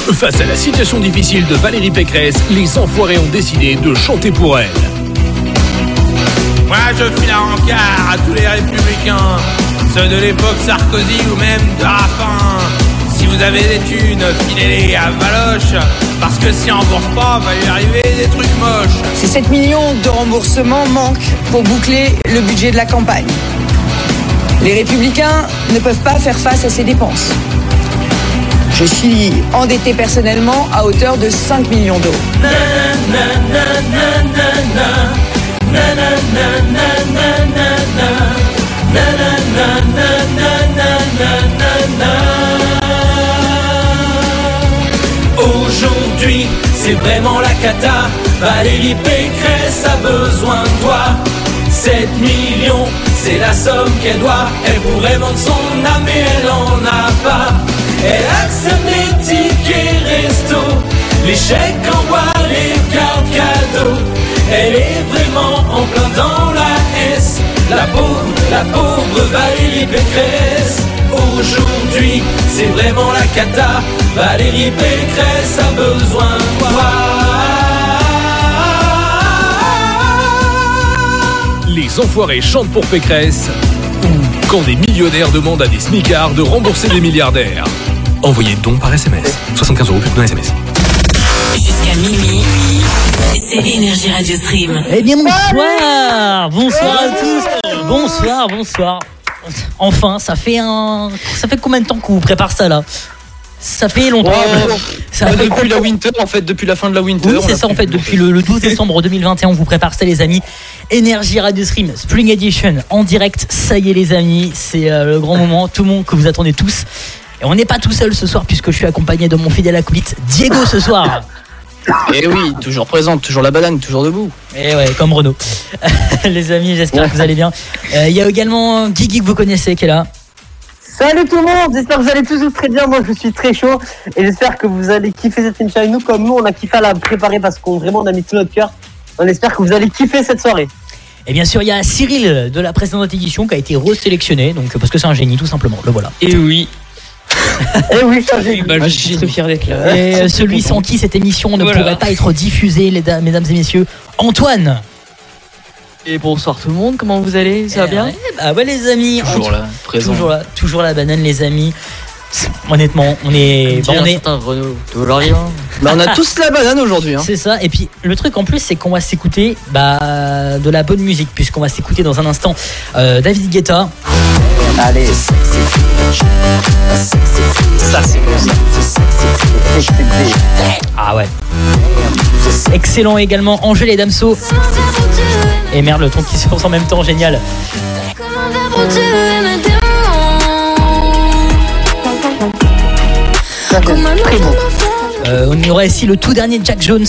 Face à la situation difficile de Valérie Pécresse, les enfoirés ont décidé de chanter pour elle. Moi je file la rencard à tous les républicains, ceux de l'époque Sarkozy ou même de Rapin. Si vous avez des thunes, filez-les à Valoche, parce que si on rembourse pas, va lui arriver des trucs moches. Ces 7 millions de remboursements manquent pour boucler le budget de la campagne. Les Républicains ne peuvent pas faire face à ces dépenses. Je suis endetté personnellement à hauteur de 5 millions d'euros. Aujourd'hui, c'est vraiment la cata. Valérie Pécresse a besoin de toi. 7 millions, c'est la somme qu'elle doit. Elle pourrait vendre son âme mais elle en a pas. Elle accepte les tickets resto, les chèques en bois, les cartes cadeaux. Elle est vraiment en plein dans la S. La pauvre Valérie Pécresse. Aujourd'hui, c'est vraiment la cata. Valérie Pécresse a besoin de toi. Les enfoirés chantent pour Pécresse. Ou quand des millionnaires demandent à des smicards de rembourser des milliardaires. Envoyez don par SMS. 75 € plus que dans SMS. Jusqu'à minuit, c'est l'Énergie Radio Stream. Eh bien bonsoir à tous. Bonsoir. Enfin, ça fait combien de temps qu'on vous prépare ça là? Ça fait longtemps. Depuis la winter, en fait, depuis la fin de la winter. Oui, c'est ça en fait, depuis le 12 décembre 2021, on vous prépare ça les amis. Énergie Radio Stream, Spring Edition, en direct, ça y est les amis, c'est le grand moment, tout le monde que vous attendez tous. Et on n'est pas tout seul ce soir puisque je suis accompagné de mon fidèle acolyte Diego ce soir. Et oui, toujours présente, toujours la banane, toujours debout. Et ouais, comme Renaud. Les amis, j'espère que vous allez bien. Il y a également Guigui que vous connaissez qui est là. Salut tout le monde, j'espère que vous allez tous très bien, moi je suis très chaud et j'espère que vous allez kiffer cette émission avec nous comme nous on a kiffé à la préparer parce qu'on vraiment on a mis tout notre cœur. On espère que vous allez kiffer cette soirée. Et bien sûr il y a Cyril de la précédente édition qui a été resélectionné donc parce que c'est un génie tout simplement, le voilà. Et oui. Et oui, je suis très fier d'être là. Et celui sans qui cette émission ne pourrait pas être diffusée, mesdames et messieurs, Antoine. Et bonsoir tout le monde, comment vous allez? Ça va bien? Bah ouais les amis, toujours là, présent. Toujours la banane les amis. Honnêtement, on est Renaud, toujours rien. Bah on a tous la banane aujourd'hui hein. C'est ça, et puis le truc en plus c'est qu'on va s'écouter de la bonne musique puisqu'on va s'écouter dans un instant David Guetta. Allez. Ça c'est bon ça. Ah ouais. Excellent également Angèle et Damso. Et merde le ton qui se lance en même temps, génial. On y aura ici le tout dernier Jack Jones.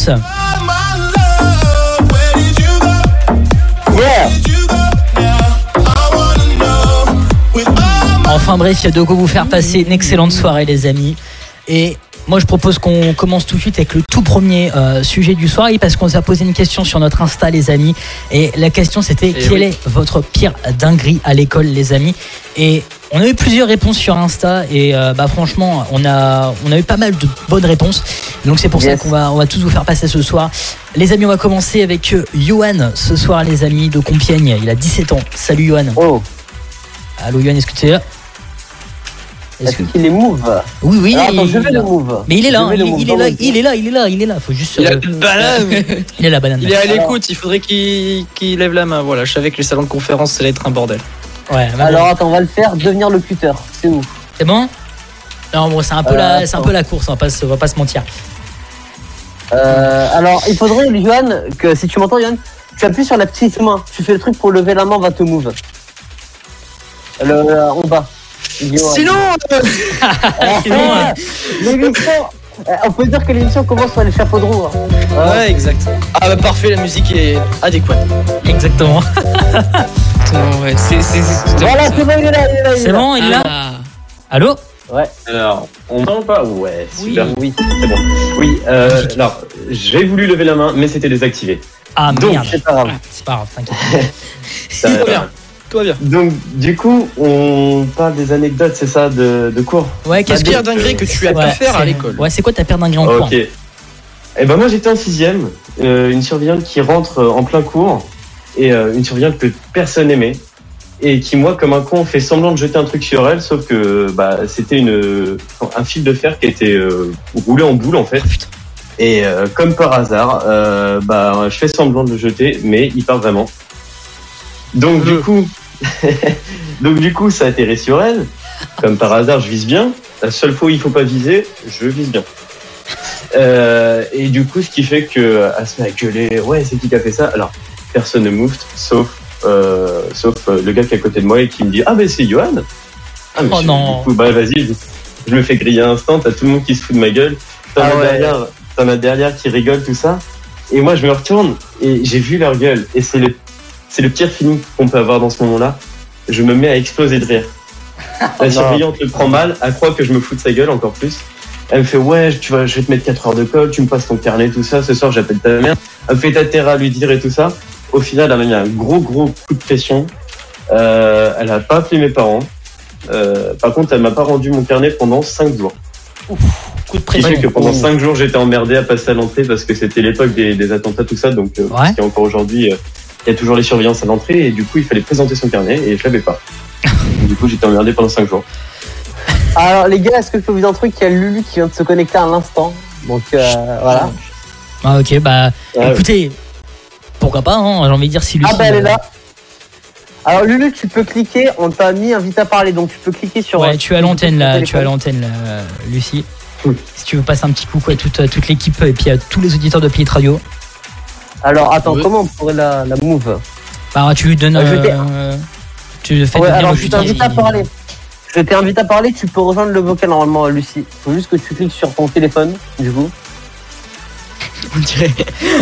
Enfin bref, il y a de quoi vous faire passer une excellente soirée les amis. Et moi je propose qu'on commence tout de suite avec le tout premier sujet du soir parce qu'on nous a posé une question sur notre Insta les amis. Et la question c'était quelle est votre pire dinguerie à l'école les amis. Et on a eu plusieurs réponses sur Insta et franchement on a eu pas mal de bonnes réponses. Donc c'est pour ça qu'on va tous vous faire passer ce soir. Les amis on va commencer avec Yohan ce soir les amis de Compiègne. Il a 17 ans. Salut Yohan. Oh. Allô Yohan, est-ce que tu es là? Est-ce qu'il est move? Oui. Alors, attends, je vais le move. Mais il est là, il est là. Faut juste. Il a la banane. Il a la banane. Il est à l'écoute. Il faudrait qu'il lève la main. Voilà, je savais que les salons de conférence, ça allait être un bordel. Ouais. Alors attends, on va le faire. Devenir locuteur. C'est où? C'est bon? Non, bon, c'est un peu la course. On va pas se mentir. Alors, il faudrait, Johan, que si tu m'entends, Johan, tu appuies sur la petite main. Tu fais le truc pour lever la main, on va te move. En bas. Sinon, l'émission, on peut dire que l'émission commence sur les chapeaux de roue. Hein. Ouais, exact. Ah bah parfait, la musique est adéquate. Exactement. Ouais, voilà, c'est bon, il est là. C'est bon, il est là. Allô? Ouais. Alors, on m'entend pas? Ouais, super. Oui. C'est bon. Oui, alors, j'ai voulu lever la main, mais c'était désactivé. Ah donc, merde. C'est pas grave. C'est pas grave, t'inquiète. Ça va bien. Tout va bien. Donc, du coup, on parle des anecdotes, c'est ça, de cours. Ouais, Qu'est-ce qu'il y a dinguerie que tu as pu faire à l'école? Ouais, c'est quoi ta pire dinguerie en cours? Ok. Et ben moi, j'étais en 6ème, une surveillante qui rentre en plein cours, et une surveillante que personne n'aimait, et qui, moi, comme un con, fait semblant de jeter un truc sur elle, sauf que c'était un fil de fer qui était roulé en boule, en fait. Et comme par hasard, je fais semblant de le jeter, mais il part vraiment. Donc du coup, ça atterrit sur elle. Comme par hasard, je vise bien. La seule fois où il faut pas viser, je vise bien. Et du coup, ce qui fait que elle se met à gueuler. Ouais, c'est qui a fait ça? Alors, personne ne move, sauf le gars qui est à côté de moi et qui me dit: ah ben c'est Johan. Ah mais non. Du coup, vas-y, je me fais griller un instant. T'as tout le monde qui se fout de ma gueule. T'en as derrière qui rigole tout ça. Et moi, je me retourne et j'ai vu leur gueule. Et c'est le pire feeling qu'on peut avoir dans ce moment-là. Je me mets à exploser de rire. La surveillante le prend mal, elle croit que je me fous de sa gueule encore plus. Elle me fait: ouais, je vais te mettre 4 heures de colle, tu me passes ton carnet, tout ça, ce soir j'appelle ta mère. Elle me fait t'atterrir à lui dire et tout ça. Au final, elle m'a mis un gros coup de pression. Elle a pas appelé mes parents. Par contre, elle m'a pas rendu mon carnet pendant 5 jours. Ouf, coup de pression. Ce qui fait que pendant 5 jours, j'étais emmerdé à passer à l'entrée parce que c'était l'époque des attentats, tout ça. Donc, parce qu'il y a encore aujourd'hui, il y a toujours les surveillances à l'entrée et du coup, il fallait présenter son carnet et je l'avais pas. Du coup, j'étais emmerdé pendant 5 jours. Alors, les gars, est-ce que je peux vous dire un truc? Il y a Lulu qui vient de se connecter à l'instant. Donc, voilà. Ah, ok, écoutez, pourquoi pas, hein, j'ai envie de dire si Lucie... Ah, elle est là. Alors, Lulu, tu peux cliquer, on t'a mis invite à parler, donc tu peux cliquer sur... Ouais, tu as l'antenne là, Lucie. Si tu veux passer un petit coucou à toute l'équipe et puis à tous les auditeurs de Playit Radio. Alors, attends, comment on pourrait la move? Bah, tu lui donnes... tu fais devenir alors, le je t'invite à parler. Je t'invite à parler, tu peux rejoindre le vocal normalement, Lucie. Faut juste que tu cliques sur ton téléphone, du coup. On dirait.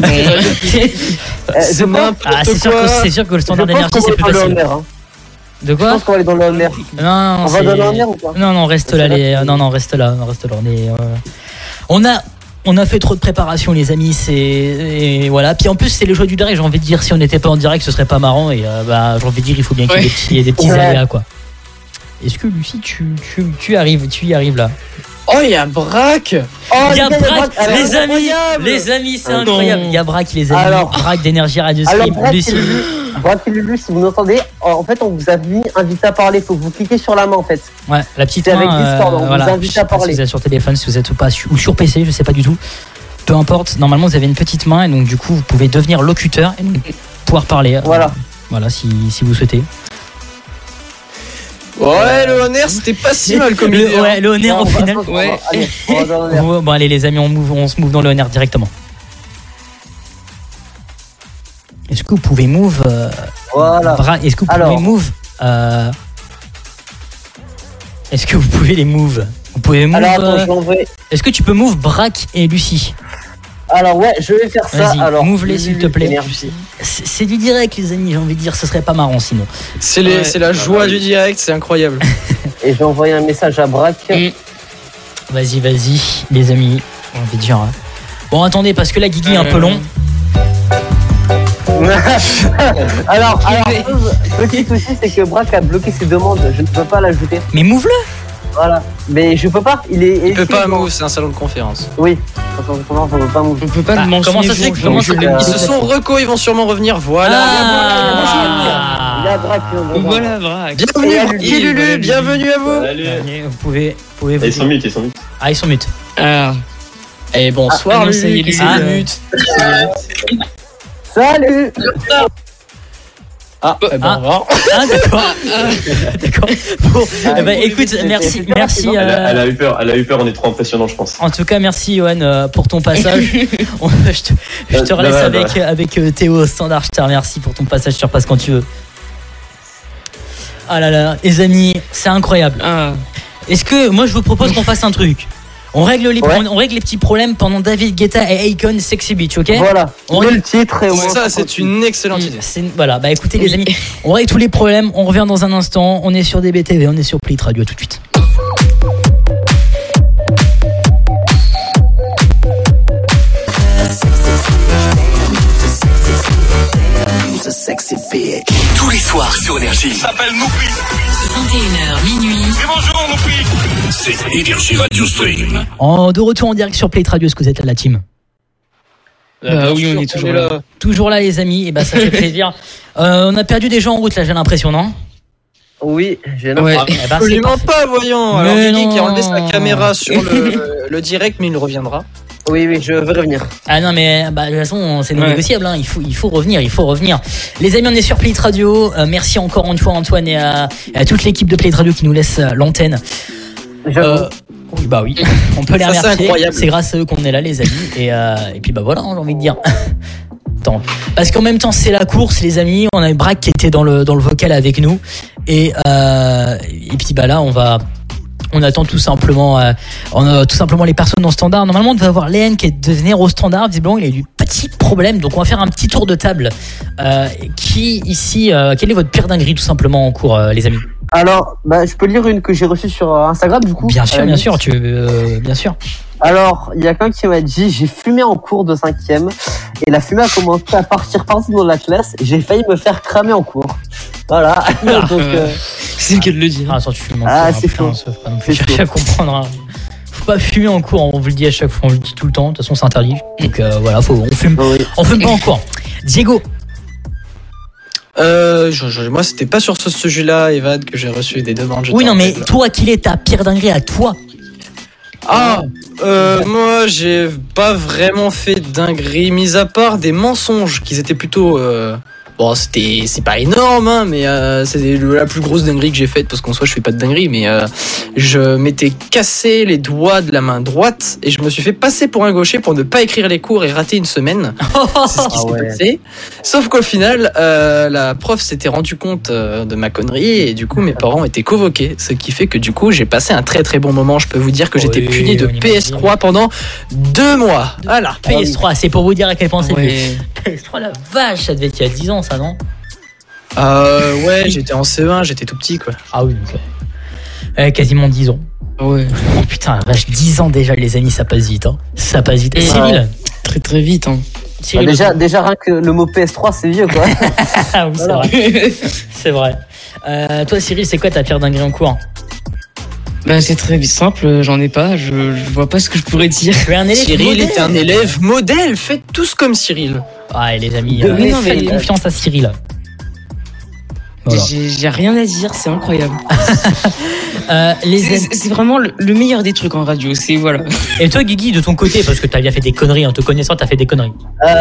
C'est sûr que le standard d'énergie c'est plus facile. De quoi? Je pense qu'on va aller dans le mer. Non, on va dans le mer ou pas? Non, reste là. Reste là. On a fait trop de préparation, les amis. Et voilà. Puis en plus, c'est le choix du direct. J'ai envie de dire, si on n'était pas en direct, ce serait pas marrant. Et j'ai envie de dire, il faut bien qu'il y ait des petits aléas, quoi. Est-ce que Lucie, tu y arrives là? Oh, il y a Braque. Il y a Braque, les amis, c'est incroyable. Il y a Braque, les amis. Alors, Braque d'Énergie Radio Stream. Braque et Lulu, si vous nous entendez, en fait, on vous a mis invité à parler. Faut que vous cliquez sur la main, en fait. Ouais, la petite main. C'est avec Discord, on vous invite à parler. Si vous êtes sur téléphone, si vous êtes pas ou sur PC, je sais pas du tout. Peu importe. Normalement, vous avez une petite main et donc du coup, vous pouvez devenir locuteur et donc pouvoir parler. Voilà, si vous souhaitez. Ouais, le honneur, c'était pas si mal comme idée. Ouais, le honneur au final. Ouais. Bon, allez, les amis, on se move dans le honneur directement. Est-ce que vous pouvez move Est-ce que vous pouvez move Est-ce que vous pouvez les move? Vous pouvez move. Est-ce que tu peux move Braque et Lucie? Alors ouais, je vais faire ça. Vas-y, alors move-les s'il te plaît. C'est du direct, les amis, j'ai envie de dire, ce serait pas marrant sinon. C'est la joie du direct, c'est incroyable. Et je vais envoyer un message à Braque. Vas-y, les amis, j'ai envie de dire. Bon, attendez, parce que la Guigui est un peu long. alors, petit souci, c'est que Braque a bloqué ses demandes. Je ne peux pas l'ajouter. Mais move-le. Voilà, mais je peux pas. Il peut pas move, c'est un salon de conférence. Oui, on peut pas move. On peut pas le mentionner. Comment ça se fait Ils se sont recos, ils vont sûrement revenir. Voilà. Il y a Braque. Voilà, Braque. Bienvenue, Lulu, bienvenue à vous. Vous pouvez ils sont mutes. Ah, ils sont mutes. Et bonsoir, Lulu. Salut. D'accord. Bon, écoute, merci. Elle a eu peur, on est trop impressionnant, je pense. En tout cas, merci Johan pour ton passage. je te relaisse avec Théo au standard. Je te remercie pour ton passage, tu repasses quand tu veux. Ah là là, les amis, c'est incroyable. Est-ce que moi je vous propose qu'on fasse un truc? On règle les petits problèmes pendant David Guetta et Akon Sexy Beach, ok? Voilà, on met le titre et ça, c'est une excellente idée. Voilà, écoutez les amis, on règle tous les problèmes, on revient dans un instant, on est sur DBTV, on est sur Playit Radio, tout de suite. Tous les soirs sur Énergie. Énergie. Ça s'appelle Noupi. 21h minuit. Et bonjour Noupi. C'est Énergie Radio Stream. De retour en direct sur Play Radio, est-ce que vous êtes là, la team? Oui, on est toujours là. Toujours là, les amis, et ça fait plaisir. On a perdu des gens en route, là, j'ai l'impression, non? Oui, j'ai l'impression. Absolument pas, voyons. Alors, Guigui qui a enlevé sa caméra sur le direct, mais il reviendra. Oui, je veux revenir. Ah non, mais de toute façon, c'est non négociable, hein. Il faut revenir. Les amis, on est sur Play Radio. Merci encore une fois, Antoine, et à toute l'équipe de Play Radio qui nous laisse l'antenne. Oui, on peut les remercier. C'est grâce à eux qu'on est là, les amis. Et puis voilà, j'ai envie de dire. Parce qu'en même temps, c'est la course, les amis. On a Braque qui était dans le vocal avec nous. Et puis là, on attend tout simplement les personnes au standard. Normalement, on devait avoir Léon qui est de venir au standard. Visiblement, il a eu du petit problème. Donc, on va faire un petit tour de table. Quelle est votre pire dinguerie, tout simplement, en cours, les amis? Alors, je peux lire une que j'ai reçue sur Instagram, du coup. Bien sûr, bien sûr. Alors, il y a quelqu'un qui m'a dit, j'ai fumé en cours de 5e et la fumée a commencé à partir partout dans la classe et j'ai failli me faire cramer en cours. Voilà. Donc, c'est le cas de le dire. Attends, tu fumes en cours. C'est chaud. Faut pas non plus chercher à comprendre. Hein. Faut pas fumer en cours, on vous le dit à chaque fois, on le dit tout le temps. De toute façon, c'est interdit. Donc voilà, on fume pas en cours. Diego. Moi, c'était pas sur ce sujet-là, Evad, que j'ai reçu des demandes. Oui, non, mais toi, quelle est ta pire dinguerie à toi? Moi, j'ai pas vraiment fait de dinguerie, mis à part des mensonges qui étaient plutôt. C'est pas énorme, hein, mais c'est la plus grosse dinguerie que j'ai faite, parce qu'en soi, je fais pas de dinguerie, mais je m'étais cassé les doigts de la main droite et je me suis fait passer pour un gaucher pour ne pas écrire les cours et rater une semaine. C'est ce qui s'est passé. Sauf qu'au final, la prof s'était rendu compte de ma connerie et du coup, mes parents étaient convoqués, ce qui fait que du coup, j'ai passé un très très bon moment. Je peux vous dire que j'étais puni de PS3 pendant 2 mois. Voilà. PS3, c'est pour vous dire à quel point c'est PS3, la vache, ça devait être il y a 10 ans, ça, non? J'étais en CE1, j'étais tout petit, quoi. Ah oui, ok. Quasiment 10 ans. Ouais. Oh putain, la vache, 10 ans déjà, les amis, ça passe vite, hein. Ça passe vite. Et Cyril? Très très vite, hein. Cyril, déjà rien que le mot PS3, c'est vieux, quoi. Ah oui, c'est vrai. C'est vrai. Toi, Cyril, c'est quoi ta pire dinguerie en cours? C'est très simple, j'en ai pas, je vois pas ce que je pourrais dire. Cyril est un élève modèle, faites tous comme Cyril. Ouais, les amis, faites confiance à Cyril. Voilà. J'ai rien à dire, c'est incroyable. C'est vraiment le meilleur des trucs en radio, c'est voilà. Et toi, Guigui, de ton côté, parce que t'as bien fait des conneries, en te connaissant, t'as fait des conneries.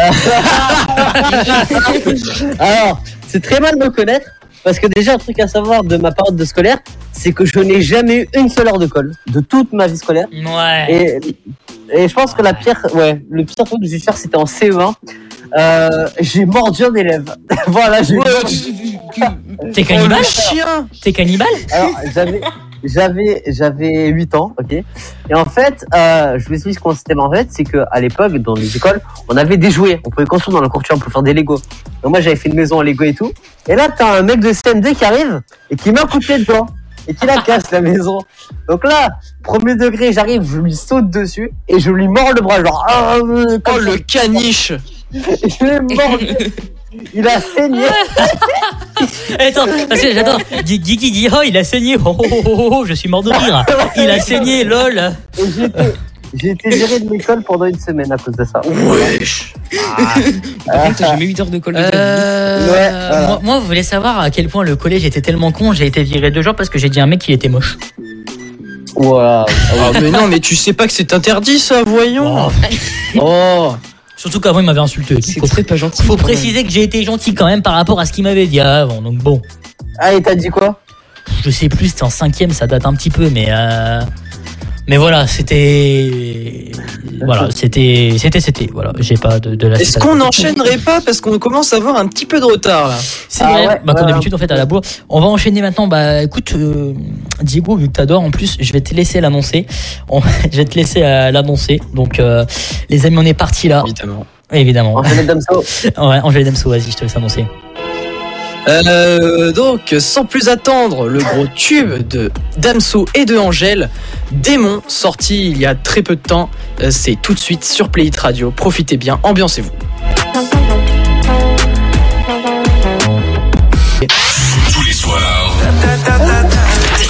Alors, c'est très mal de me connaître, parce que déjà, un truc à savoir de ma période de scolaire, c'est que je n'ai jamais eu une seule heure de colle de toute ma vie scolaire. Ouais. Et je pense que le pire truc que j'ai dû faire, c'était en CE1. J'ai mordu un élève. Voilà, j'ai mordu. T'es cannibale? T'es cannibale? Alors, j'avais 8 ans, ok. Et en fait, je vous explique comment c'était. En fait, c'est qu'à l'époque, dans les écoles, on avait des jouets. On pouvait construire dans la cour, on pouvait faire des Lego. Donc moi, j'avais fait une maison en Lego et tout. Et là, t'as un mec de CM2 qui arrive et qui met un coup de pied dedans. Et qui la casse, la maison. Donc là, premier degré, j'arrive, je lui saute dessus et je lui mords le bras, genre. Le caniche. Je l'ai mordu. Il a saigné. Attends, parce que j'adore. Guigui dit il a saigné. Je suis mort de rire. Il a saigné, lol. J'ai été viré de l'école pendant une semaine à cause de ça. Wesh. Par contre, t'as jamais 8 heures de colle. Moi, vous voulez savoir à quel point le collège était tellement con, j'ai été viré 2 jours parce que j'ai dit à un mec qu'il était moche. Waouh. Mais non, mais tu sais pas que c'est interdit, ça, voyons. Surtout qu'avant il m'avait insulté. C'est très pas gentil. Faut préciser que j'ai été gentil quand même par rapport à ce qu'il m'avait dit avant. Donc bon. Ah, et t'as dit quoi? Je sais plus, c'était en 5e, ça date un petit peu, mais voilà, c'était. Voilà, c'était. Voilà, j'ai pas de la. Est-ce qu'on n'enchaînerait pas parce qu'on commence à avoir un petit peu de retard là? C'est vrai, comme d'habitude en fait à la bourre. On va enchaîner maintenant. Écoute, Diego, vu que t'adores en plus, je vais te laisser l'annoncer. Donc, les amis, on est parti là. Évidemment. Angèle Damso. Ouais, Angèle Damso, vas-y, je te laisse annoncer. Donc, sans plus attendre, le gros tube de Damso et de Angèle, Démon, sorti il y a très peu de temps, c'est tout de suite sur Play Radio. Profitez bien, ambiancez-vous. Tous les soirs.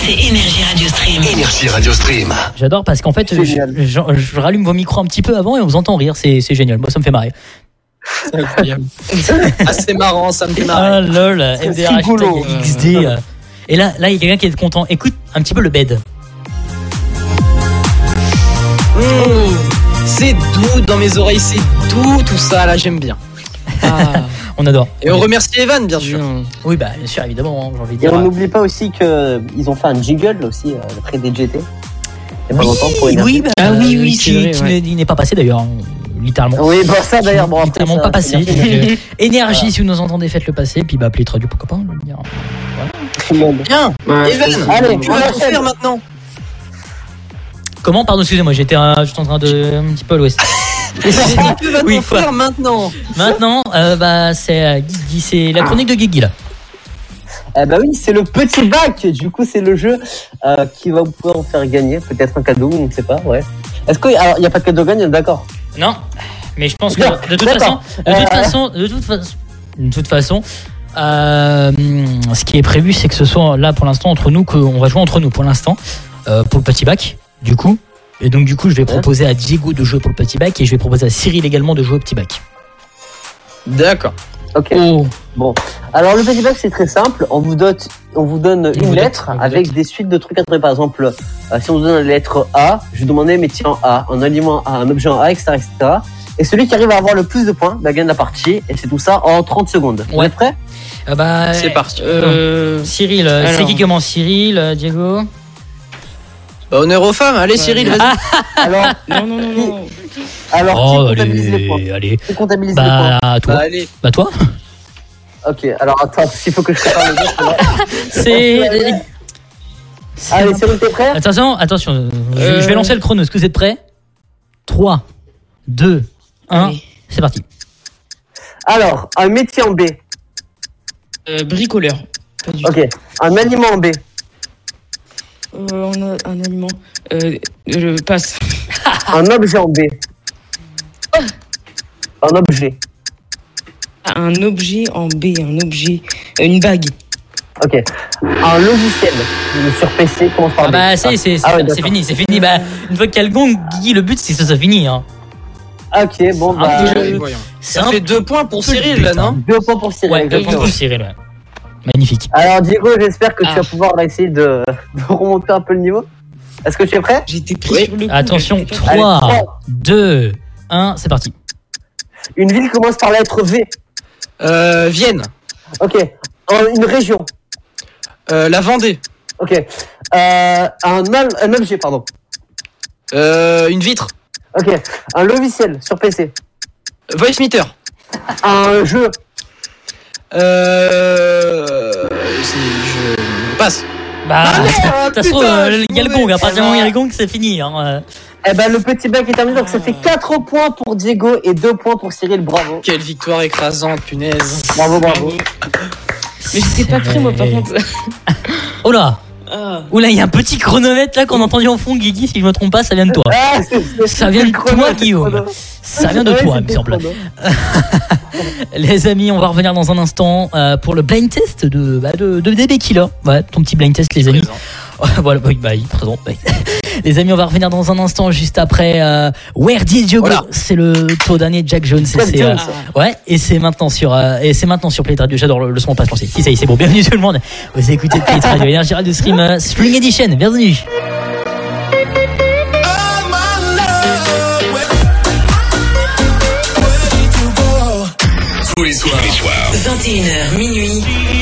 C'est Énergie Radio Stream. Énergie Radio Stream. J'adore parce qu'en fait, je rallume vos micros un petit peu avant et on vous entend rire. C'est génial. Moi, ça me fait marrer. C'est incroyable. Ah, c'est marrant, ça me fait marrer. Ah lol, MDR XD. Et là, il y a quelqu'un qui est content. Écoute un petit peu le bed. C'est doux dans mes oreilles, c'est doux tout ça, là j'aime bien. On adore. Et on remercie Evan, bien sûr. Oui, bah bien sûr, évidemment, j'ai envie de Et dire. on n'oublie pas aussi qu'ils ont fait un jingle aussi près des GT. Il y a pas longtemps pour Oui, bah, oui, c'est vrai, qui ouais. il n'est pas passé d'ailleurs, littéralement. Oui, bon ça d'ailleurs, bon après littéralement ça, pas passé. c'est Donc, énergie, si vous nous entendez, faites le passer. Puis bah, appelez Radio, pourquoi pas, je veux dire. tout le monde. Bien, Evan, Allez, tu vas on le faire enchaîne. maintenant. Comment, pardon, excusez-moi, j'étais en train de un petit peu à l'ouest. Que va-t-on Oui, quoi. faire maintenant? Maintenant, bah c'est Guigui, c'est la chronique de Guigui là. Eh ben oui, c'est le petit bac. Du coup, c'est le jeu qui va vous pouvoir en faire gagner. Peut-être un cadeau, on ne sait pas, ouais. Est-ce qu'il n'y a pas de cadeau gagnant, d'accord? Non, mais je pense que D'accord, de toute façon, ce qui est prévu, c'est que ce soit là pour l'instant entre nous, qu'on va jouer entre nous pour l'instant pour le petit bac, du coup. Et donc du coup, je vais proposer à Diego de jouer pour le petit bac et je vais proposer à Cyril également de jouer au petit bac. D'accord. Ok. Bon. Alors le petit bac c'est très simple. On vous donne une lettre avec des suites de trucs à trouver. Par exemple, si on vous donne la lettre A, je vais demander métier en A, un aliment A, un objet en A, etc., etc. Et celui qui arrive à avoir le plus de points, bah, gagne la partie. Et c'est tout ça en 30 secondes. Vous êtes prêts? C'est parti. Cyril, alors. c'est qui commence? Cyril, Diego. Bah, honneur aux femmes. Allez, Cyril, vas-y. Alors, Non. alors qui Oh, comptabilise les points? allez. Qui comptabilise les points? Bah toi. Bah, allez. Bah toi. Ok. Alors attends, s'il faut que je prépare les autres. là. C'est. Allez, Cyril, t'es prêt? Attention, je vais lancer le chrono. Est-ce que vous êtes prêts? 3, 2, 1, Allez. c'est parti. Alors, un métier en B. Bricoleur. Pas du tout. Ok. Un aliment en B. On a un aliment. Je passe. Un objet en B. Un objet. Un objet en B, un objet. Une bague. Ok. Un logiciel sur PC commence par Ah B. bah c'est ouais, c'est d'accord. fini. Bah une fois qu'il y a le gong, Guigui, le but c'est que ça finit. Hein. Ok, bon bah. Voyons. C'est Ça un fait 2 points pour peu le Cyril, but, là, hein. non? 2 points pour Cyril. Ouais, 2 exactement. points pour Cyril. Ouais. Magnifique. Alors Diego, j'espère que tu vas pouvoir là, essayer de remonter un peu le niveau. Est-ce que tu es prêt? J'étais pris sur le coup. Attention, j'étais pas- 3, 2, 1, c'est parti. Une ville commence par la lettre V. Vienne. Ok. Une région. La Vendée. Ok. Un objet, pardon. Une vitre. Ok. Un logiciel sur PC. Voice meter. Un jeu. Je passe. Bah, Ah, ça se trouve, putain, il y a le gong. À partir du moment où il y a le gong, c'est fini. Hein. Eh ben le petit bac est terminé, donc ça fait 4 points pour Diego et 2 points pour Cyril. Bravo. Quelle victoire écrasante, punaise. Bravo, bravo. Mais j'étais pas prêt, moi, par contre. Oh là. Ah. Oula, il y a un petit chronomètre là qu'on a entendu en fond, Guigui, si je me trompe pas, ça vient de toi. Ah, Ça vient de toi, Guillaume. Ça vient de Ouais, toi, il me c'était semble. chrono. Les amis, on va revenir dans un instant pour le blind test de DB Killer. Ouais, ton petit blind test, les amis. Voilà, oui, bah, il est présent. Ouais. Les amis, on va revenir dans un instant juste après Where Did You Go. Voilà. C'est le tour dernier de Jack Jones. Jack Jones. Ouais, et c'est maintenant sur Play Radio. J'adore le son, on passe lancer. Si ça y est, c'est bon. Bienvenue tout le monde. Vous écoutez Play Radio, Énergie Radio Stream Spring Edition. Bienvenue. Tous les soirs. 21h minuit.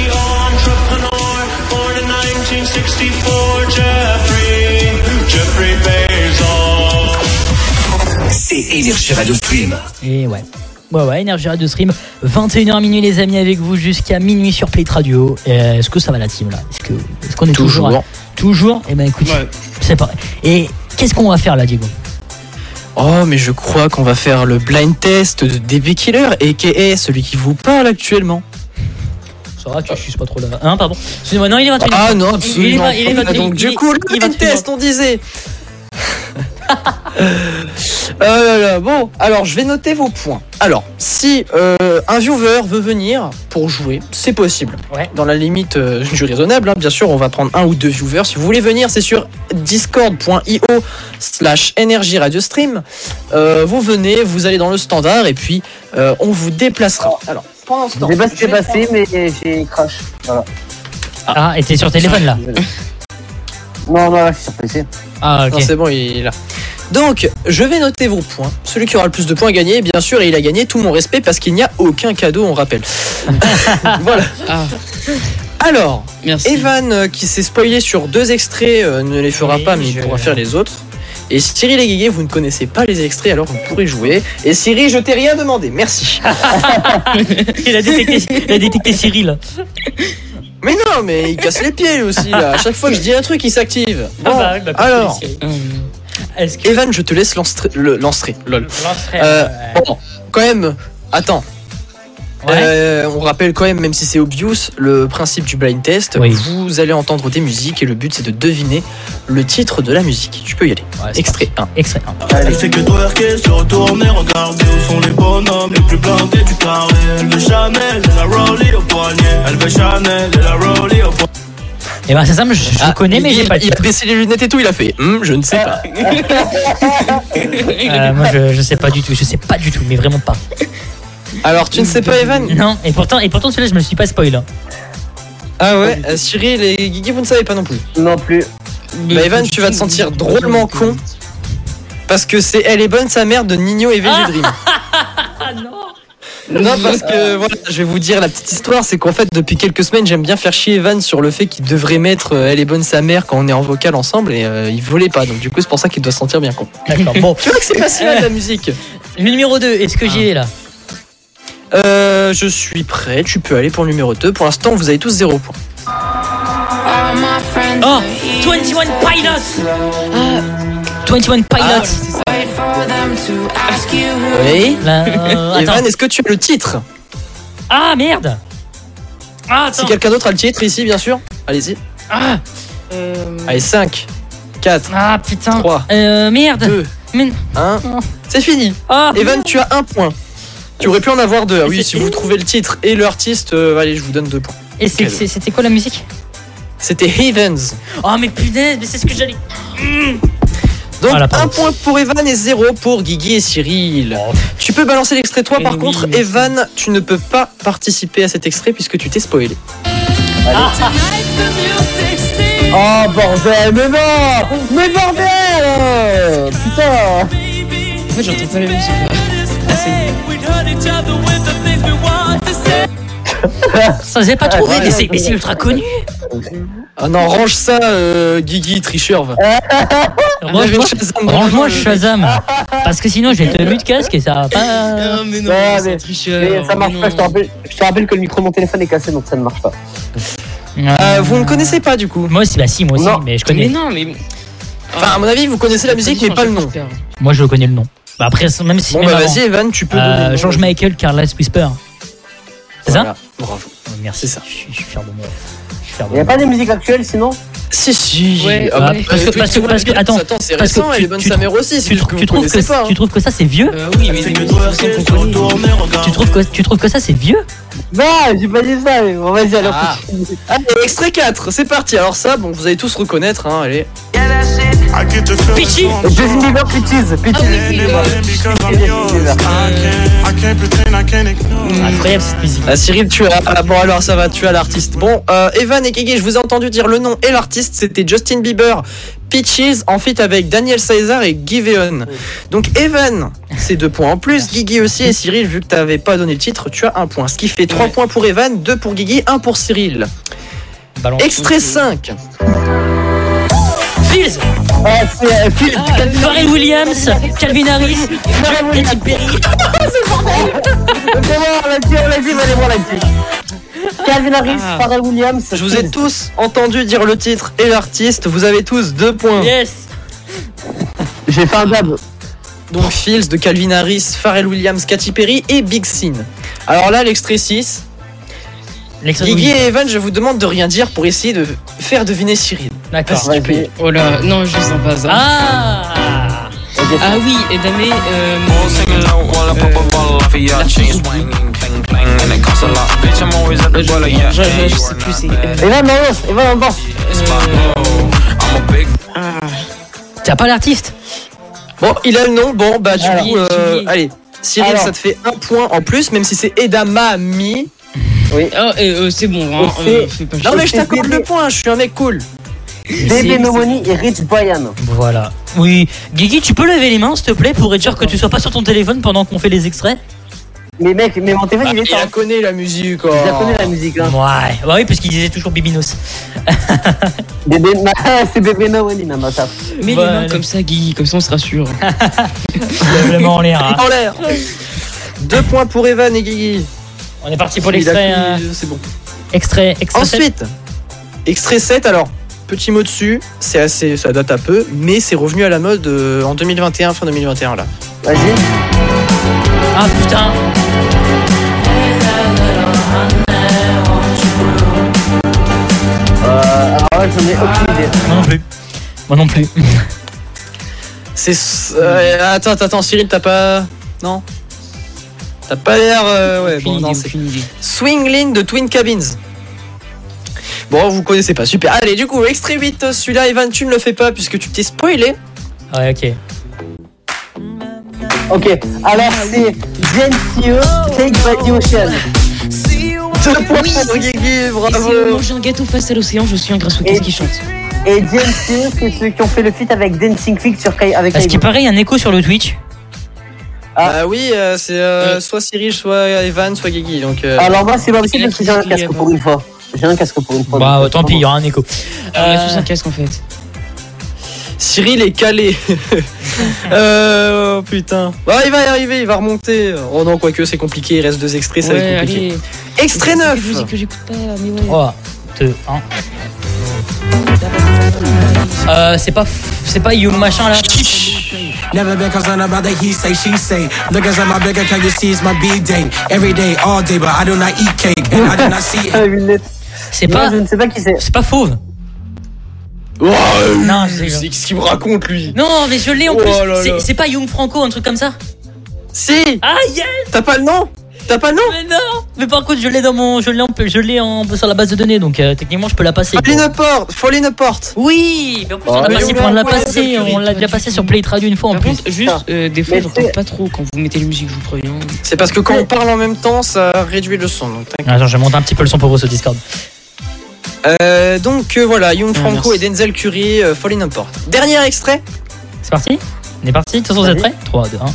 C'est Énergie Radio Stream. Et ouais. Ouais, Énergie Radio Stream, 21h minuit les amis, avec vous jusqu'à minuit sur Play Radio. Est-ce que ça va la team là? Est-ce qu'on est toujours Toujours. Eh ben écoute, c'est pas. Et qu'est-ce qu'on va faire là, Diego? Oh, mais je crois qu'on va faire le blind test de DB Killer, a.k.a. celui qui vous parle actuellement. Ça va, tu suces pas trop là. Hein, pardon. Excusez-moi, non, il est 21h. Ah non, absolument. Il est Donc du coup, le blind test, on disait. Bon, alors je vais noter vos points. Alors, si un viewer veut venir pour jouer, c'est possible. Ouais. Dans la limite du raisonnable, hein, bien sûr, on va prendre 1 ou 2 viewers. Si vous voulez venir, c'est sur discord.io/Energy Radio Stream. Vous venez, vous allez dans le standard et puis on vous déplacera. Alors, pendant ce temps, Je sais pas ce qui s'est passé, mais j'ai crash. Voilà. Ah, et t'es sur téléphone là? Non, là, je suis sur PC. Ah, ok. Non, c'est bon, il est là. Donc, je vais noter vos points. Celui qui aura le plus de points gagné, bien sûr, et il a gagné tout mon respect parce qu'il n'y a aucun cadeau, on rappelle. Voilà. Alors, Merci. Evan, qui s'est spoilé sur 2 extraits, ne les fera pas, mais il pourra faire les autres. Et Cyril et Guiguet, vous ne connaissez pas les extraits, alors vous pourrez jouer. Et Cyril, je t'ai rien demandé, merci. il a détecté Cyril. Mais non, mais il casse les pieds lui aussi, là. À chaque fois que je dis un truc, il s'active. Bon, alors, Evan, je te laisse lancer. Lol. Bon, quand même, attends. On rappelle quand même si c'est obvious, le principe du blind test. Oui. Vous allez entendre des musiques et le but c'est de deviner le titre de la musique. Tu peux y aller. Extrait 1. Extrait 1. Elle fait que twerker, se retourner, regarder où sont les bonhommes les plus blindés du carré. Elle veut Chanel et la Rollie au poignet. Elle veut Chanel et la Rollie au poignet. Et ben c'est ça, je connais mais j'ai pas le Il a baissé les lunettes et tout, il a fait je ne sais pas. moi je sais pas du tout, mais vraiment pas. Alors tu ne sais pas Evan? Non, et pourtant celui-là je me le suis pas spoil. Ah ouais, Cyril et Guigui vous ne savez pas non plus? Non plus. Bah Evan, tu vas te sentir drôlement con parce que c'est Elle est bonne sa mère de Nino et VG Dream. Ah non. Non, parce que voilà, je vais vous dire la petite histoire, c'est qu'en fait depuis quelques semaines j'aime bien faire chier Evan sur le fait qu'il devrait mettre Elle est bonne sa mère quand on est en vocal ensemble et il volait pas, donc du coup c'est pour ça qu'il doit se sentir bien con. D'accord, bon. Tu vois que c'est pas si mal la musique. Le numéro 2, est-ce que j'y vais là? Je suis prêt, tu peux aller pour le numéro 2. Pour l'instant vous avez tous 0 points. Oh, 21 Pilots. 21 Pilots. Oui. Attends. Evan, est-ce que tu as le titre? Ah merde. Ah, attends. Si quelqu'un d'autre a le titre ici, bien sûr. Allez-y. Ah. Allez, 5, 4, Ah putain. 3, merde. 2, Mais... 1. C'est fini. Ah. Evan, tu as 1 point. Tu aurais pu en avoir 2. Ah oui, si vous trouvez le titre et l'artiste, allez, je vous donne 2 points. Et c'était quoi la musique? C'était Heavens. Oh mais punaise, mais c'est ce que j'allais... Donc Voilà, 1 pardon. point pour Evan et 0 pour Guigui et Cyril. Tu peux balancer l'extrait toi, par contre, merci. Evan, tu ne peux pas participer à cet extrait puisque tu t'es spoilé. Oh bordel, mais non! Mais bordel! Putain! En fait, j'entends pas la musique là. Ça faisait pas trouvé, mais c'est ultra connu. Ah non, range ça, Guigui, tricheur. Va. Range-moi Shazam. Parce que sinon je vais te mute casque et ça va pas... Non, mais non, Ouais, c'est un mais tricheur. ça marche pas, je te rappelle que le micro de mon téléphone est cassé donc ça ne marche pas. Vous ne connaissez pas du coup? Moi aussi, moi aussi, Non. mais je connais. Mais non, mais. Enfin, à mon avis, vous connaissez la musique, mais pas le nom. Moi je connais le nom. Bah après, même si... Bon, même bah avant. vas-y, Evan, tu peux donner le nom. George Michael, Careless Whisper. C'est Voilà. ça? Bravo. Merci, C'est ça. Je suis fier de moi. Je suis fier de Il n'y a moi. pas des musiques actuelles sinon? Si. Ouais, Ah bah, ouais. Parce que, attends, c'est parce que récent, Elle est bonne sa mère aussi. tu trouves que ça c'est vieux? Oui, mais des musiques qu'on connaît. Tu trouves que ça c'est vieux? Non, j'ai pas dit ça, mais bon, vas-y alors. Ah. Allez, extrait 4, c'est parti. Alors ça, bon, vous allez tous reconnaître, hein, allez. Peachy. Justin Bieber, Peaches. Incroyable cette musique. Ah, Cyril, tu as... Ah, bon, alors ça va, tu as l'artiste. Bon, Evan et Guigui, je vous ai entendu dire le nom et l'artiste, c'était Justin Bieber, Peaches, en feat avec Daniel Caesar et Giveon. Donc Evan, c'est 2 points en plus. Guigui aussi, et Cyril, vu que tu n'avais pas donné le titre, tu as 1 point. Ce qui fait 3 points pour Evan, 2 pour Guigui, 1 pour Cyril. Ballon. Extrait 5. Fils. Pharrell Williams, Calvin Harris, Katy Perry. C'est bon, on l'a dit, allez voir là-dessus. Calvin Harris, Pharrell Williams. Je vous ai tous entendu dire le titre et l'artiste, vous avez tous 2 points. Yes. J'ai fait un dab. Donc Fields de Calvin Harris, Pharrell Williams, Katy Perry et Big Sean. Alors là, l'extrait 6. Guigui et Evan, je vous demande de rien dire pour essayer de faire deviner Cyril. D'accord. Oh là, non, je sens pas ça. Ah. Ah oui, et Damé, je sais plus, c'est. Evan en danse. T'as pas l'artiste? Bon, il a le nom. Bon, bah du coup, allez. Cyril, Alors. ça te fait un point en plus, même si c'est Edamami. Oui. Ah, c'est bon, hein, fais pas chier. Non mais je t'accorde le point, je suis un mec cool. Bébé No Money et Rich Brian. Voilà. Oui. Guigui, tu peux lever les mains, s'il te plaît, pour être sûr que tu sois pas sur ton téléphone pendant qu'on fait les extraits? Mais mec, mais mon téléphone il est Il la ça. connaît la musique. Il la connaît la musique hein. Ouais. Bah oui, parce qu'il disait toujours Bibinos. Bébé, c'est Bébé No Money même ça. Mets les mains comme ça, Guy, comme ça on se rassure. Lève les mains en l'air. Hein. En l'air. 2 points pour Evan et Guigui. On est parti pour l'extrait. C'est bon. Extrait Ensuite, extrait 7. Alors, petit mot dessus. C'est assez, ça date un peu, mais c'est revenu à la mode en 2021, fin 2021 là. Vas-y. Ah putain. Alors là, j'en ai aucune idée. Moi non plus. Moi non plus. C'est. Attends, Cyril, t'as pas. Non. T'as pas l'air. Ouais, bon, non, c'est. Swingling de Twin Cabins. Bon, vous connaissez pas, super. Allez, du coup, extrait 8, celui-là, Evan, tu ne le fais pas puisque tu t'es spoilé. Ouais, ok. Ok, alors c'est DNCE, Take by the Ocean. 2 points pour Guigui, bravo. Si manger un gâteau face à l'océan, je suis un grâce au qui chante. Et DNCE, c'est ceux qui ont fait le feat avec Dancing Feet sur avec À ce qui paraît, il y a un écho sur le Twitch. Ah oui, c'est soit Cyril, soit Evan, soit Guigui. Donc, Alors moi, c'est pas possible parce que j'ai un casque pour une fois. J'ai un casque pour une fois. Bah, tant pis, il y aura un écho. On a tous un casque en fait. Cyril est calé. Oh putain. Bah, il va y arriver, il va remonter. Oh non, quoique c'est compliqué, il reste 2 extraits, ça va être compliqué. Allez. Extrait 9. C'est musique que j'écoute pas, mais ouais. 3, 2, 1. C'est pas Young machin là. Never been concerned about the he say, she say. Look at my bigger, can you see it's my B-day? Every day, all day, but I do not eat cake. And I do not see it. C'est pas. Je ne sais pas qui c'est. C'est pas fauve. Oh, non, c'est ce qu'il me raconte lui. Non, mais je l'ai en plus. Là là. C'est pas Young Franco, un truc comme ça. Si. Ah yes. T'as pas le nom? Mais non. Mais par contre, je l'ai sur la base de données, donc techniquement, je peux la passer. Falling Apart. Oui, mais en plus, on l'a passé pour la passer. On l'a déjà passé sur Play Radio une fois en plus. Juste, des fois, j'entends pas trop quand vous mettez les musiques, je vous préviens. C'est parce que quand on parle en même temps, ça réduit le son. Donc attends, je vais monter un petit peu le son pour vous sur Discord. Donc voilà, Young Franco et Denzel Curry, Falling Apart. Dernier extrait. C'est parti. On est parti. De toute façon, vous êtes prêts? 3, 2, 1.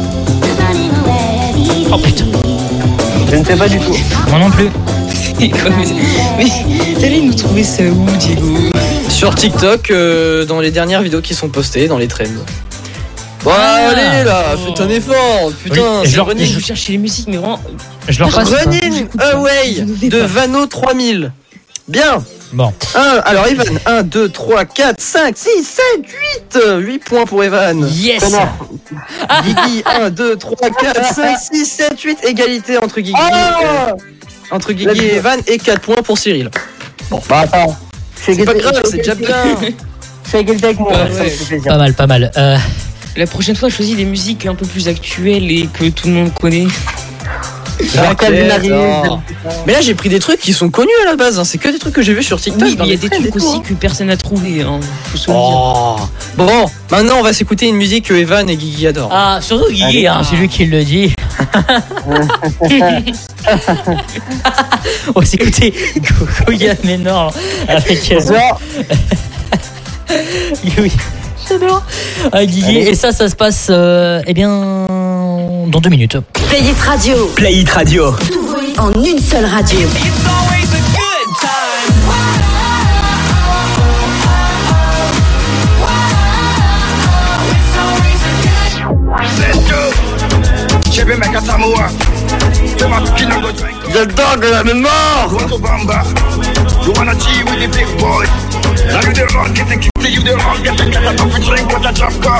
Oh putain. Je ne sais pas du tout. Moi non plus. Mais t'allais nous trouver ça où, Diego? Sur TikTok, dans les dernières vidéos qui sont postées, dans les trends. Bon, allez là, faites un effort. Putain, oui, c'est Running. Je veux chercher les musiques, mais vraiment. Je leur passe. Running Away de Vano 3000. Bien. Bon. Alors Evan, 1, 2, 3, 4, 5, 6, 7, 8. 8 points pour Evan. Yes. Guigui, 1, 2, 3, 4, 5, 6, 7, 8. Égalité entre Guigui, entre Guigui et Evan et 4 points pour Cyril. Bon, bah attends. C'est pas grave, c'est déjà bien. Je suis égalité avec moi. Pas mal. La prochaine fois, choisis des musiques un peu plus actuelles et que tout le monde connaît. Mais là j'ai pris des trucs qui sont connus à la base, hein. C'est que des trucs que j'ai vus sur TikTok. Oui, mais il y a des trucs aussi que personne n'a trouvé, hein. Faut se le dire. Bon, maintenant on va s'écouter une musique que Evan et Guigui adorent. Ah, surtout Guigui, hein, c'est lui qui le dit. On va s'écouter Goya Ménor avec oui, j'adore. Guigui, et ça se passe eh bien dans 2 minutes. Play It Radio. Play It Radio. Tout en une seule radio. The dog la même mort. You wanna cheat with the big boy. Now you the wrong, get the kick, you the wrong, get the cat up and drink with the drop cup.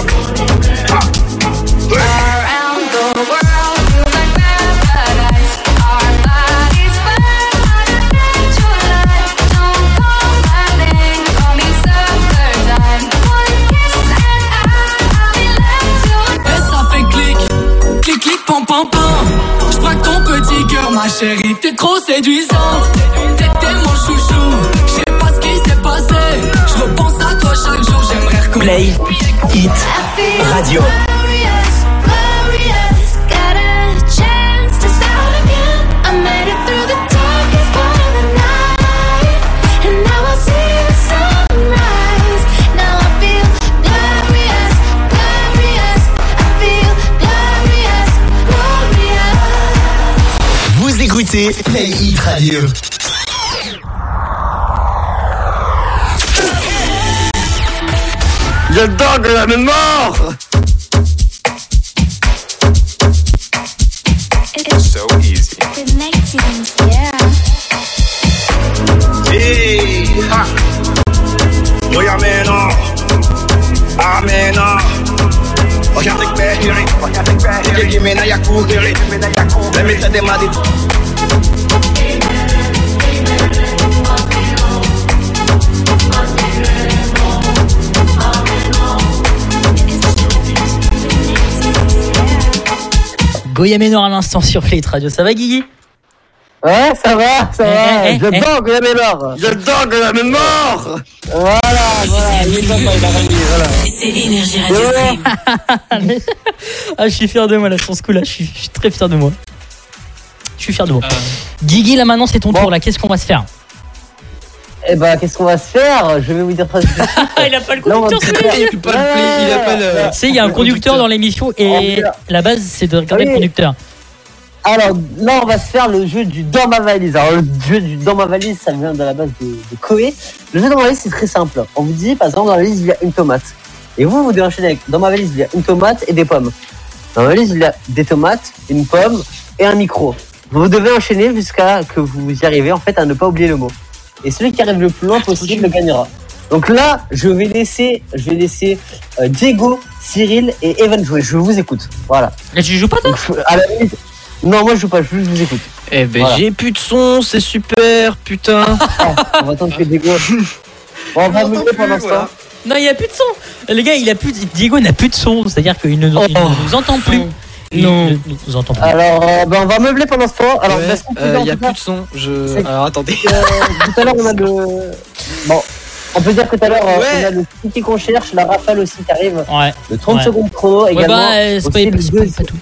Around the world, feels like paradise. Our bodies burn on a natural light. Don't call my name, call me summertime. One kiss and I'll be left to pam pam. J'braque ton petit cœur, ma chérie, t'es trop séduisante. T'étais mon chouchou, j'sais pas ce qui s'est passé. J'repense à toi chaque jour, j'aimerais recommencer. Play Hit Radio. Vous écoutez Play Hit Radio. Le dog la même mort. So easy. Hey, ha. Oye, ameno. Ameno. Regarde que behiri. Give me na yakugiri. Let me tell them how they Goya Ménor à l'instant sur Play Hit Radio. Ça va, Guigui? Ouais, ça va. Je dors, Goya Ménor. Je dors, Goya Ménor. Voilà. C'est l'énergie radio. Ah, je suis fier de moi là sur ce coup là. Je suis très fier de moi. Je suis fier de moi. Guigui, là maintenant c'est ton tour là. Qu'est-ce qu'on va se faire? Eh ben, qu'est-ce qu'on va se faire? Je vais vous dire ça. Il a pas le conducteur, c'est Il a pas le. Tu sais, il y a un conducteur dans l'émission et la base c'est de regarder le conducteur. Alors là, on va se faire le jeu du dans ma valise. Alors le jeu du dans ma valise, ça vient de la base de Koé. Le jeu dans ma valise, c'est très simple. On vous dit, par exemple, dans la valise, il y a une tomate. Et vous devez enchaîner avec, dans ma valise, il y a une tomate et des pommes. Dans ma valise, il y a des tomates, une pomme et un micro. Vous devez enchaîner jusqu'à que vous y arrivez, en fait, à ne pas oublier le mot. Et celui qui arrive le plus loin possible le gagnera. Donc là, je vais laisser Diego, Cyril et Evan jouer. Je vous écoute. Voilà. Et tu joues pas, toi? À la limite, non, moi je joue pas, je vous écoute. Eh ben, Voilà. j'ai plus de son, c'est super, putain. On va attendre que Diego. Bon, on va meubler pendant ce temps. Non, il n'y a plus de son. Les gars, Diego n'a plus de son. C'est-à-dire qu'il ne nous entend plus. Non. Il ne nous entend plus. Alors, on va meubler pendant ce temps. Alors, il n'y a plus de son. Alors, attendez. Tout à l'heure, on a le. Bon, on peut dire que tout à l'heure, on a le sticky qu'on cherche, la rafale aussi qui arrive. Ouais. Le 30 secondes chrono Ouais, également. bah, c'est pas tout.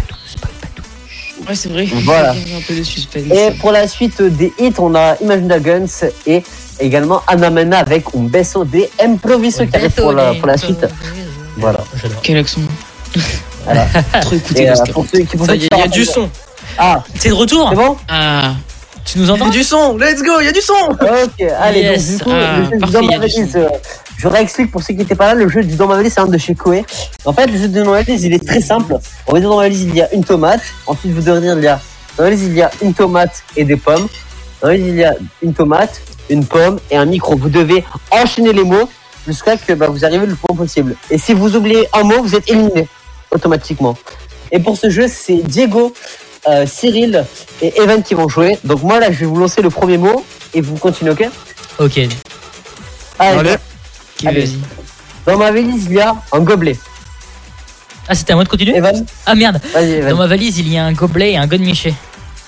Ouais, c'est vrai. Voilà. Un peu de suspense. Et pour la suite des hits, on a Imagine Dragons et également Anna Mena avec Un beso de improviso qui arrive pour la suite. Voilà. Quel accent. Voilà. Trop écouté Et, le pour ceux qui Ça y est, il y a du son. Ah, c'est de retour. C'est bon? Ah. Tu nous entends? Il y a du son. Let's go, il y a du son. Ok, allez, Yes. donc du coup, Ah, le jeu du parfait, Dans il y ma a du valise, je réexplique pour ceux qui n'étaient pas là, le jeu du Dans ma valise, c'est un de chez Koé. En fait, le jeu du Dans ma valise, il est très simple. On va dire dans ma valise, il y a une tomate. Ensuite, vous devez dire, dans ma valise, il y a une tomate et des pommes. Dans ma valise, il y a une tomate, une pomme et un micro. Vous devez enchaîner les mots jusqu'à que vous arrivez le plus loin possible. Et si vous oubliez un mot, vous êtes éliminé automatiquement. Et pour ce jeu, c'est Diego, Cyril et Evan qui vont jouer. Donc moi, là, je vais vous lancer le premier mot et vous continuez, ok? Ok. Allez. Allez. Vas-y. Dans ma valise, il y a un gobelet. Ah, c'était à moi de continuer? Evan? Ah merde. Vas-y, Evan. Dans ma valise, il y a un gobelet et un godemiché.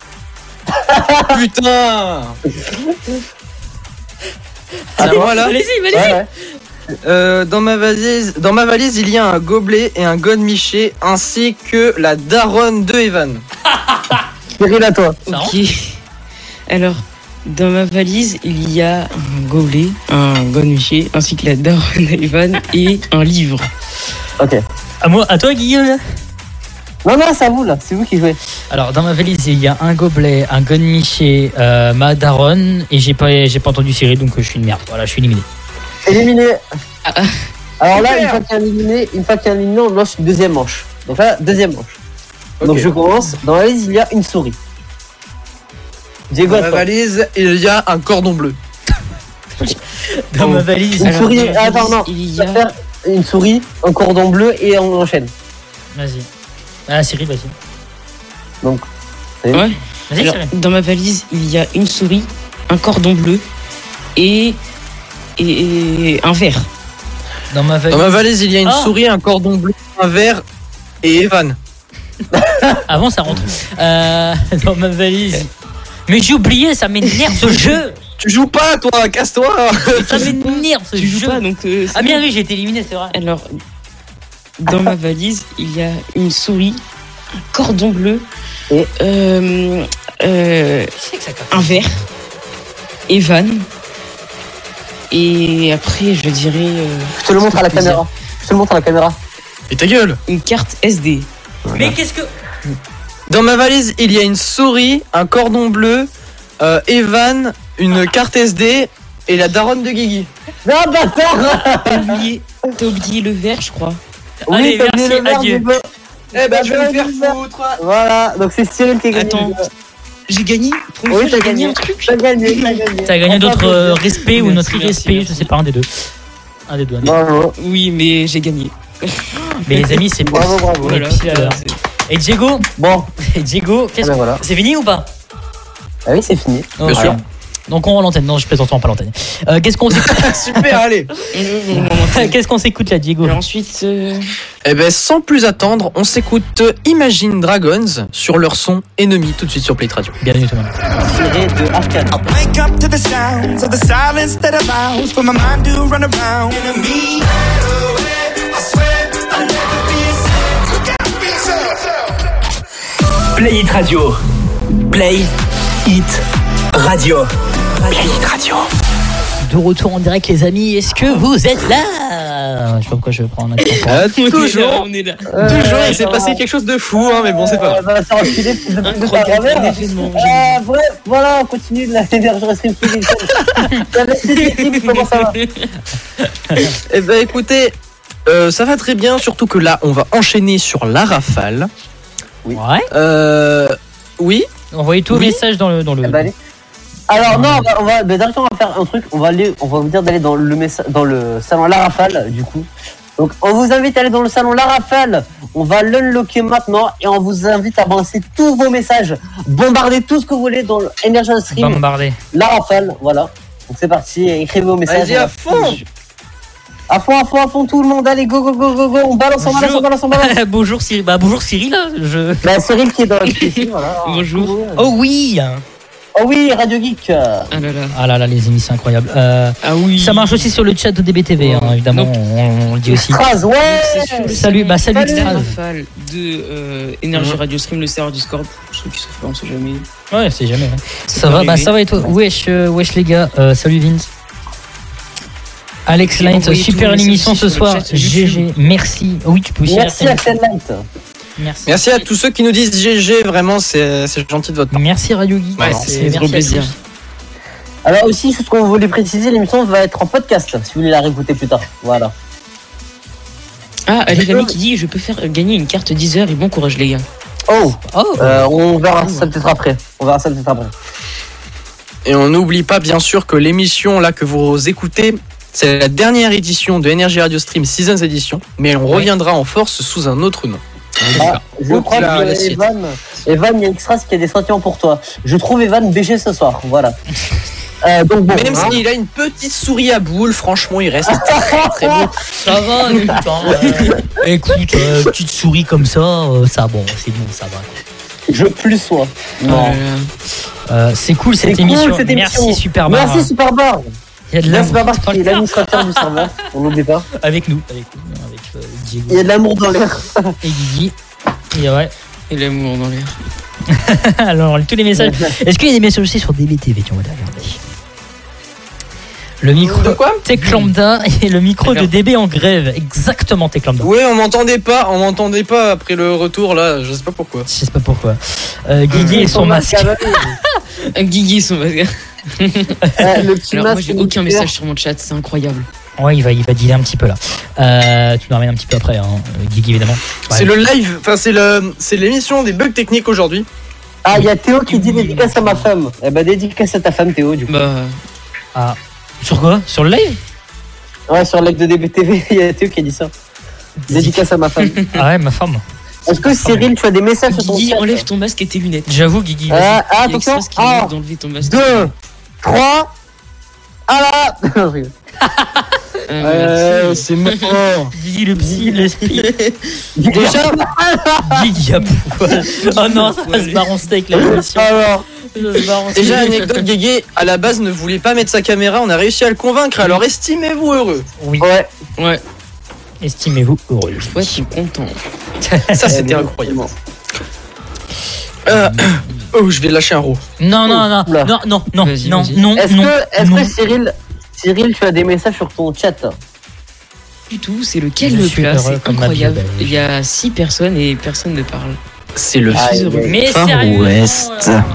Putain. Ah, C'est moi là. Allez-y, Ouais, allez-y. ouais. Dans ma valise, il y a un gobelet et un godemiché ainsi que la daronne de Evan. Cyril, à toi. Ok. Alors, dans ma valise, il y a un gobelet, un godemiché, ainsi que la daronne Evan et un livre. Ok. À toi, Guillaume. Non, c'est à vous, là. C'est vous qui jouez. Alors, dans ma valise, il y a un gobelet, un godemiché, ma daronne, et j'ai pas entendu Cyril, donc je suis une merde. Voilà, je suis éliminé. Éliminé. Alors là, une fois qu'il y a un éliminé, on lance une deuxième manche. Donc là, deuxième manche. Donc Ok. je commence. Dans la valise, il y a une souris. Diego, Dans ma attends. valise, il y a un cordon bleu. Dans ma valise. Une Alors, souris. dans ma valise, Attends, non. il y Tu vas a- faire une souris, un cordon bleu et on enchaîne. Vas-y. Ah, Cyril, vas-y. Donc. Ouais. Vas-y, Alors, Cyril. dans ma valise, il y a une souris, un cordon bleu et un verre. Dans ma valise. Dans ma valise, il y a une Ah. souris, un cordon bleu, un verre et Evan. Avant, ça rentre. Dans ma valise. Mais j'ai oublié, ça m'énerve ce jeu. Tu joues pas, toi, casse-toi. Ça m'énerve ce Tu jeu. joues pas, donc. Ah bien oui, j'ai été éliminé, c'est vrai. Alors, dans ma valise, il y a une souris, un cordon bleu, et un verre, Evan. Et après, je dirais. Je te le montre à la caméra. Je te le montre à la caméra. Et ta gueule. Une carte SD. Mais qu'est-ce que. Dans ma valise, il y a une souris, un cordon bleu, Evan, une carte SD et la daronne de Guigui. Non, bâtard. T'as oublié le verre, je crois. Allez, merci, adieu. Eh ben, je vais me faire foutre. Voilà, donc c'est Cyril qui a gagné. Attends, j'ai gagné. Oui, t'as gagné un truc. T'as gagné. T'as gagné notre respect ou notre irrespect, je sais pas, un des deux. Un des deux. Bravo. Oui, mais j'ai gagné. Mais les amis, c'est bravo. Voilà. Et Diego. Bon. Et Diego, qu'est-ce que voilà. c'est fini ou pas? Ah oui, c'est fini. Bien sûr. Donc on rend l'antenne. Non, je plaisante, on pas l'antenne. Qu'est-ce qu'on s'écoute? Super, allez. Qu'est-ce qu'on s'écoute là, Diego? Et ensuite. Eh ben, sans plus attendre, on s'écoute Imagine Dragons sur leur son Ennemi tout de suite sur Play Radio. Bienvenue tout le monde. Tiré de Arcade. I wake up to the sounds of the silence that allows for my mind to run around. Enemy, I swear I'll never be Play It Radio. Play It Radio. Play It Radio. De retour en direct, les amis. Est-ce que vous êtes là? Je sais pas pourquoi je prends un accent. Toujours. On est là. Toujours, il s'est passé quelque chose de fou, hein, mais bon, c'est pas grave. Ça va enfiler Incroyable événement. bref, voilà, on continue de la l'énergie stream. Comment ça va? Eh ben, écoutez, ça va très bien, surtout que là, on va enchaîner sur la rafale. Oui. Ouais. Oui. Envoyez tous vos messages dans le. Eh ben, allez. Alors non, on va directement on va faire un truc. On va vous dire d'aller dans le salon La Rafale du coup. Donc on vous invite à aller dans le salon La Rafale. On va l'unlocker maintenant et on vous invite à balancer tous vos messages, bombarder tout ce que vous voulez dans le Energy Stream. Bombarder. La Rafale, voilà. Donc c'est parti, écrivez vos messages. Vas-y à fond. À fond, tout le monde, allez, go, on balance. Bonjour Cyril. Bah bonjour Cyril. Bah Cyril qui est dans le voilà. Bonjour. Oh oui. Oh oui, Radio Geek. Ah là là, les émissions incroyables. Ah oui. Ça marche aussi sur le chat de DBTV, hein, évidemment. On le dit aussi. Straz, ouais. C'est sur le Salut Straz. Straz. Rafale de Energy Radio Stream, le serveur Discord. Pour ceux qui savent pas, on sait jamais. Ouais, c'est jamais. Ça va, ça va et toi? Wesh les gars. Salut Vince. Alex Light, super émission ce soir. GG, merci. Oui, tu peux aussi. Merci Axel Light. Merci à tous ceux qui nous disent GG, vraiment c'est gentil de votre part. Merci Radio Geek. Ouais, c'est trop plaisir. Alors aussi, ce qu'on voulait préciser, l'émission va être en podcast si vous voulez la réécouter plus tard. Voilà. Ah, Rémi qui dit je peux faire gagner une carte 10 heures et bon courage les gars. On verra ça peut-être après. Et on n'oublie pas bien sûr que l'émission là que vous écoutez, c'est la dernière édition de Energy Radio Stream Seasons Edition, mais on reviendra en force sous un autre nom. Je crois que Evan, il y a Extras qui a des sentiments pour toi. Je trouve Evan BG ce soir, voilà. Donc bon, même s'il a une petite souris à boule, franchement, il reste très beau. Ça va, écoute, petite souris comme ça, ça bon, c'est bon, ça va. Je plus sois. Non. C'est cool cette émission. Merci Superbar. Merci Superbar. Il y a de l'amour. Superbar qui est l'administrateur du serveur, on n'oublie pas. Avec nous, avec Diego. Il y a de l'amour dans l'air. Et Guigui. Et ouais. Et l'amour dans l'air. Alors, tous les messages. Est-ce qu'il y a des messages aussi sur DBTV? On va les regarder. Le micro de quoi? Tech Lambda et le micro de DB en grève. Exactement, Tech Lambda. Oui, on m'entendait pas après le retour là, je sais pas pourquoi. Guigui et son masque. Guigui et son masque. Le petit Alors, masque. moi j'ai aucun message sur mon chat, c'est incroyable. Ouais, il va dealer un petit peu là. Tu me ramènes un petit peu après, hein, Guigui évidemment. Ouais. C'est le live, enfin c'est l'émission des bugs techniques aujourd'hui. Ah, il y a Théo qui dit dédicace à ma femme. Eh ben dédicace à ta femme Théo du coup. Ah. Sur quoi? Sur le live? Ouais, sur le live de DBTV, il y a Théo qui a dit ça. Dédicace à ma femme. Ah ouais, ma femme. Est-ce que Cyril, tu as des messages sur ton Guigui, chat? enlève ton masque et tes lunettes. J'avoue, Guigui. Attention. 1, 2, 3. Ah là. C'est mort. Guigui le psy, l'esprit. Déjà, Guigui à poil. Oh non, ça va se barre en steak la émission. alors, déjà anecdote, Guégué à la base ne voulait pas mettre sa caméra, on a réussi à le convaincre, alors estimez-vous heureux. Oui. Ouais. Estimez-vous heureux. Ouais, je suis content. Ça c'était incroyable. Oh, je vais lâcher un roux. Non, Vas-y, non. Est-ce que Cyril, tu as des messages sur ton chat? Du tout, c'est lequel Je me suis plat, heureux c'est comme incroyable. Mathieu, bah oui. Il y a 6 personnes et personne ne parle. C'est le Ah, fils ouais. Mais Far sérieusement, West.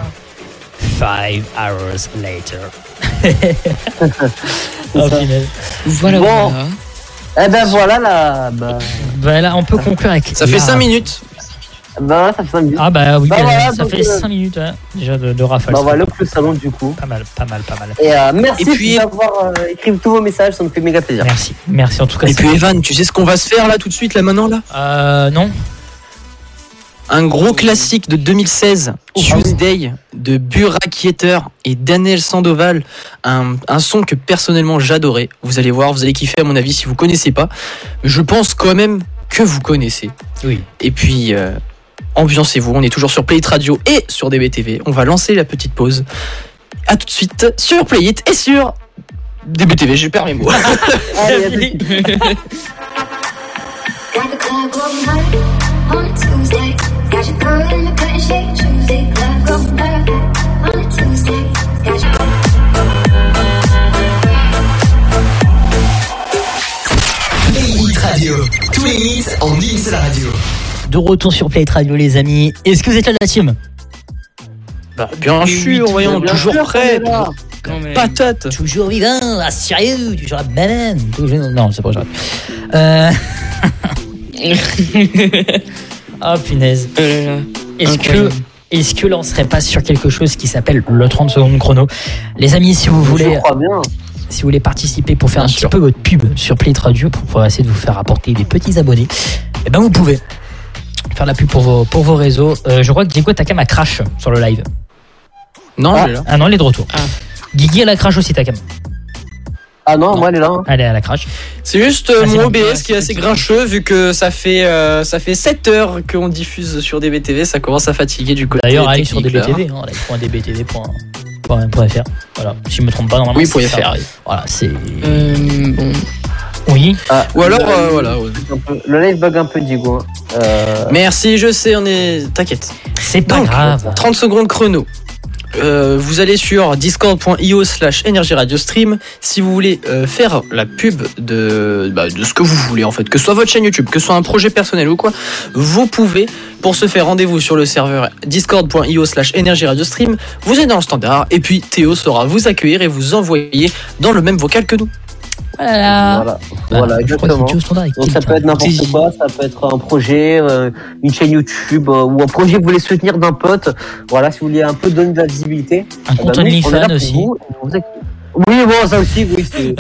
5 hours later. Oh, punaise. Voilà, Bon. voilà. Eh ben voilà là. Bah là, on peut conclure avec. Ça fait 5 minutes. Bah ça fait 5 minutes. Ah bah oui, Bah voilà, ça donc, fait 5 minutes ouais, déjà de rafale. Bah voilà le salon du coup. Pas mal. Et merci Et puis- d'avoir écrit tous vos messages, ça me fait méga plaisir. Merci en tout cas. Et puis Evan, tu sais ce qu'on va se faire là tout de suite là maintenant là Non. Un gros classique de 2016, Tuesday de Burak Yeter et Daniel Sandoval, un son que personnellement j'adorais. Vous allez voir, vous allez kiffer à mon avis si vous connaissez pas. Je pense quand même que vous connaissez. Oui. Et puis ambiancez-vous, on est toujours sur Play It Radio et sur DBTV. On va lancer la petite pause. À tout de suite sur Play It et sur DBTV, je perds mes mots. Allez, à tout de suite. Got the club going hard on a Tuesday. Got your girl in the cut and shake Tuesday. Club going hard on a Tuesday. Got your Play It Radio. Tous les hits en une seule radio. De retour sur Play It Radio les amis. Est-ce que vous êtes là la team? Bah, bien sûr, voyons, Bien toujours sûr, prêt. on est là. Quand même. Patate. Toujours vivant, sérieux, toujours la banane. Non, c'est pas grave. Oh punaise. Oh là là. Est-ce que là on serait pas sur quelque chose qui s'appelle le 30 secondes chrono? Les amis, si vous voulez. Je crois bien. Si vous voulez participer pour faire Bien un sûr. petit peu votre pub sur Play It Radio pour pouvoir essayer de vous faire apporter des petits abonnés, eh ben vous pouvez faire la pub pour vos réseaux. Je crois que Diego Takam a crash sur le live. Non, elle est là. Ah non, elle est de retour. Ah. Guigui elle a crash aussi Takam. Ah non, moi elle est là. Allez, elle a crash. C'est juste Ah, c'est mon bon. OBS qui est assez grincheux vu que ça fait 7 heures qu'on diffuse sur DBTV, ça commence à fatiguer du côté D'ailleurs, allez sur technique, là. DBTV, hein, live.dbtv.fr. Voilà, si je me trompe pas normalement. Oui, c'est .fr, ça. oui. Voilà, c'est. Bon. Oui. Ah, Ou alors, le- voilà. Ouais. Le live bug un peu Diego. Merci, je sais, on est. T'inquiète. C'est pas Donc, grave. 30 secondes chrono. Vous allez sur discord.io/Energy Radio Stream si vous voulez faire la pub de ce que vous voulez en fait, que ce soit votre chaîne YouTube, que ce soit un projet personnel ou quoi, vous pouvez. Pour ce faire, rendez-vous sur le serveur discord.io/Energy Radio Stream. Vous êtes dans le standard et puis Théo saura vous accueillir et vous envoyer dans le même vocal que nous. Voilà. Voilà, Je crois qu'il exactement. est au standard avec Donc ça peut être n'importe quoi, ça peut être un projet, une chaîne YouTube ou un projet que vous voulez soutenir d'un pote. Voilà, si vous voulez un peu donner de la visibilité. Un compte nous, on est OnlyFans là pour aussi. vous. Oui, bon, ça aussi, oui. C'est...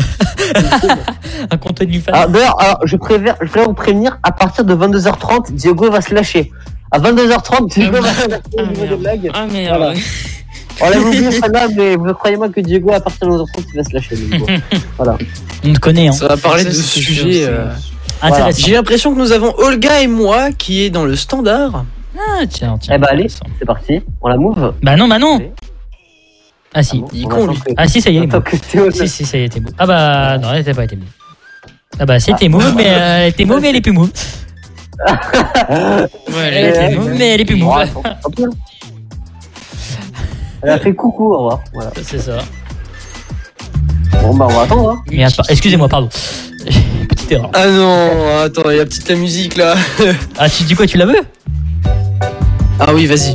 Un compte OnlyFans. Ah, d'ailleurs, alors, je préfère vous prévenir, à partir de 22h30, Diego va se lâcher. À 22h30, Diego va se lâcher au niveau des blagues. Ah merde. Voilà. On l'a oublié celle-là, mais vous croyez-moi que Diego, à partir de 22h30, il va se lâcher. Diego. Voilà. On te connaît, hein. Ça va parler Ça, de c'est sujets. sûr, Intéressant. J'ai l'impression que nous avons Olga et moi qui est dans le standard. Ah, tiens. Eh bah, allez, c'est parti. On la move. Bah non. Ah si. Il est con, lui. Ah si, ça y est. Attends que Théo. Si, ça y est, t'es move. Ah bah non, elle était pas été move. Ah bah c'était move, mais elle était move, mais elle est plus move. Ouais, Elle était move, mais elle est plus move. Elle a fait coucou, au revoir. Voilà. C'est ça. Bon, bah, on va attendre. Hein. Mais excusez-moi, pardon. Petite erreur. Ah non, attends, il y a petite la musique là. Ah, tu dis quoi, tu la veux? Ah oui, vas-y.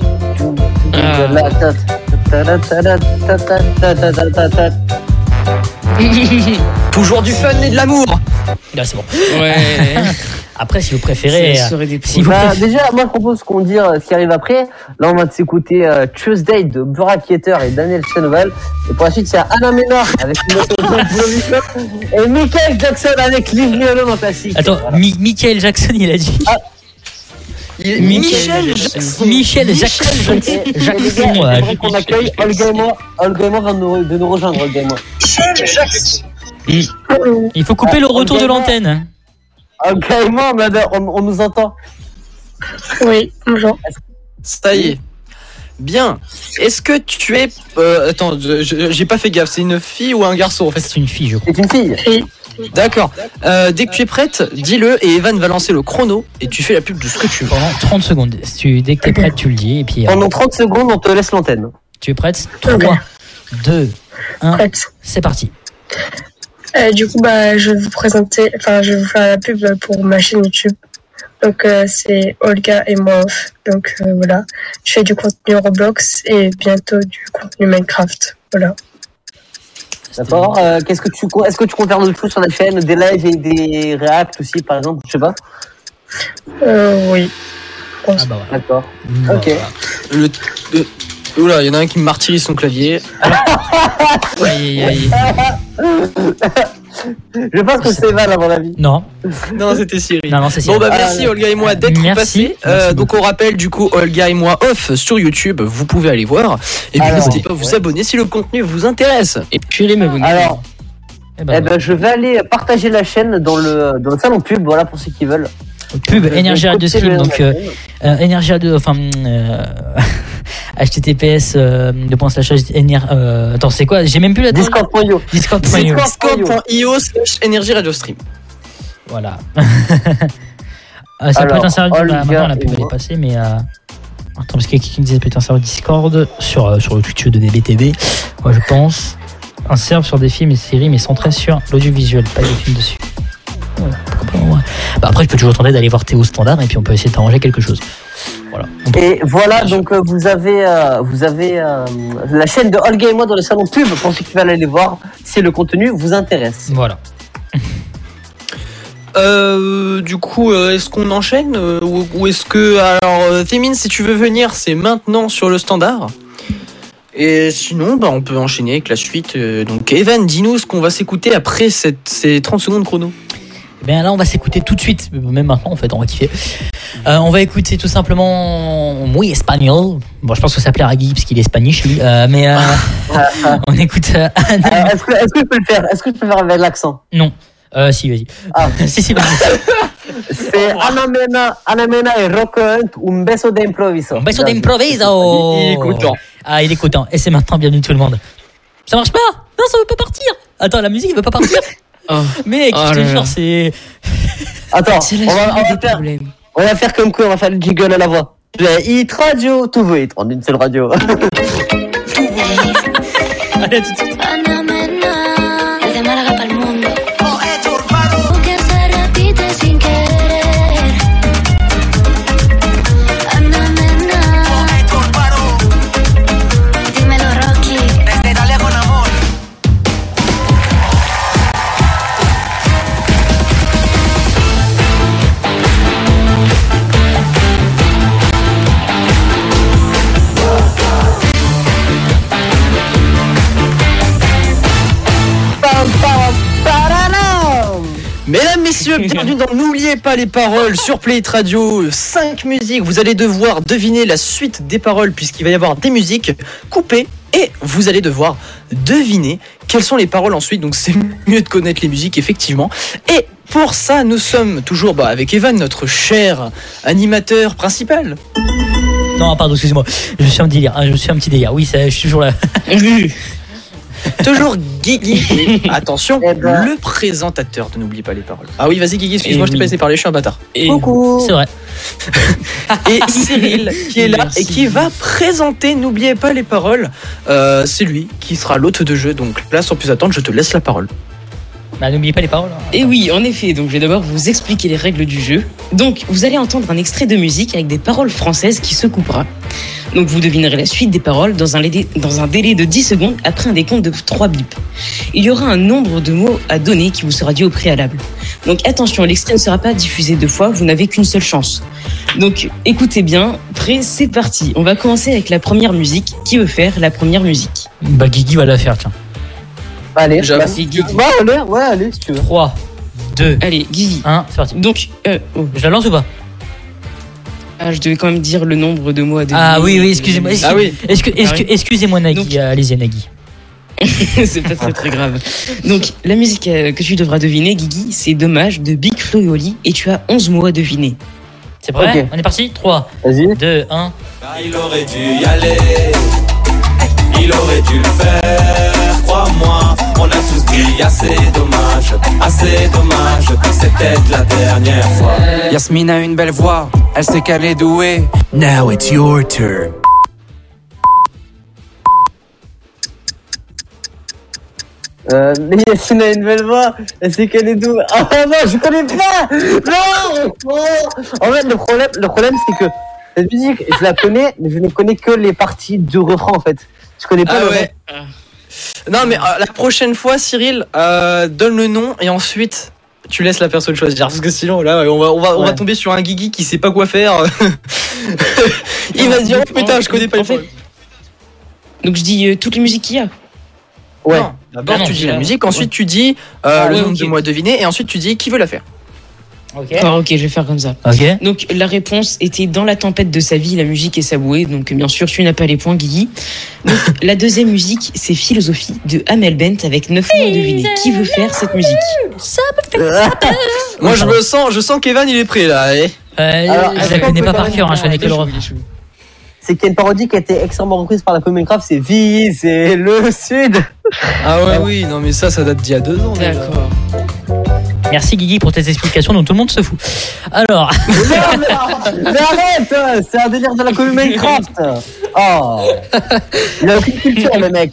Toujours du fun et de l'amour. Là, c'est bon. Ouais. Après, si vous préférez. Ça serait des Si vous Bah, préférez. déjà, moi je propose qu'on dise ce qui arrive après. Là, on va s'écouter Tuesday de Burak Yeter et Daniel Sandoval. Et pour la suite, c'est Anna Ménard avec une autre et Michael Jackson avec Leave Me Alone en classique. Attends, Michael Jackson, il a dit. Michel Jackson. Michel Jackson. Et les gars, j'aimerais qu'on accueille Olga et moi. Olga et moi vient de nous rejoindre, Olga et moi. Il faut couper le retour de l'antenne. Ok, moi, on nous entend. Oui, bonjour. Ça y est. Bien. Est-ce que tu es... attends, j'ai pas fait gaffe. C'est une fille ou un garçon en fait? C'est une fille, je crois. C'est une fille. Oui. D'accord. Dès que tu es prête, dis-le et Evan va lancer le chrono et tu fais la pub de ce que tu veux. Pendant 30 secondes. Dès que t'es prête, tu le dis. Et puis, pendant 30 secondes, on te laisse l'antenne. Tu es prête? 3, 2, 1. C'est parti. Du coup, je vais vous présenter, je vais vous faire la pub pour ma chaîne YouTube. Donc, c'est Olga et moi off. Donc, voilà. Je fais du contenu Roblox et bientôt du contenu Minecraft. Voilà. D'accord. Est-ce que tu comptes faire d'autres choses sur la chaîne, des lives et des reacts aussi, par exemple, je sais pas. Oui. Ah bah ouais. D'accord. Ok. Oula, il y en a un qui me martyrise son clavier. Aïe. Je pense que c'est Val à mon avis. Non. Non, c'était Cyril. Non, c'est Bon Cyril. merci Olga et moi d'être passés. Donc on rappelle du coup Olga et moi off sur YouTube. Vous pouvez aller voir. Et puis n'hésitez pas à vous abonner si le contenu vous intéresse. Et puis allez m'abonner. Alors, je vais aller partager la chaîne dans le salon pub. Voilà pour ceux qui veulent. Pub Énergie Radio Stream. Donc Énergie Radio. https attends, c'est quoi? J'ai même plus la Discord.io. Discord.io/Énergie Radio Stream. Voilà. Ça peut être un serveur. Maintenant la pub elle est passée, mais attends, parce qu'il y a quelqu'un qui me disait ça peut être un serveur Discord sur le Twitch de DBTV. Moi je pense un serveur sur des films et séries, mais centré sur l'audiovisuel, pas des films dessus. Ouais. Après je peux toujours tenter d'aller voir Théo Standard et puis on peut essayer d'arranger quelque chose. Voilà. Et voilà, donc vous avez la chaîne de Olga et moi dans le salon pub pour ceux qui veulent aller voir si le contenu vous intéresse. Voilà. Du coup, est-ce qu'on enchaîne ou est-ce que... Alors, Thémine, si tu veux venir, c'est maintenant sur le standard. Et sinon, on peut enchaîner avec la suite. Donc, Evan, dis-nous ce qu'on va s'écouter après ces 30 secondes chrono. Ben là, on va s'écouter tout de suite, même maintenant en fait, on va kiffer. On va écouter tout simplement Muy Espagnol. Bon, je pense que ça plaira à Guy parce qu'il est spanish lui. Mais on écoute. Est-ce que je peux le faire? Est-ce que je peux le faire avec l'accent? Non. Si, vas-y. Si, vas-y. C'est Anamena et Rockant, un beso de improviso. Un beso de improviso. Il est content. Ah, il est content. Et c'est maintenant, bienvenue tout le monde. Ça marche pas? Non, ça veut pas partir. Attends, la musique, elle veut pas partir. Mec, je te jure, c'est. Attends, on va faire comme quoi, on va faire le jingle à la voix. Hit Radio, tout veut être en une seule radio. Allez, tout de suite. Mesdames, messieurs, bienvenue dans N'oubliez pas les paroles sur Play It Radio. 5 musiques, vous allez devoir deviner la suite des paroles puisqu'il va y avoir des musiques coupées et vous allez devoir deviner quelles sont les paroles ensuite. Donc c'est mieux de connaître les musiques effectivement. Et pour ça, nous sommes toujours avec Evan, notre cher animateur principal. Non, pardon, excusez-moi. Je suis un délire. Je suis un petit délire. Oui, je suis toujours là. Toujours Guigui et attention, le présentateur de N'oubliez pas les paroles. Ah oui, vas-y Guigui, excuse-moi, je t'ai pas laissé parler, je suis un bâtard. Coucou. C'est vrai. Et Cyril qui est là et qui va présenter N'oubliez pas les paroles. C'est lui qui sera l'hôte de jeu, donc là sans plus attendre, je te laisse la parole. N'oubliez pas les paroles. Et oui, en effet, donc je vais d'abord vous expliquer les règles du jeu. Donc vous allez entendre un extrait de musique avec des paroles françaises qui se coupera. Donc vous devinerez la suite des paroles dans un délai de 10 secondes après un décompte de 3 bips. Il y aura un nombre de mots à donner qui vous sera dit au préalable. Donc attention, l'extrait ne sera pas diffusé 2 fois, vous n'avez qu'une seule chance. Donc écoutez bien, prêt, c'est parti. On va commencer avec la première musique. Qui veut faire la première musique? Guigui va la faire, tiens. Allez, Guigui. Allez, si tu veux. 3, 2, allez, Guigui. 1, c'est parti. Donc, je la lance ou pas? Je devais quand même dire le nombre de mots à donner. Ah oui, excusez-moi. Ah oui. Excusez-moi Nagui, allez-y Nagui. C'est pas très très grave. Donc, la musique que tu devras deviner, Guigui, c'est Dommage de Big Flo et Oli. Et tu as 11 mots à deviner. C'est prêt? Ok. On est parti? 3, Vas-y. 2, 1. Il aurait dû y aller, il aurait dû le faire, crois-moi. On a tous dit assez dommage, c'est peut-être la dernière fois. Yasmine a une belle voix, elle sait qu'elle est douée. Now it's your turn. Yacine a une belle voix, elle sait qu'elle est douée. Ah non, je connais pas. Non. En fait, le problème c'est que cette musique, je la connais, mais je ne connais que les parties du refrain en fait. Je connais pas le reste. Non, mais la prochaine fois, Cyril, donne le nom et ensuite tu laisses la personne choisir. Parce que sinon, là, on va tomber sur un Guigui qui sait pas quoi faire. Il va se dire, oh putain, je connais pas les fait. Donc, je dis toutes les musiques qu'il y a. Ouais. Non, d'abord, tu dis la musique, ensuite tu dis le nombre de mots à deviner et ensuite tu dis qui veut la faire. Ok, je vais faire comme ça. Ok. Donc la réponse était Dans la tempête de sa vie, la musique est sa bouée. Donc bien sûr, tu n'as pas les points, Guigui. Donc la deuxième musique, c'est Philosophie de Amel Bent avec 9 mots à deviner. Qui veut faire cette musique? Moi, je sens qu'Evan il est prêt là. Alors, je la connais pas par cœur, je connais que le refrain. C'est qu'il y a une parodie qui a été extrêmement reprise par la Minecraft, c'est Viser le Sud. Ah ouais, oui, non mais ça date d'il y a 2 ans. D'accord. Merci Guigui pour tes explications dont tout le monde se fout. Alors. Mais arrête, c'est un délire de la commune Minecraft. Oh, il a aucune culture le mec.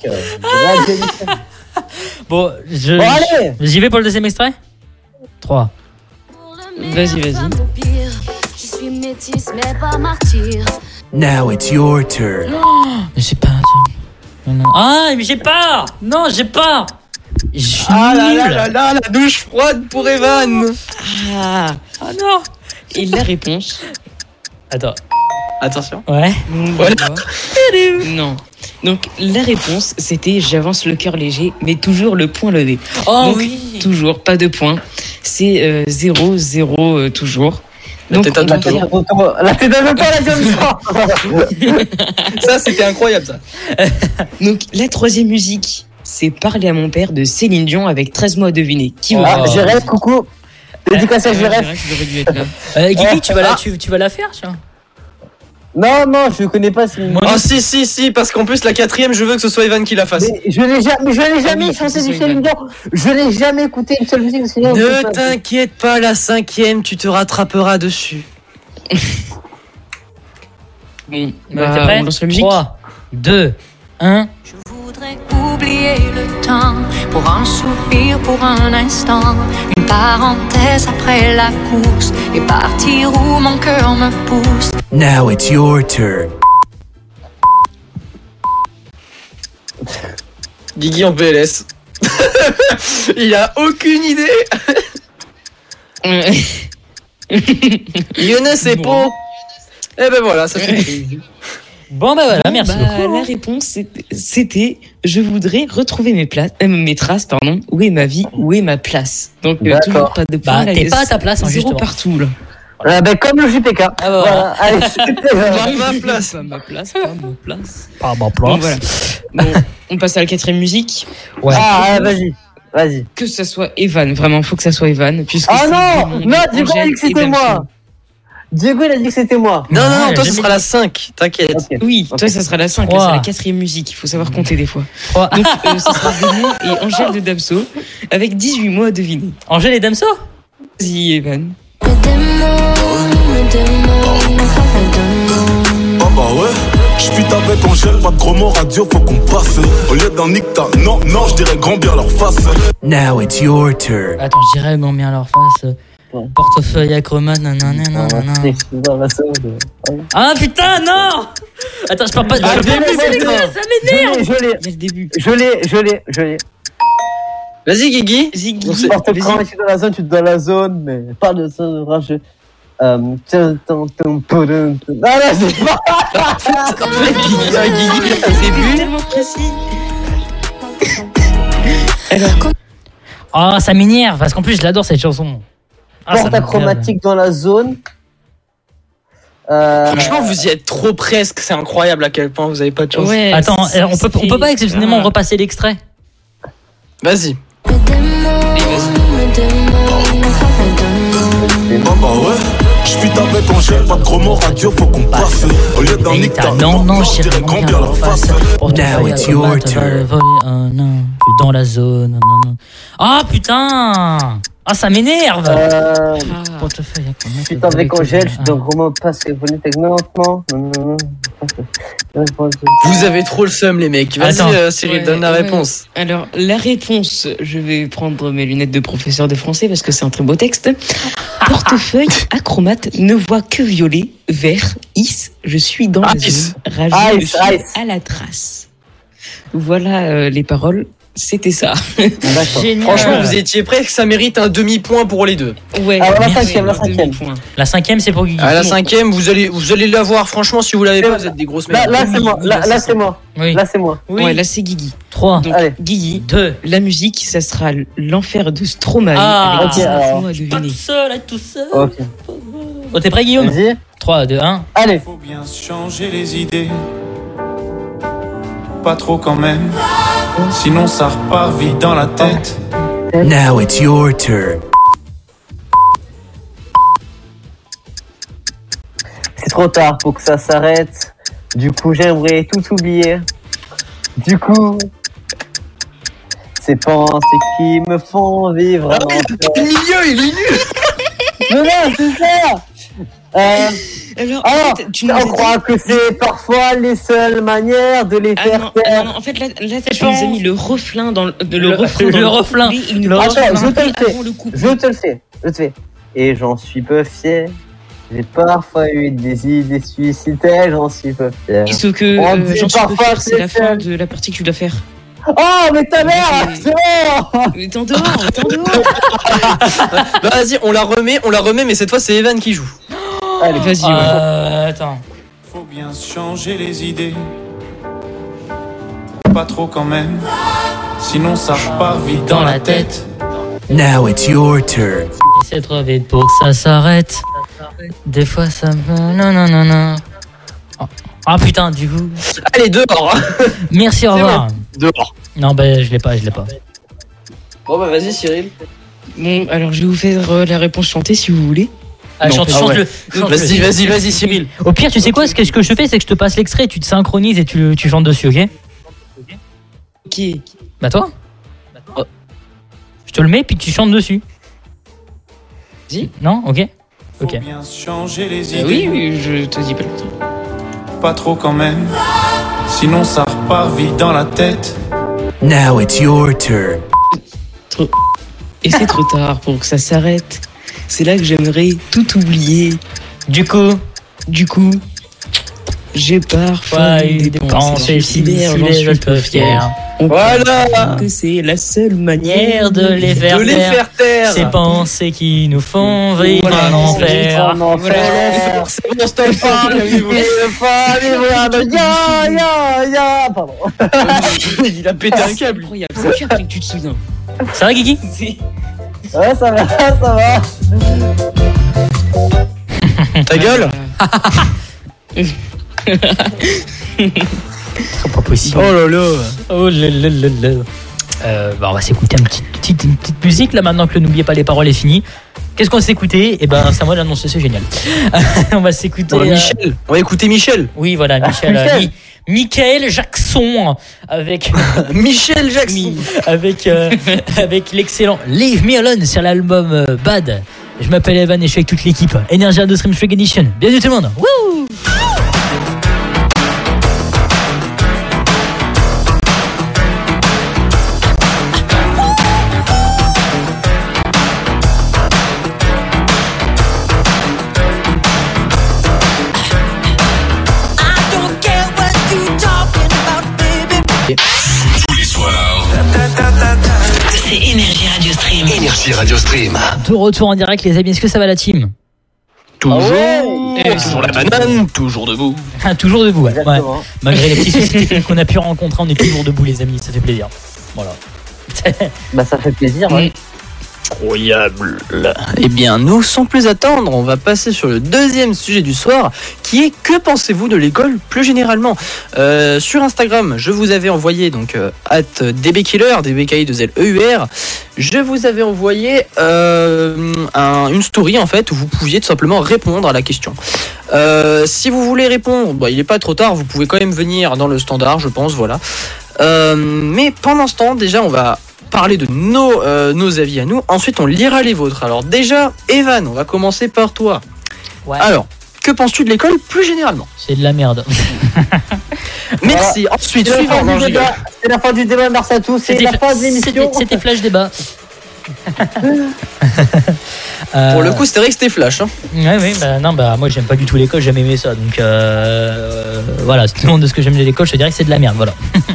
Bon, allez. j'y vais pour le deuxième extrait. 3. Vas-y. Je suis métisse mais pas martyr. Now it's your turn. Mais c'est pas. Ah, mais j'ai pas. Non, j'ai pas. Je suis nul. La douche froide pour Evan. Ah non. Et la réponse. Attends. Attention. Ouais. Non. Donc la réponse c'était J'avance le cœur léger mais toujours le point levé. Oh donc, oui. Toujours pas de point. C'est 0-0 toujours. Donc, la tête à ça c'était incroyable ça. Donc la troisième musique, c'est Parler à mon père de Céline Dion avec 13 mots à deviner. Qui veut je rêve, coucou. Dédicace à Jérém. Guigui, tu vas la faire, tu vois. Non, je connais pas. Oh si, parce qu'en plus la quatrième, je veux que ce soit Evan qui la fasse. Mais je n'ai jamais chanté du Céline Dion. Je n'ai jamais écouté une seule musique de Céline Dion. Ne t'inquiète pas, la cinquième, tu te rattraperas dessus. Bon, T'es prêt? on lance la musique. 3, 2, 1. Je voudrais oublier le temps pour un soupir, pour un instant, une parenthèse après la course et partir où mon cœur me pousse. Now it's your turn. Guigui en PLS. Il a aucune idée. Younes c'est beau. Et ben voilà, ça c'est pris. Bon bah voilà, merci beaucoup. La réponse c'était Je voudrais retrouver mes traces, pardon. Où est ma vie, où est ma place? Donc toujours pas de point. T'es pas à ta place, hein, zéro justement. partout là. Comme le JPK. Voilà. Allez, Pas ma place. Pas ma place, pas ma place. Pas ma place. Bon, voilà. Bon, on passe à la quatrième musique. Ouais. Vas-y. Que ça soit Evan, vraiment, faut que ça soit Evan. Puisque non, Diego a dit que c'était moi. Diego il a dit que c'était moi. Non, toi ce sera la 5, t'inquiète. Okay. Oui, toi ça sera la 5, là, c'est la quatrième musique, il faut savoir compter des fois. Donc ça sera Démon et Angèle de Damso avec 18 mots à deviner. Angèle et Damso? Vas-y Evan. Ah bah ouais, j'pite avec Angèle, pas de gros mots radio, faut qu'on passe. Au lieu d'un nicta, non, je dirais grand bien leur face. Now it's your turn. Attends, je dirais grand bien leur face. Portefeuille acromate, nanana. Ah putain, non! Attends, je parle pas de. Ça m'énerve! Je l'ai. Vas-y, Guigui. Quand tu es dans la zone, tu es dans la zone, mais pas de ça, rageux. Non, là, c'est pas. Guigui, c'est tellement précis. Oh, ça m'énerve, parce qu'en plus, je l'adore cette chanson. Porte achromatique dans la zone. Franchement, vous y êtes trop presque. C'est incroyable à quel point vous avez pas de chance. Ouais, attends, on peut pas exceptionnellement repasser l'extrait? Vas-y. Bah ouais, j'suis avec Angèle, pas de chromo radio, faut qu'on passe. Au lieu d'un nectar, non, je dirais combien la face. Now it's your turn. Je suis dans la zone. Ah putain. Ah, ça m'énerve. Portefeuille. Je suis avec Angèle, je suis dans gros mot passe bonnet non. Vous avez trop le seum, les mecs. Vas-y, Cyril, donne la réponse. Alors, la réponse, je vais prendre mes lunettes de professeur de français parce que c'est un très beau texte. Portefeuille, acromate, ne voit que violet, vert, je suis dans la zone, rageux, je suis à la trace. Voilà les paroles. C'était ça. Franchement, vous étiez prêts, que ça mérite un demi-point pour les deux. Ouais. Alors la cinquième. La cinquième, c'est pour Guigui. La cinquième, vous allez l'avoir. Franchement, si vous l'avez pas, vous êtes des grosses merdes. Là, c'est moi. Là, c'est moi. Oui. Là, c'est moi. Oui. Ouais, là, c'est Guigui. 3. Donc, Guigui, 2. La musique, ça sera l'enfer de Stromae. Ah, avec 19 mots à pas deviner. tout seul. Ok. Oh, t'es prêt, Guillaume? Vas-y. 3, 2, 1. Allez. Faut bien changer les idées. Pas trop quand même. Sinon ça repart vite dans la tête. Now it's your turn. C'est trop tard pour que ça s'arrête. Du coup, j'aimerais tout oublier. Du coup, ces pensées qui me font vivre. Le milieu, il est nul. Non, c'est ça. Alors, on croit que c'est parfois les seules manières de les faire taire. Non, en fait, là tu nous as mis le refrain dans le refrain. Attends, je te le fais. Et j'en suis peu fier. J'ai parfois eu des idées suicidaires, j'en suis peu fier. Sauf que j'en suis peu fier, c'est la fin de la partie que tu dois faire. Oh, mais ta mère, c'est bon. Mais t'es en dehors. Bah, vas-y, on la remet, mais cette fois, c'est Evan qui joue. Allez, vas-y. Attends. Faut bien changer les idées. Pas trop quand même. Sinon ça repart vite dans la tête. Now it's your turn. C'est trop vite pour que ça s'arrête. Des fois, ça me... Non. Ah putain, du coup. Allez, dehors. Merci, au revoir. Dehors. Non, bah, je l'ai pas. Bon, bah, vas-y, Cyril. Bon, alors je vais vous faire la réponse chantée si vous voulez. Chante-le. Vas-y, Cyril. Au pire, tu sais quoi? Ce que je te fais, c'est que je te passe l'extrait, tu te synchronises et tu chantes dessus, ok? Ok. Bah, toi? Je te le mets, puis tu chantes dessus. Dis. Non? Ok. Faut bien changer les idées. Oui, je te dis pas le temps. Pas trop quand même. Sinon ça repart vite dans la tête. Now it's your turn. Et c'est trop tard pour que ça s'arrête. C'est là que j'aimerais tout oublier. Du coup, j'ai parfois eu des pensées suicidaires, j'en suis peu fier. Voilà. Que c'est la seule manière de les faire taire. Ces pensées qui nous font vivre un enfer. C'est bon, stop. Pardon. Il a pété un câble. C'est après que tu te souviens. Ça va, Guigui? Ouais, ça va. Ta gueule. C'est pas possible. Oh là là. Bah, on va s'écouter une petite musique là maintenant que N'oubliez pas les paroles est fini. Qu'est-ce qu'on s'est écouté? Et ben c'est à moi de l'annoncer, c'est génial. On va s'écouter Michel. On va écouter Michel. Oui, voilà, Michel. Michael Jackson avec Michel Jackson avec l'excellent Leave Me Alone sur l'album Bad. Je m'appelle Evan et je suis avec toute l'équipe Energy Radio Stream Streak Edition. Bienvenue tout le monde. Wouh! Tous les soirs. C'est Energy Radio Stream. Energy Radio Stream. De retour en direct, les amis. Est-ce que ça va la team? Toujours. Et sur la banane, toujours debout. Toujours debout, ouais. Malgré les petits soucis qu'on a pu rencontrer, on est toujours debout, les amis. Ça fait plaisir. Voilà. Bah, ça fait plaisir, ouais. Incroyable. Eh bien, nous, sans plus attendre, on va passer sur le deuxième sujet du soir, qui est que pensez-vous de l'école plus généralement. Sur Instagram, je vous avais envoyé donc @dbkiller, dbki2leur. Je vous avais envoyé une story en fait où vous pouviez tout simplement répondre à la question. Si vous voulez répondre, il n'est pas trop tard, vous pouvez quand même venir dans le standard, je pense, voilà. Mais pendant ce temps, déjà, on va parler de nos avis à nous. Ensuite, on lira les vôtres. Alors déjà, Evan, on va commencer par toi. Ouais. Alors, que penses-tu de l'école plus généralement ? C'est de la merde. Merci. Ensuite, c'est suivant. C'est la fin du débat, merci à tous. C'est la fin de l'émission. C'était flash débat. Pour le coup, c'était vrai que c'était flash. Hein. Oui, moi j'aime pas du tout l'école, j'ai jamais aimé ça. Donc voilà, si tu demandes de ce que j'aime de l'école, je te dirais que c'est de la merde. Voilà.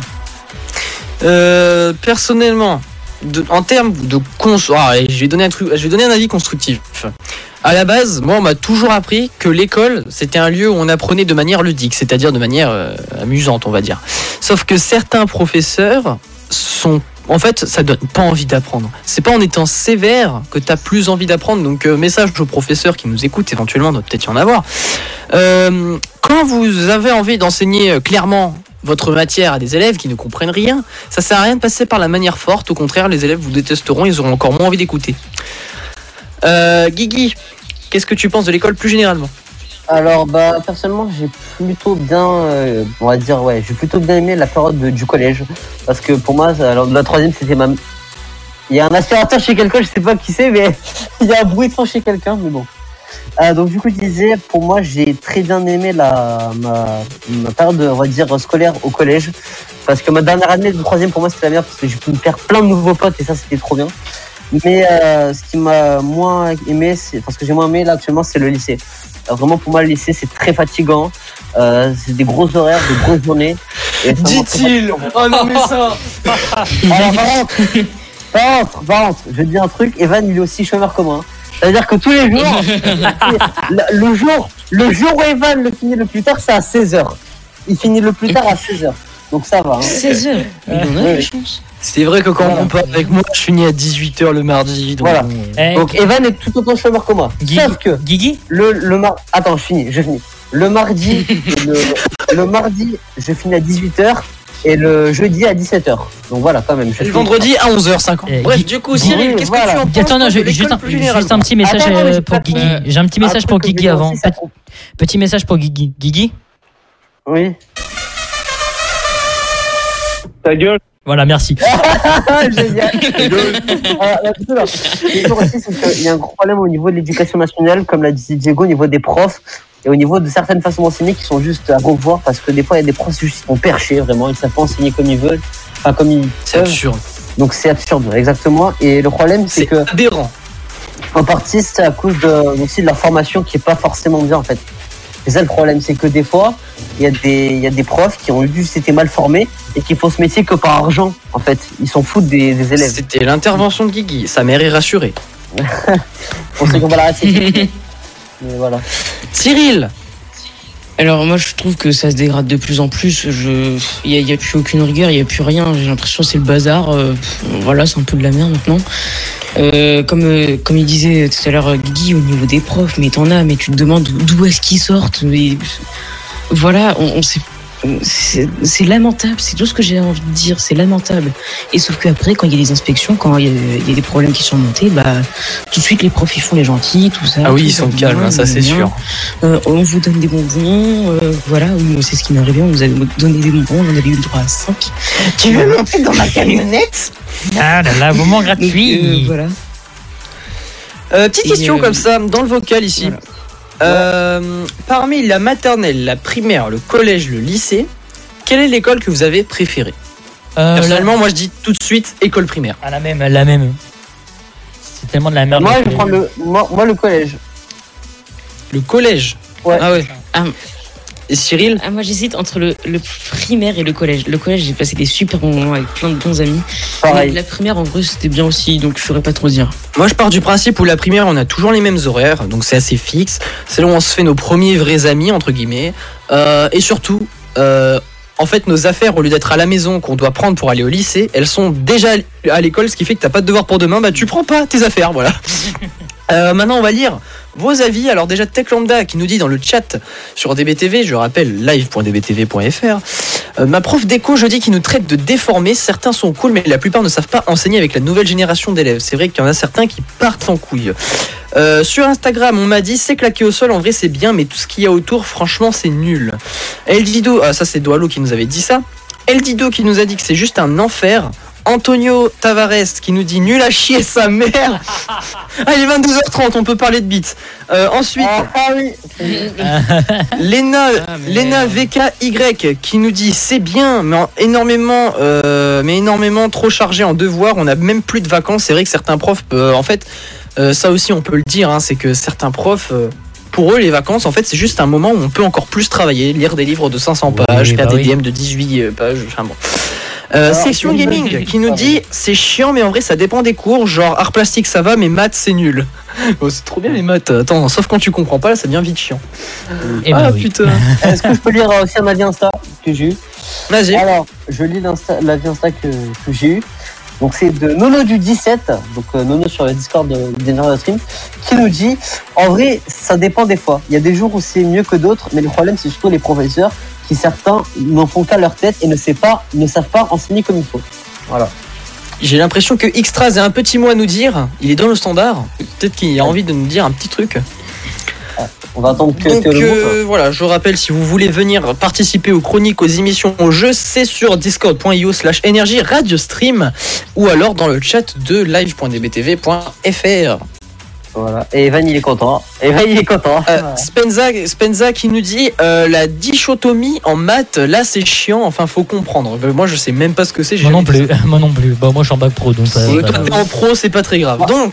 Personnellement, en termes de je vais donner un avis constructif. À la base, moi, on m'a toujours appris que l'école, c'était un lieu où on apprenait de manière ludique, c'est-à-dire de manière amusante, on va dire. Sauf que certains professeurs en fait, ça donne pas envie d'apprendre. C'est pas en étant sévère que t'as plus envie d'apprendre. Donc, message aux professeurs qui nous écoutent, éventuellement, doit peut-être y en avoir. Quand vous avez envie d'enseigner clairement votre matière à des élèves qui ne comprennent rien, ça sert à rien de passer par la manière forte. Au contraire, les élèves vous détesteront, ils auront encore moins envie d'écouter. Guigui, qu'est-ce que tu penses de l'école plus généralement ? Alors personnellement j'ai plutôt bien j'ai plutôt bien aimé la période du collège, parce que pour moi la troisième c'était il y a un aspirateur chez quelqu'un, je sais pas qui c'est, mais il y a un bruit de fond chez quelqu'un, mais bon. Donc du coup je disais, pour moi j'ai très bien aimé ma période on va dire scolaire au collège, parce que ma dernière année de troisième pour moi c'était la merde, parce que j'ai pu me faire plein de nouveaux potes et ça c'était trop bien. Mais ce qui m'a moins aimé, parce que j'ai moins aimé là actuellement, c'est le lycée. Alors, vraiment pour moi le lycée c'est très fatigant, c'est des gros horaires, des grosses journées. Dit-il. Oh non mais ça. Alors par contre, je dis un truc, Evan il est aussi chômeur que moi. Hein. C'est-à-dire que tous les jours, le jour où Evan le finit le plus tard, c'est à 16h. Il finit le plus tard à 16h. Donc ça va. Hein. 16h. Il en a la chance. C'est vrai que quand on compare avec moi, je finis à 18h le mardi. Donc voilà. Donc Evan est tout autant chômeur que moi. Sauf que Guigui, attends, je finis. Le mardi, le mardi, je finis à 18h et le jeudi à 17h. Donc voilà, quand même. Et le vendredi à 11h50. Bref, du coup, Cyril, qu'est-ce que tu en penses? Attends, non, juste un petit message pour Guigui. J'ai un petit message pour Guigui avant. Petit message pour Guigui. Guigui? Oui. Ta gueule. Voilà, merci. Génial. Il y a un gros problème au niveau de l'éducation nationale, comme l'a dit Diego, au niveau des profs et au niveau de certaines façons d'enseigner qui sont juste à revoir, parce que des fois il y a des profs juste qui sont perchés, vraiment, ils ne savent pas enseigner comme ils veulent, enfin comme ils peuvent. C'est absurde. Donc c'est absurde, exactement. Et le problème c'est que aberrant. En partie c'est à cause aussi de leur formation qui est pas forcément bien en fait. C'est ça le problème, c'est que des fois, il y a des profs qui ont juste été mal formés et qui font ce métier que par argent, en fait. Ils s'en foutent des élèves. C'était l'intervention de Guigui, sa mère est rassurée. On sait qu'on va l'arrêter. Mais voilà. Cyril. Alors moi je trouve que ça se dégrade de plus en plus. Il y a plus aucune rigueur, il y a plus rien. J'ai l'impression que c'est le bazar. Voilà, c'est un peu de la merde maintenant. Comme il disait tout à l'heure Guigui, au niveau des profs, mais t'en as, mais tu te demandes d'où est-ce qu'ils sortent. Mais voilà, on sait. C'est lamentable, c'est tout ce que j'ai envie de dire, c'est lamentable. Et sauf qu'après, quand il y a des inspections, quand il y a des problèmes qui sont montés, tout de suite les profs ils font les gentils, tout ça. Ah oui, ils sont calmes, hein, ça c'est sûr. On vous donne des bonbons, voilà, oui, c'est ce qui m'est arrivé, on nous a donné des bonbons, on avait eu le droit à 5. Tu veux monter dans ma camionnette? Ah là là, moment gratuit. Voilà. Petite question comme ça, dans le vocal ici. Voilà. Parmi la maternelle, la primaire, le collège, le lycée, quelle est l'école que vous avez préférée? Personnellement, moi je dis tout de suite école primaire. Ah, la même. C'est tellement de la merde. Moi je prends le collège. Le collège? Ouais. Ah ouais. Et Cyril? Moi j'hésite entre le primaire et le collège. Le collège, j'ai passé des super bons moments avec plein de bons amis. Pareil. La primaire en vrai c'était bien aussi, donc je saurais pas trop dire. Moi je pars du principe où la primaire on a toujours les mêmes horaires, donc c'est assez fixe. C'est là où on se fait nos premiers vrais amis entre guillemets. Et surtout, en fait, nos affaires, au lieu d'être à la maison qu'on doit prendre pour aller au lycée, elles sont déjà à l'école, ce qui fait que t'as pas de devoir pour demain, bah tu prends pas tes affaires, voilà. Maintenant, on va lire vos avis. Alors déjà, Tech Lambda qui nous dit dans le chat sur DBTV, je rappelle live.dbtv.fr, ma prof d'éco jeudi qui nous traite de déformés, certains sont cool mais la plupart ne savent pas enseigner avec la nouvelle génération d'élèves. C'est vrai qu'il y en a certains qui partent en couille. Sur Instagram, on m'a dit c'est claqué au sol, en vrai c'est bien, mais tout ce qu'il y a autour, franchement c'est nul. Eldido, ça c'est Doalo qui nous avait dit ça. Eldido qui nous a dit que c'est juste un enfer. Antonio Tavares qui nous dit nul à chier sa mère. Ah, il est 22h30, on peut parler de beats. Ensuite, Lena VKY qui nous dit c'est bien, mais énormément trop chargé en devoirs. On a même plus de vacances. C'est vrai que certains profs, en fait, ça aussi on peut le dire, hein, c'est que certains profs. Pour eux, les vacances, en fait, c'est juste un moment où on peut encore plus travailler, lire des livres de 500 pages, faire des DM de 18 pages. Enfin bon. Section Gaming qui nous dit c'est chiant mais en vrai ça dépend des cours, genre art plastique ça va mais maths c'est nul. Oh, c'est trop bien les maths, attends, sauf quand tu comprends pas là ça devient vite chiant. Putain. Est-ce que je peux lire aussi un avis Insta que j'ai eu? Vas-y. Alors je lis l'avis Insta que j'ai eu. Donc c'est de Nono du 17, donc Nono sur le Discord d'Energy Radio Stream, qui nous dit en vrai ça dépend des fois. Il y a des jours où c'est mieux que d'autres, mais le problème c'est surtout les professeurs qui certains n'en font qu'à leur tête et ne savent pas enseigner comme il faut. Voilà. J'ai l'impression que Xtras a un petit mot à nous dire. Il est dans le standard. Peut-être qu'il a envie de nous dire un petit truc. On va attendre que donc voilà, je rappelle, si vous voulez venir participer aux chroniques, aux émissions, aux jeux, c'est sur discord.io/Energy Radio Stream ou alors dans le chat de live.dbtv.fr. Voilà. Et Evan il est content. Spenza qui nous dit la dichotomie en maths, là c'est chiant, enfin faut comprendre. Moi je sais même pas ce que c'est. Moi non plus. Bah, moi je suis en bac pro donc. Toi t'es en pro, c'est pas très grave. Donc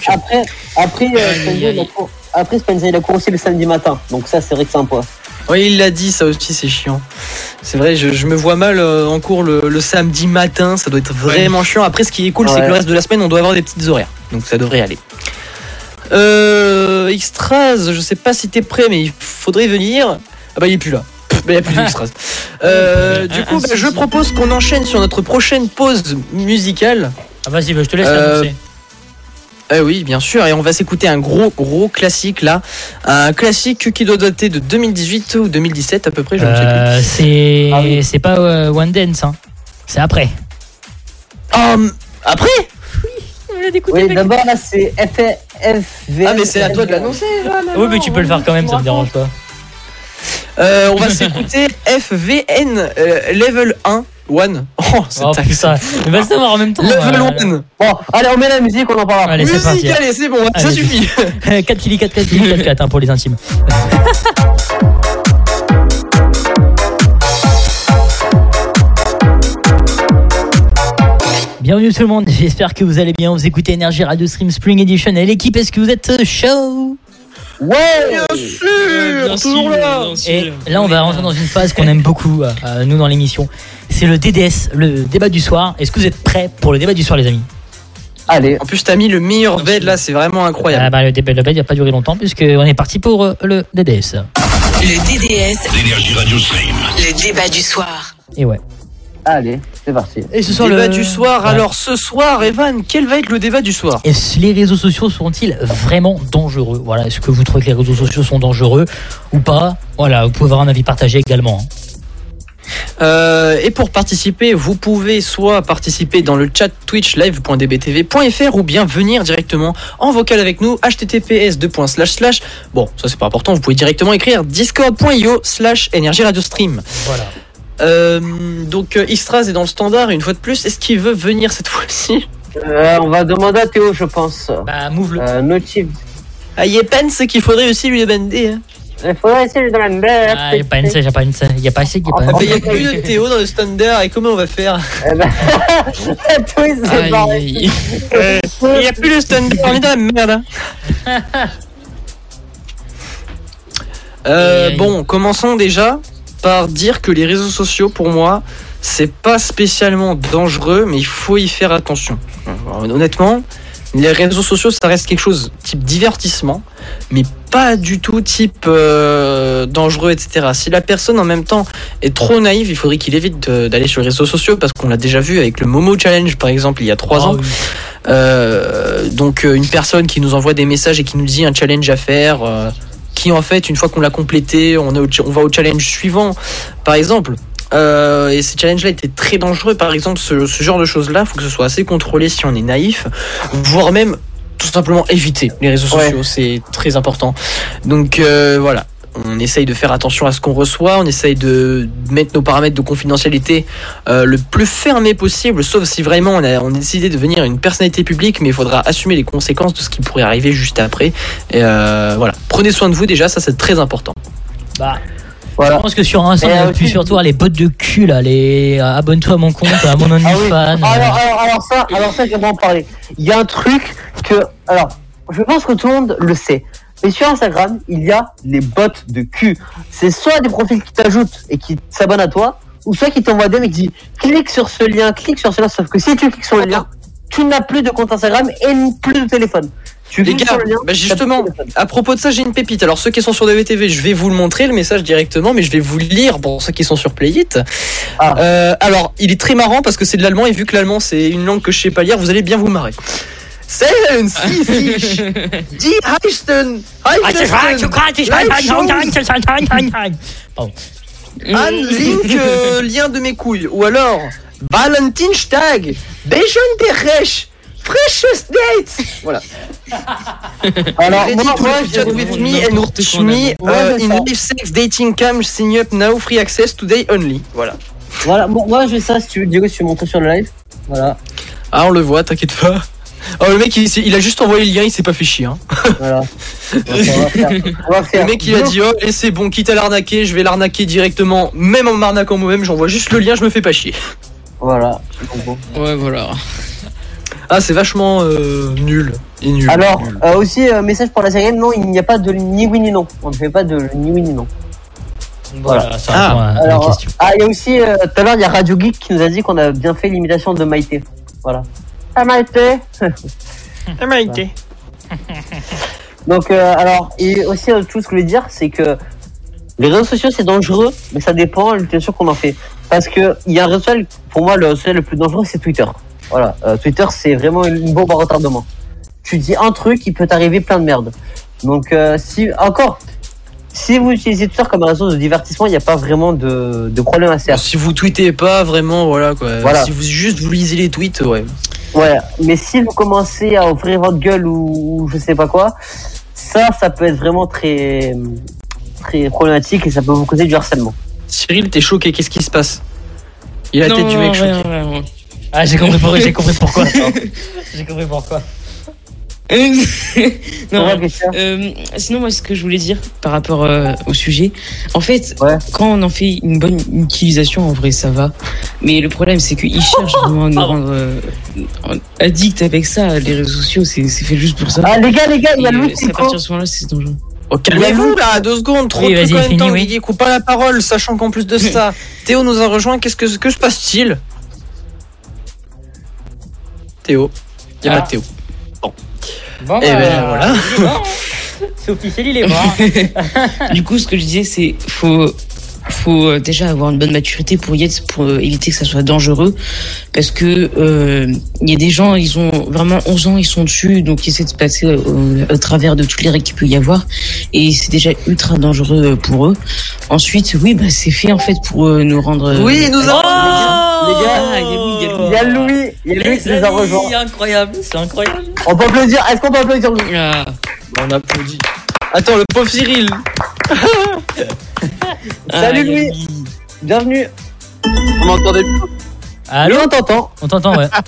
après Spenza il a cours aussi le samedi matin, donc ça c'est vrai que c'est un poids. Oui, il l'a dit, ça aussi c'est chiant. C'est vrai, je me vois mal en cours le samedi matin, ça doit être vraiment chiant. Après ce qui est cool c'est que le reste de la semaine on doit avoir des petites horaires, donc ça devrait aller. Xtras, je sais pas si t'es prêt, mais il faudrait venir. Ah bah il est plus là. Il n'y a plus d'Xtras. Du coup, je propose qu'on enchaîne sur notre prochaine pause musicale. Ah vas-y, je te laisse l'annoncer. Oui, bien sûr, et on va s'écouter un gros classique là. Un classique qui doit dater de 2018 ou 2017 à peu près, je ne sais plus. C'est pas One Dance, hein. C'est après. Après ? Oui, d'abord là c'est FVN. Ah mais c'est à toi de l'annoncer là, oui mais tu peux le faire quand même, ça me dérange pas. On va s'écouter FVN Level 1. Oh, c'est putain. Il va savoir en même temps. Level 1. Bon, allez, on met la musique, on en parlera. Allez, c'est parti. Allez, c'est bon, ça suffit. 4 kills 4 hein, pour les intimes. Bienvenue tout le monde, j'espère que vous allez bien. Vous écoutez Energy Radio Stream Spring Edition. Et l'équipe, est-ce que vous êtes chaud? Ouais, bien sûr, toujours là. Et là, on va rentrer dans une phase qu'on aime beaucoup, nous, dans l'émission. C'est le DDS, le débat du soir. Est-ce que vous êtes prêts pour le débat du soir, les amis? Allez. En plus, t'as mis le meilleur bed là, c'est vraiment incroyable. Le débat de bed n'a pas duré longtemps, puisqu'on est parti pour le DDS. Le DDS. L'Energy Radio Stream. Le débat du soir. Et ouais. Allez, c'est parti. Et ce soir, débat du soir. Ouais. Alors ce soir, Evan, quel va être le débat du soir? Est-ce les réseaux sociaux sont-ils vraiment dangereux? Voilà, est-ce que vous trouvez que les réseaux sociaux sont dangereux ou pas? Voilà, vous pouvez avoir un avis partagé également. Et pour participer, vous pouvez soit participer dans le chat Twitch live.dbtv.fr ou bien venir directement en vocal avec nous, https://. Bon, ça c'est pas important, vous pouvez directement écrire discord.io/Energy Radio Stream. Voilà. Donc Xtras est dans le standard une fois de plus. Est-ce qu'il veut venir cette fois-ci? On va demander à Théo, je pense. Bah move-le. Notif. Yepen, c'est qu'il faudrait aussi lui demander. Hein. Il faudrait essayer de lui demander. Il n'y a pas assez. Il n'y a plus de Théo dans le standard et comment on va faire? Il n'y a plus le standard, on est dans la merde. Bon, commençons déjà par dire que les réseaux sociaux, pour moi, c'est pas spécialement dangereux, mais il faut y faire attention. Alors, honnêtement, les réseaux sociaux, ça reste quelque chose type divertissement, mais pas du tout type dangereux, etc. Si la personne en même temps est trop naïve, il faudrait qu'il évite d'aller sur les réseaux sociaux, parce qu'on l'a déjà vu avec le Momo Challenge par exemple il y a 3 ans. Oui. Donc une personne qui nous envoie des messages et qui nous dit un challenge à faire, qui en fait une fois qu'on l'a complété, on va au challenge suivant par exemple. Et ces challenges-là étaient très dangereux. Par exemple, ce genre de choses-là, il faut que ce soit assez contrôlé si on est naïf, voire même tout simplement éviter les réseaux sociaux. C'est très important. Donc voilà, on essaye de faire attention à ce qu'on reçoit, on essaye de mettre nos paramètres de confidentialité le plus fermés possible, sauf si vraiment on a décidé de devenir une personnalité publique, mais il faudra assumer les conséquences de ce qui pourrait arriver juste après. Et voilà, prenez soin de vous déjà, ça c'est très important. Bah. Voilà. Je pense que sur Insta, on a pu surtout avoir les bottes de cul là, les abonne-toi à mon compte, à mon OnlyFans. Alors ça, j'aimerais en parler. Il y a un truc que, alors, je pense que tout le monde le sait. Mais sur Instagram, il y a les bots de cul. C'est soit des profils qui t'ajoutent et qui s'abonnent à toi, ou soit qui t'envoient des mecs qui disent clique sur ce lien, sauf que si tu cliques sur le lien, tu n'as plus de compte Instagram et plus de téléphone. Les gars, bah justement, à propos de ça, j'ai une pépite. Alors ceux qui sont sur DVTV, je vais vous le montrer le message directement, mais je vais vous le lire pour ceux qui sont sur Playit. Alors, il est très marrant parce que c'est de l'allemand et vu que l'allemand c'est une langue que je sais pas lire, vous allez bien vous marrer. Sehen Sie sich die heißen un link lien de mes couilles ou alors Valentinstag Beschönterech Precious Dates. Voilà. Alors moi chat with me and watch me in live sex dating cam sign up now free access today only. Voilà. Voilà, moi je fais ça si tu veux Diego, si tu veux montrer sur le live. Voilà. Ah on le voit, t'inquiète pas. Oh le mec il a juste envoyé le lien, il s'est pas fait chier hein. Voilà. On va faire. Le mec il a dit oh et c'est bon, quitte à l'arnaquer, je vais l'arnaquer directement, même en m'arnaquant moi-même, j'envoie juste le lien, je me fais pas chier. Voilà. Ouais voilà. Ah c'est vachement nul. Et nul. Alors aussi message pour la série, non il n'y a pas de ni oui ni non. On ne fait pas de ni oui ni non. Voilà, ça répond à la question. Il y a aussi tout à l'heure il y a Radio Geek qui nous a dit qu'on a bien fait l'imitation de Maïté. Voilà. Ah Maïté. Ah Maïté. Donc alors et aussi autre chose que je voulais dire c'est que les réseaux sociaux c'est dangereux mais ça dépend de l'utilisation qu'on en fait. Parce que il y a un réseau social, pour moi le réseau social le plus dangereux c'est Twitter. Voilà, Twitter c'est vraiment une bombe à retardement. Tu dis un truc, il peut t'arriver plein de merde. Donc si vous utilisez Twitter comme un réseau de divertissement, il n'y a pas vraiment de problème à faire. Si vous tweetez pas vraiment, voilà quoi. Voilà. Si vous lisez les tweets, ouais. Ouais, mais si vous commencez à ouvrir votre gueule ou je sais pas quoi, ça peut être vraiment très très problématique et ça peut vous causer du harcèlement. Cyril, t'es choqué, qu'est-ce qui se passe? Il a la tête du mec choqué. Ah j'ai compris pourquoi. J'ai compris pourquoi. Non, sinon moi ce que je voulais dire par rapport au sujet, en fait quand on en fait une bonne utilisation en vrai ça va, mais le problème c'est qu'ils cherchent vraiment à nous rendre addicts avec ça. Les réseaux sociaux c'est fait juste pour ça. Ah les gars il y a Louis à partir de ce moment là c'est dangereux. Oh, calmez-vous là, 2 secondes, trop de trucs en même temps, Guigui, coupe pas la parole, sachant qu'en plus de ça, Théo nous a rejoint, que se passe-t-il? Théo, il y a pas de Théo. Bon, et ben voilà. C'est officiel, il est mort. Du coup, ce que je disais, c'est faut déjà avoir une bonne maturité pour éviter que ça soit dangereux, parce que il y a des gens, ils ont vraiment 11 ans, ils sont dessus, donc ils essaient de passer au travers de toutes les règles qu'il peut y avoir, et c'est déjà ultra dangereux pour eux. Ensuite, oui, bah c'est fait en fait pour nous rendre. Oui, nous avons. Les gars, il y a Louis qui nous a rejoint. C'est incroyable. On peut applaudir. Est-ce qu'on peut applaudir Louis? On applaudit. Attends, le pauvre Cyril. Salut Louis. Bienvenue. On m'entendait plus. Allô? Oui, on t'entend. On t'entend, ouais.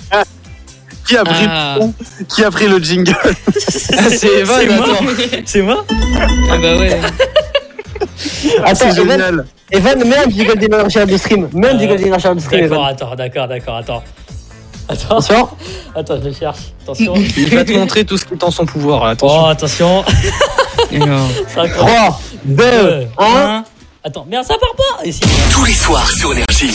Qui a pris le jingle? C'est Evan, C'est moi? Ah bah ouais. Attends, c'est génial. Evan, mets un jingle d'énergie de stream. D'accord. Attention. Attends, je le cherche. Attention. Il va te montrer tout ce qui est en son pouvoir. Attention. Oh, attention. 3, 2, 1. Attends, merde, ça part pas ici. Tous les soirs sur Énergie.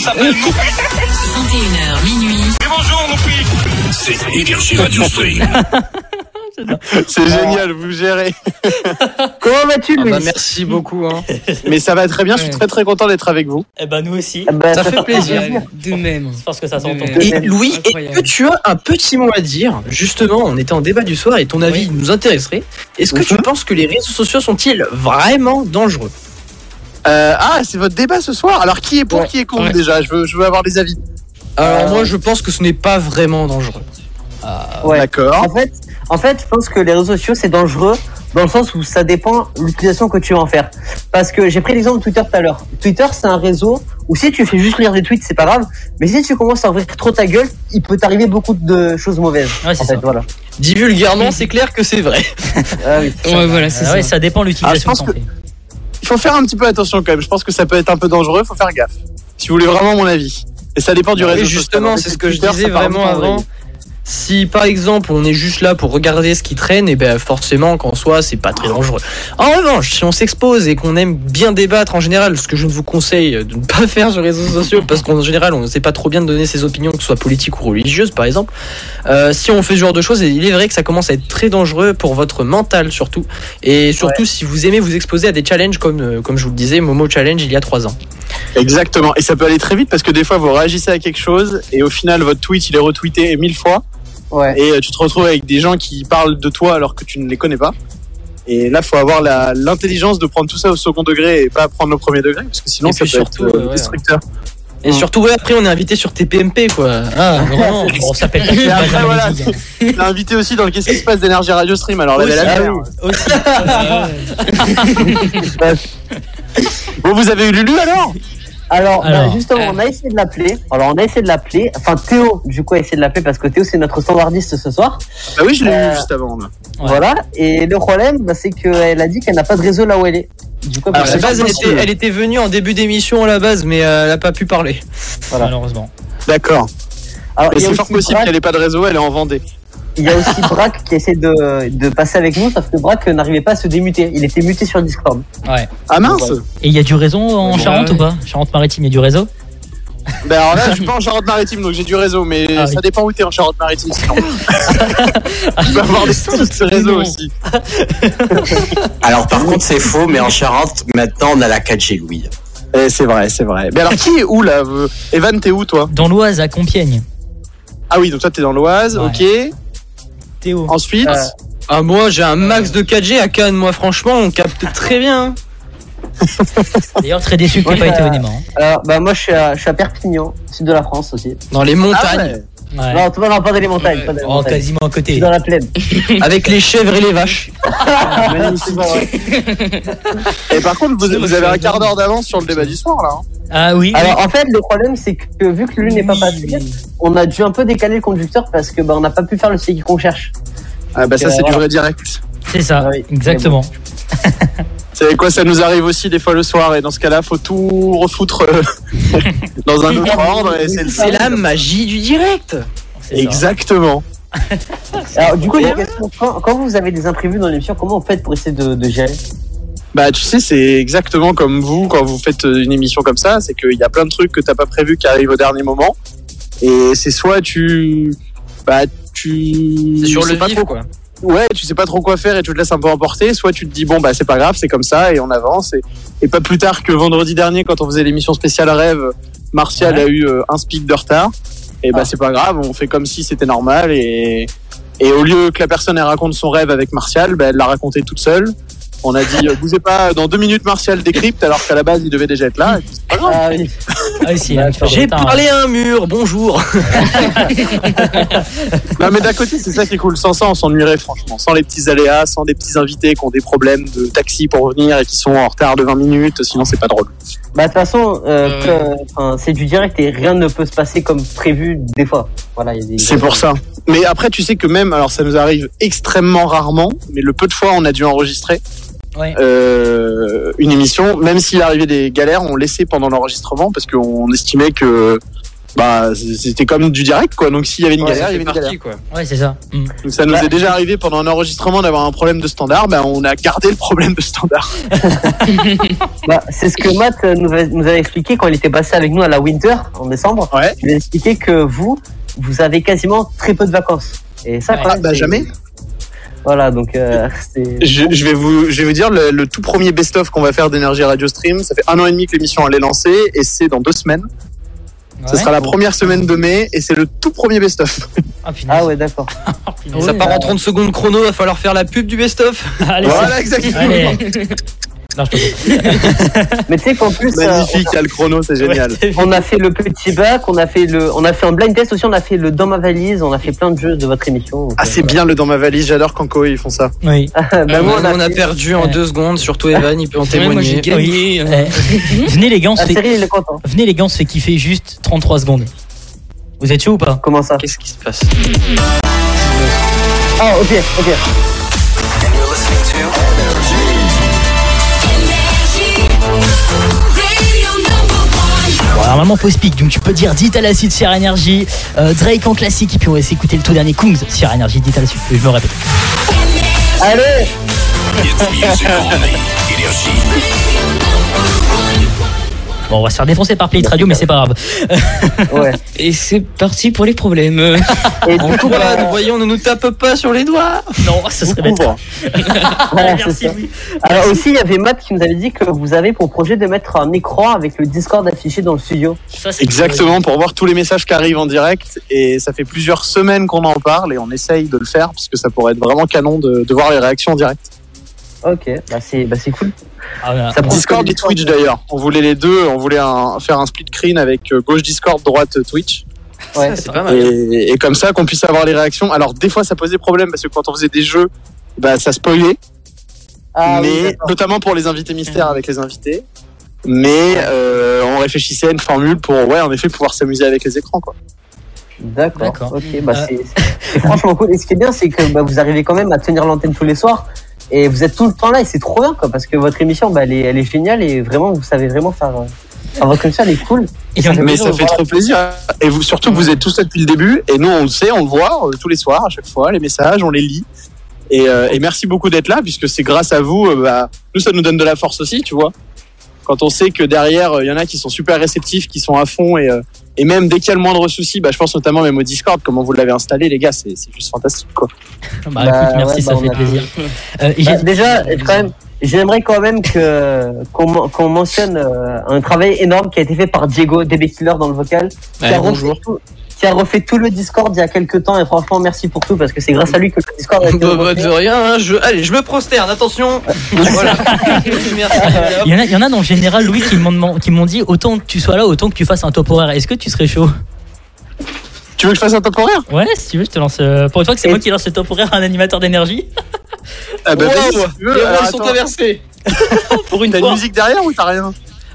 21h minuit. Et bonjour mon fils. C'est Énergie Radio Stream. C'est génial, vous gérez. Comment vas-tu, Louis? Merci beaucoup. Hein. Mais ça va très bien, je suis très très content d'être avec vous. Eh ben nous aussi. Ça fait plaisir. De même. C'est parce que ça s'entend. Et Louis, est-ce que tu as un petit mot à dire? Justement, on était en débat du soir et ton avis nous intéresserait. Est-ce que tu penses que les réseaux sociaux sont-ils vraiment dangereux? C'est votre débat ce soir. Alors qui est pour, qui est contre déjà? Je veux avoir des avis. Alors moi, je pense que ce n'est pas vraiment dangereux. D'accord. En fait, je pense que les réseaux sociaux, c'est dangereux dans le sens où ça dépend de l'utilisation que tu vas en faire. Parce que j'ai pris l'exemple de Twitter tout à l'heure. Twitter, c'est un réseau où si tu fais juste lire des tweets, c'est pas grave. Mais si tu commences à ouvrir trop ta gueule, il peut t'arriver beaucoup de choses mauvaises. Ouais, c'est ça. Voilà. Dit vulgairement, c'est clair que c'est vrai. Ouais, voilà, c'est ça. Ouais, ça dépend de l'utilisation que t'en fais. Il faut faire un petit peu attention quand même. Je pense que ça peut être un peu dangereux, il faut faire gaffe. Si vous voulez vraiment mon avis. Et ça dépend du réseau. Et justement, social. c'est ce que je disais vraiment avant. Si par exemple on est juste là pour regarder ce qui traîne, et ben forcément qu'en soi c'est pas très dangereux. En revanche, si on s'expose et qu'on aime bien débattre en général, ce que je ne vous conseille de ne pas faire sur les réseaux sociaux, parce qu'en général on ne sait pas trop bien de donner ses opinions, que ce soit politiques ou religieuses par exemple, si on fait ce genre de choses, il est vrai que ça commence à être très dangereux pour votre mental surtout, et surtout si vous aimez vous exposer à des challenges comme je vous le disais, Momo Challenge il y a 3 ans. Exactement, et ça peut aller très vite parce que des fois vous réagissez à quelque chose et au final votre tweet il est retweeté 1000 fois. Ouais. Et tu te retrouves avec des gens qui parlent de toi alors que tu ne les connais pas. Et là, faut avoir l'intelligence de prendre tout ça au second degré et pas prendre au premier degré, parce que sinon ça peut être destructeur. Et surtout, après, on est invité sur TPMP, quoi. Ah, vraiment. On s'appelle Et après, voilà, on est invité aussi dans le Qu'est-ce qui se passe d'Énergie Radio Stream. Alors là, Bon, vous avez eu Lulu alors justement, on a essayé de l'appeler. Enfin, Théo, du coup, a essayé de l'appeler parce que Théo, c'est notre standardiste ce soir. Bah oui, je l'ai eu juste avant. Là. Voilà. Et le problème, c'est qu'elle a dit qu'elle n'a pas de réseau là où elle est. Du coup, alors, à la base, elle était venue en début d'émission à la base, mais elle n'a pas pu parler. Voilà. Malheureusement. D'accord. Alors, et c'est fort possible qu'elle n'ait pas de réseau, elle est en Vendée. Il y a aussi Braque qui essaie de passer avec nous, sauf que Braque n'arrivait pas à se démuter. Il était muté sur Discord. Ouais. Ah mince. Et il y a du réseau en Charente ou pas? Charente-Maritime, il y a du réseau? Ben alors là, je suis pas en Charente-Maritime, donc j'ai du réseau, mais ça dépend où t'es en Charente-Maritime. Sinon. Je peux avoir des réseaux aussi. Alors par contre, c'est faux, mais en Charente, maintenant, on a la 4G, Louis. C'est vrai. Mais alors, qui est où là? Evan, t'es où toi? Dans l'Oise, à Compiègne. Ah oui, donc toi t'es dans l'Oise, ok. Théo. Ensuite moi j'ai un max de 4G à Cannes, moi franchement on capte très bien. D'ailleurs très déçu que t'aies pas été au Néman. Alors moi je suis à Perpignan, sud de la France aussi. Dans les montagnes. Non, pas dans les montagnes. Pas dans les montagnes. Quasiment à côté. Je suis dans la plaine. Avec les chèvres et les vaches. Et par contre vous avez un quart d'heure d'avance sur le débat du soir là. Ah oui. Alors en fait le problème c'est que vu que Lulu n'est pas passé, on a dû un peu décaler le conducteur parce que on n'a pas pu faire le séquille qu'on cherche. Ah bah ça c'est du vrai direct. C'est ça, exactement. Vous savez quoi, ça nous arrive aussi des fois le soir et dans ce cas-là faut tout refoutre dans un autre ordre. Et c'est la magie du direct. Exactement. Alors du coup il y a une question, quand vous avez des imprévus dans l'émission, comment vous faites pour essayer de gérer? Bah tu sais, c'est exactement comme vous quand vous faites une émission comme ça, c'est qu'il y a plein de trucs que t'as pas prévu qui arrivent au dernier moment, et c'est soit c'est sur le vif quoi. Ouais, tu sais pas trop quoi faire et tu te laisses un peu emporter, soit tu te dis bon bah c'est pas grave, c'est comme ça et on avance, et pas plus tard que vendredi dernier quand on faisait l'émission spéciale Rêve, Martial a eu un speak de retard, et bah c'est pas grave, on fait comme si c'était normal, et au lieu que la personne elle raconte son rêve avec Martial, bah elle l'a raconté toute seule. On a dit bougez pas, dans 2 minutes Martial décrypte, alors qu'à la base il devait déjà être là, et puis c'est pas grave. J'ai parlé à un mur, bonjour. Non mais d'un côté c'est ça qui est cool, sans ça on s'ennuierait franchement, sans les petits aléas, sans des petits invités qui ont des problèmes de taxi pour venir et qui sont en retard de 20 minutes, sinon c'est pas drôle. Bah de toute façon c'est du direct et rien ne peut se passer comme prévu des fois. Voilà, c'est pour ça. Mais après tu sais que même, alors ça nous arrive extrêmement rarement, mais le peu de fois on a dû enregistrer une émission, même s'il arrivait des galères, on laissait pendant l'enregistrement parce qu'on estimait que Bah, c'était comme du direct, quoi. Donc, s'il y avait une galère, il y avait une galère. Quoi. Ouais, c'est ça. Donc, ça nous est déjà arrivé pendant un enregistrement d'avoir un problème de standard. Bah, on a gardé le problème de standard. C'est ce que Matt nous avait expliqué quand il était passé avec nous à la Winter en décembre. Ouais. Il a expliqué que vous avez quasiment très peu de vacances. Et ça, quand même, jamais. Voilà, donc je vais vous dire le tout premier best-of qu'on va faire d'Énergie Radio Stream. Ça fait 1 an et demi que l'émission elle est lancée et c'est dans 2 semaines. Ce sera la première semaine de mai et c'est le tout premier best-of. Ah ouais, d'accord. Ça part en 30 secondes chrono, va falloir faire la pub du best-of. Allez, voilà, exactement. Allez. Non, je peux Mais tu sais qu'en plus magnifique, il y a le chrono, c'est génial. On a fait le petit bac, on a fait un blind test aussi, on a fait le dans ma valise, on a fait plein de jeux de votre émission. Ah, c'est bien le dans ma valise, j'adore quand Koé ils font ça. Oui. Moi, on a perdu en 2 secondes, surtout Evan, il peut en témoigner. Moi j'ai gagné. Venez les gars, on se fait... Cyril, il est content. Venez les gars, on se fait kiffer juste 33 secondes. Vous êtes chaud ou pas? Comment ça? Qu'est-ce qui se passe? Ah, ok. Bon, normalement faut speak, donc tu peux dire dit à la suite sur Énergie, Drake en classique et puis on va s'écouter le tout dernier Kungs sur Énergie, dit à la suite, je me répète. Allez. Bon, on va se faire défoncer par Play Radio, mais c'est pas grave. Ouais. Et c'est parti pour les problèmes. Et du coup, voyons, ne nous tape pas sur les doigts. Non, ça serait bête. Voilà, merci. Alors aussi, il y avait Matt qui nous avait dit que vous avez pour projet de mettre un écran avec le Discord affiché dans le studio. Exactement, pour voir tous les messages qui arrivent en direct. Et ça fait plusieurs semaines qu'on en parle et on essaye de le faire parce que ça pourrait être vraiment canon de voir les réactions en direct. Ok, c'est cool. Ça Discord et Twitch d'ailleurs. On voulait les deux, on voulait faire un split screen avec gauche Discord, droite Twitch. Ouais, c'est pas mal. Et comme ça qu'on puisse avoir les réactions. Alors des fois ça posait problème parce que quand on faisait des jeux, ça spoilait. Mais notamment pour les invités mystères avec les invités. Mais on réfléchissait à une formule pour en effet pouvoir s'amuser avec les écrans quoi. D'accord. Ok, c'est franchement cool. Et ce qui est bien, c'est que vous arrivez quand même à tenir l'antenne tous les soirs. Et vous êtes tout le temps là et c'est trop bien quoi, parce que votre émission elle est géniale et vraiment vous savez vraiment faire votre émission elle est cool. Mais ça fait trop plaisir. Et vous surtout que vous êtes tous là depuis le début et nous on le sait, on le voit tous les soirs à chaque fois, les messages, on les lit. Et merci beaucoup d'être là puisque c'est grâce à vous, nous ça nous donne de la force aussi, tu vois. Quand on sait que derrière il y en a qui sont super réceptifs, qui sont à fond et même dès qu'il y a le moindre souci, je pense notamment même au Discord, comment vous l'avez installé les gars, c'est juste fantastique quoi. Écoute, merci, ça fait plaisir. Déjà, j'aimerais quand même qu'on mentionne un travail énorme qui a été fait par Diego DB Killer dans le vocal, qui a refait tout le Discord il y a quelques temps et franchement merci pour tout parce que c'est grâce à lui que le Discord a été de rien, allez, je me prosterne, attention. Voilà. Merci. Il y en a dans le général, Louis, qui m'ont dit autant que tu sois là, autant que tu fasses un top horaire. Est-ce que tu serais chaud? Tu veux que je fasse un top horaire? Ouais, si tu veux, je te lance. Pour une fois que c'est moi qui lance le top horaire à un animateur d'énergie. Ah bah les rôles sont inversés. Pour une fois. T'as une musique derrière ou t'as rien?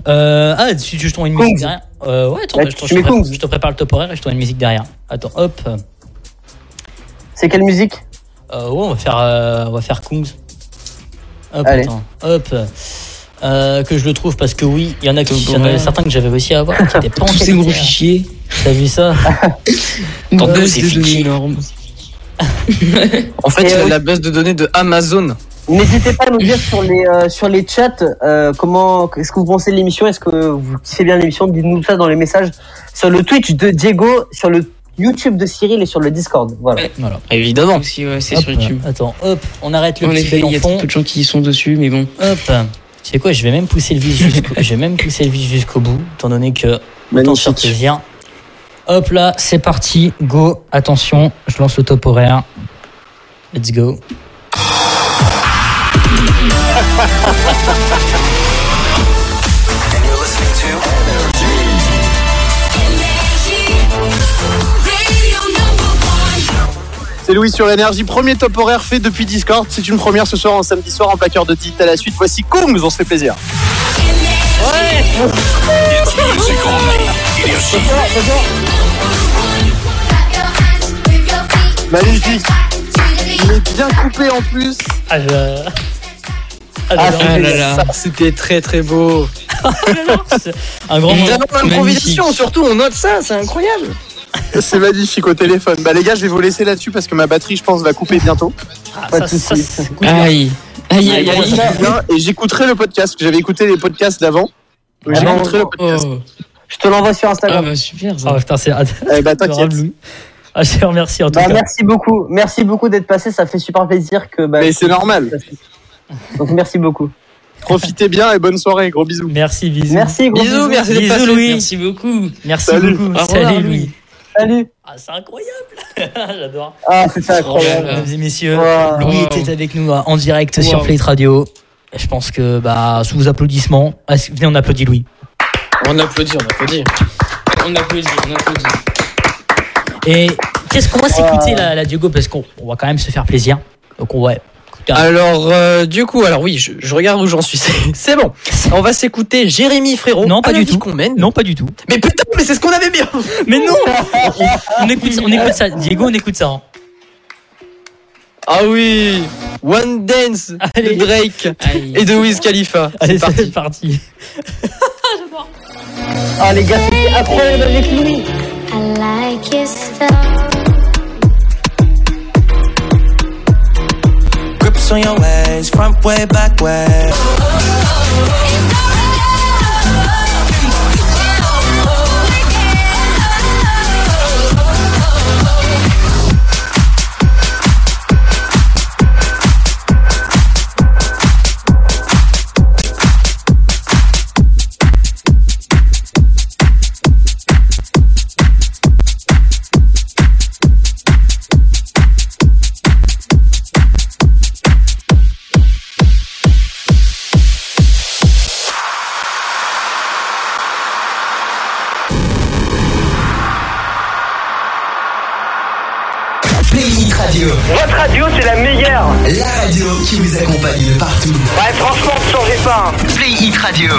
Si je tourne une musique derrière. Ouais, attends, je te prépare le top horaire et je tourne une musique derrière. Attends, hop. C'est quelle musique? On va faire Kungs. Hop, allez. Attends, hop. Que je le trouve parce que oui, il y en a certains que j'avais réussi à avoir qui étaient pas en qualité. Ces gros fichiers. T'as vu ça? Tantôt c'est fichiers énormes. En fait, la base de données de Amazon. N'hésitez pas à nous dire sur les chats qu'est-ce que vous pensez de l'émission, est-ce que vous kiffez bien l'émission, dites-nous ça dans les messages sur le Twitch de Diego, sur le YouTube de Cyril et sur le Discord. Voilà. Évidemment. Aussi, c'est sur YouTube. Attends, hop, on arrête le petit fait, il y a peu de gens qui y sont dessus, mais bon. Hop. Tu sais quoi, je vais même pousser le vis jusqu'au bout, étant donné que autant se faire plaisir. Hop là, c'est parti, go, attention, je lance le top horaire. Let's go. C'est Louis sur Énergie, premier top horaire fait depuis Discord. C'est une première ce soir en samedi soir en plaqueur de titre à la suite. Voici Kungs, on se fait plaisir. Ouais. Magnifique. Il est bien coupé en plus. Ça, c'était très très beau. Un grand moment. L'improvisation, surtout, on note ça, c'est incroyable. C'est magnifique au téléphone. Bah les gars, je vais vous laisser là-dessus parce que ma batterie, je pense, va couper bientôt. Aïe. Et j'écouterai le podcast. J'avais écouté les podcasts d'avant. J'écouterai le podcast. Je te l'envoie sur Instagram. Ah bah super ça. Oh putain, c'est t'inquiète. Je te remercie en tout cas. Merci beaucoup d'être passé, ça fait super plaisir que. Mais c'est normal. Donc merci beaucoup. Profitez bien et bonne soirée, gros bisous. Merci, bisous. Merci, gros bisous. Merci d'être Bisous, passé. Louis. Merci beaucoup. Merci Salut. beaucoup. Salut, Louis. Salut. Ah, c'est incroyable. J'adore. Ah, c'est incroyable. Mesdames et messieurs, Wow. Louis était avec nous en direct sur Play Radio. Je pense que sous vos applaudissements, venez on applaudit Louis. On applaudit. Et qu'est-ce qu'on va s'écouter là, Diogo, parce qu'on va quand même se faire plaisir. Donc on va écouter Alors, oui, je regarde où j'en suis. C'est bon. On va s'écouter Jérémy Frérot. Non, pas à la du vie tout. qu'on mène. Non, pas du tout. Mais putain, mais c'est ce qu'on avait bien. Mais non. on écoute ça. Diego, on écoute ça. Hein. Ah oui, One Dance de Drake et de Wiz Khalifa. Allez, c'est parti. J'adore. Ah les gars, c'était incroyable avec Louis. I like your stuff. Grips on your ways, front way, back way. Votre radio, c'est la meilleure. La radio qui vous accompagne de partout. Ouais, franchement, ne changez pas. Play Hit Radio.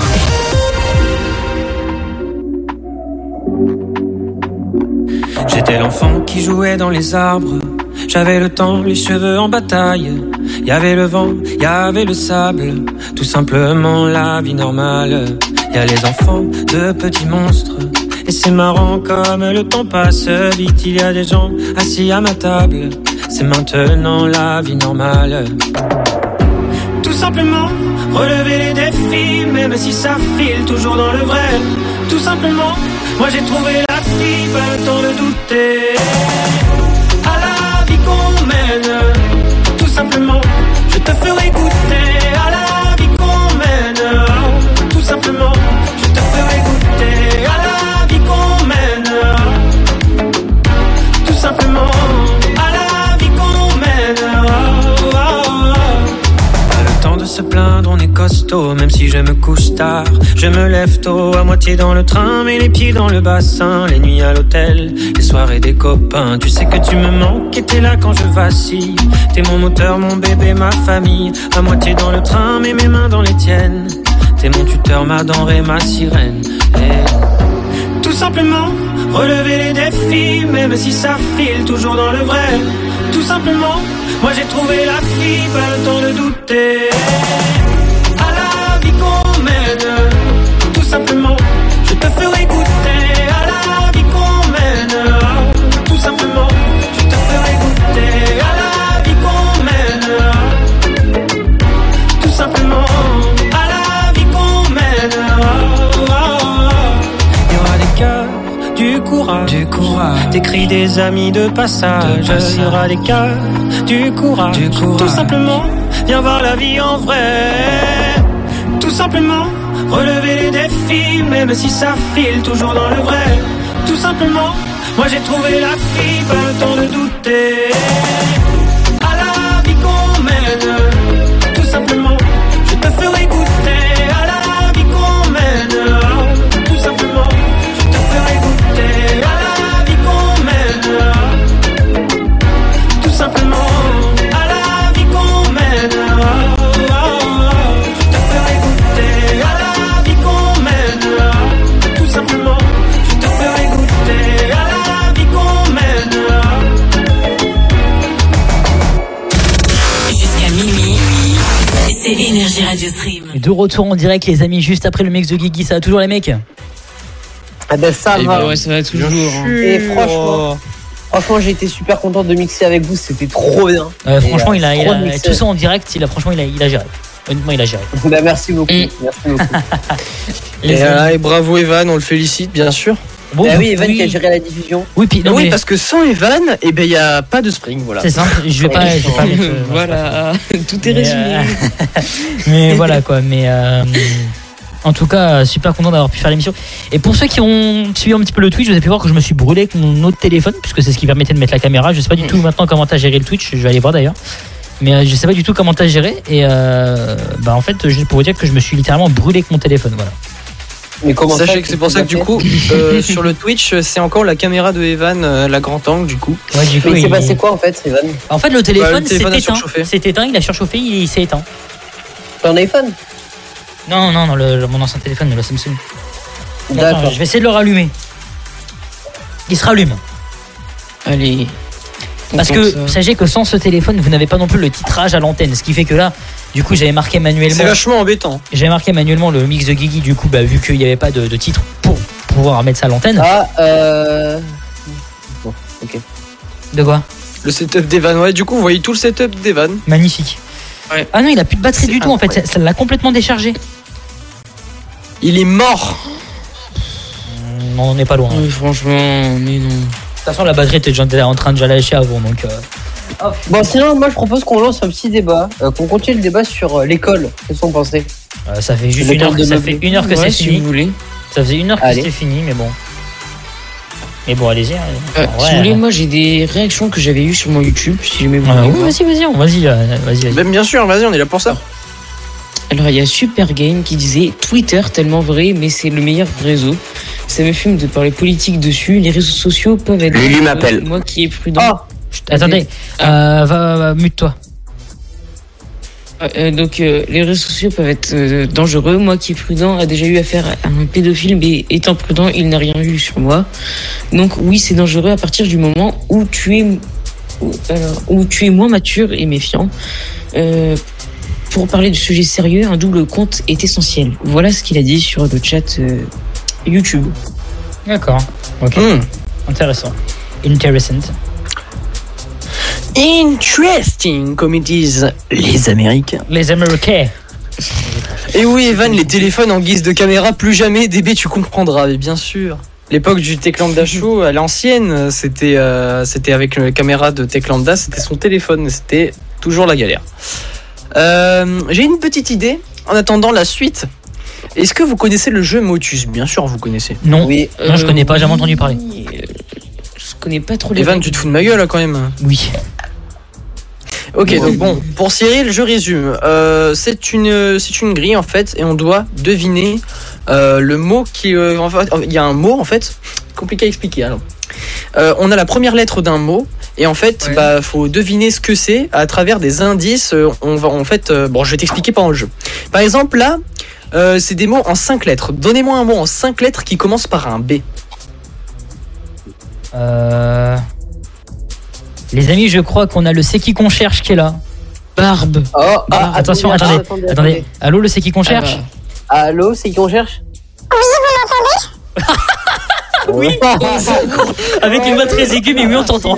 J'étais l'enfant qui jouait dans les arbres. J'avais le temps, les cheveux en bataille. Y avait le vent, y avait le sable. Tout simplement la vie normale. Y a les enfants de petits monstres. Et c'est marrant comme le temps passe vite. Il y a des gens assis à ma table. C'est maintenant la vie normale. Tout simplement, relever les défis. Même si ça file toujours dans le vrai. Tout simplement, moi j'ai trouvé la fille. Pas le temps de douter. À la vie qu'on mène. Tout simplement, je te ferai goûter. À la vie qu'on mène. Tout simplement, je te ferai goûter. À la vie qu'on mène. Tout simplement. De se plaindre, on est costaud, même si je me couche tard. Je me lève tôt, à moitié dans le train, mais les pieds dans le bassin. Les nuits à l'hôtel, les soirées des copains. Tu sais que tu me manques et t'es là quand je vacille. T'es mon moteur, mon bébé, ma famille. À moitié dans le train, mais mes mains dans les tiennes. T'es mon tuteur, ma denrée, ma sirène. Et tout simplement, relever les défis, même si ça file toujours dans le vrai. Tout simplement, moi j'ai trouvé la fille, pas le temps de douter. À la vie qu'on mène, tout simplement, je te ferai goûter. À la vie qu'on mène, tout simplement, je te ferai goûter. À la vie qu'on mène, tout simplement, à la vie qu'on mène. Il y aura des cœurs, du courage, des cris des amis de passage. Il y aura des cœurs, du courage, tout simplement, viens voir la vie en vrai. Tout simplement, relever les défis, même si ça file toujours dans le vrai. Tout simplement, moi j'ai trouvé la fille, pas le temps de douter. À la vie qu'on mène, tout simplement, je te ferai goûter. À la vie qu'on mène, tout simplement, je te ferai goûter. À la vie qu'on mène, tout simplement. Stream. Et de retour en direct, les amis, juste après le mix de Guigui. Ça va toujours, les mecs? Ah ben ça va. Ouais, ça va toujours. Et franchement, j'ai été super content de mixer avec vous, c'était trop bien. Franchement, il a tout ça en direct, il a géré. Honnêtement, il a géré. Bah, merci beaucoup. Merci beaucoup. Et bravo Evan, on le félicite bien sûr. Bon, oui, Evan qui a géré la diffusion. Oui, puis, non, parce que sans Evan, il n'y a pas de Spring. Voilà. C'est simple, je vais pas mettre. Voilà, tout est résumé. Mais voilà quoi, en tout cas, super content d'avoir pu faire l'émission. Et pour ceux qui ont suivi un petit peu le Twitch, vous avez pu voir que je me suis brûlé avec mon autre téléphone, puisque c'est ce qui permettait de mettre la caméra. Je sais pas du tout maintenant comment t'as géré le Twitch, je vais aller voir d'ailleurs. Mais je sais pas du tout comment t'as géré. Et en fait, juste pour vous dire que je me suis littéralement brûlé avec mon téléphone. Voilà. Mais comment Sachez que c'est pour ça que du coup, sur le Twitch, c'est encore la caméra de Evan, la grand angle du coup. Ouais, du coup, il s'est passé quoi en fait, Evan? En fait, le téléphone s'est éteint, il a surchauffé, il s'est éteint. T'as un iPhone? Non, mon ancien téléphone, le Samsung. D'accord. Attends, je vais essayer de le rallumer. Il se rallume. Allez. Parce que sachez que sans ce téléphone, vous n'avez pas non plus le titrage à l'antenne, ce qui fait que là, du coup, j'avais marqué manuellement. C'est vachement embêtant. J'avais marqué manuellement le mix de Guigui, du coup, vu qu'il n'y avait pas de titre pour pouvoir mettre ça à l'antenne. Bon, ok. De quoi? Le setup d'Evan, ouais, du coup, vous voyez tout le setup d'Evan. Magnifique. Ouais. Ah non, il a plus de batterie du tout en fait, ça l'a complètement déchargé. Il est mort. Non, on n'est pas loin. Oui, franchement, mais non. De toute façon, la batterie était déjà en train de lâcher avant, donc. Bon, sinon, moi je propose qu'on lance un petit débat, qu'on continue le débat sur l'école. Qu'est-ce que vous pensez? Ça fait juste une heure que c'est fini. Si vous voulez. Ça faisait 1 heure que c'était fini, mais bon. Mais bon, allez-y. Si vous voulez, moi j'ai des réactions que j'avais eues sur mon YouTube. Si jamais vous voulez. Vas-y. Même bien sûr, vas-y, on est là pour ça. Alors il y a Super Game qui disait Twitter tellement vrai, mais c'est le meilleur réseau. Ça me fume de parler politique dessus. Les réseaux sociaux peuvent être. Lulu m'appelle. Moi qui est prudent. Attendez, va mute-toi. Donc les réseaux sociaux peuvent être dangereux. Moi qui est prudent a déjà eu affaire à un pédophile, mais étant prudent, il n'a rien eu sur moi. Donc oui, c'est dangereux à partir du moment où tu es moins mature et méfiant. Pour parler de sujets sérieux, un double compte est essentiel. Voilà ce qu'il a dit sur le chat YouTube. D'accord. Ok. Intéressant. Interesting, comme ils disent les Américains. Les Américains. Et oui, Evan, les téléphones en guise de caméra, plus jamais, DB, tu comprendras, mais bien sûr. L'époque du Tech Lambda Show, à l'ancienne, c'était avec la caméra de Tech Lambda, c'était son téléphone, c'était toujours la galère. J'ai une petite idée, en attendant la suite. Est-ce que vous connaissez le jeu Motus? Bien sûr, vous connaissez. Non, non, je connais pas, jamais entendu parler. Je connais pas trop les Evan, tu te fous de ma gueule, là, quand même. Oui. Ok, donc bon, pour Cyril, je résume. C'est une grille, en fait, et on doit deviner le mot qui... il y a un mot, en fait, compliqué à expliquer, alors. On a la première lettre d'un mot, et en fait, faut deviner ce que c'est à travers des indices. On va, en fait... bon, je vais t'expliquer pendant le jeu. Par exemple, là, c'est des mots en 5 lettres. Donnez-moi un mot en 5 lettres qui commence par un B. Les amis, je crois qu'on a le C'est qui qu'on cherche qui est là. Barbe. Attention, attendez. Allô, le C'est qui qu'on cherche? Allô, c'est qui qu'on cherche? Oui, vous m'entendez? Oui. Avec une voix très aiguë, mais oui, on t'entend.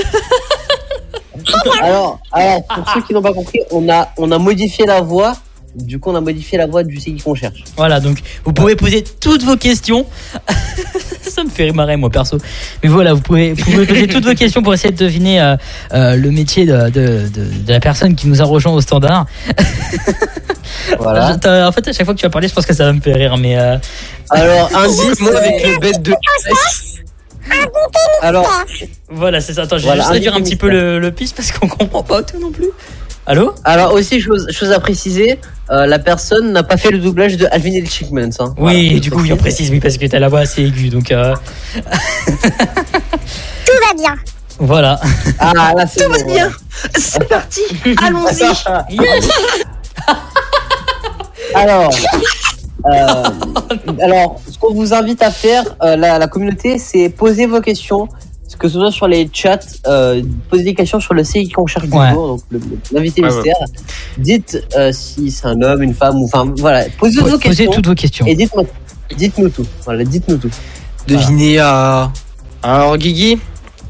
Alors, pour ceux qui n'ont pas compris, on a modifié la voix. Du coup, on a modifié la voix du C'est qui qu'on cherche. Voilà, donc vous pouvez poser toutes vos questions. Ça me fait marrer, moi, perso. Mais voilà, vous pouvez poser toutes vos questions pour essayer de deviner le métier de la personne qui nous a rejoint au standard. Voilà. En fait, à chaque fois que tu vas parler, je pense que ça va me faire rire. Mais alors, indice, moi, avec le bête de... Alors, voilà, c'est ça. Attends, je vais juste réduire un petit peu le pitch parce qu'on comprend pas tout non plus. Allô? Alors aussi, chose à préciser, la personne n'a pas fait le doublage de Alvin et les Chipmunks. Hein. Oui, voilà, du coup, oui, on précise, oui, parce que t'as la voix assez aiguë, donc... Tout va bien. Voilà. Ah, là, c'est tout va bien. C'est parti. Allons-y. Yes. Alors, ce qu'on vous invite à faire, la communauté, c'est poser vos questions. Parce que ce soit sur les chats, posez des questions sur le CI qu'on cherche du jour, donc l'invité mystère. Dites si c'est un homme, une femme, ou enfin voilà, posez toutes vos questions. Et dites-nous tout. Voilà, dites-nous tout. Devinez à. Alors Guigui,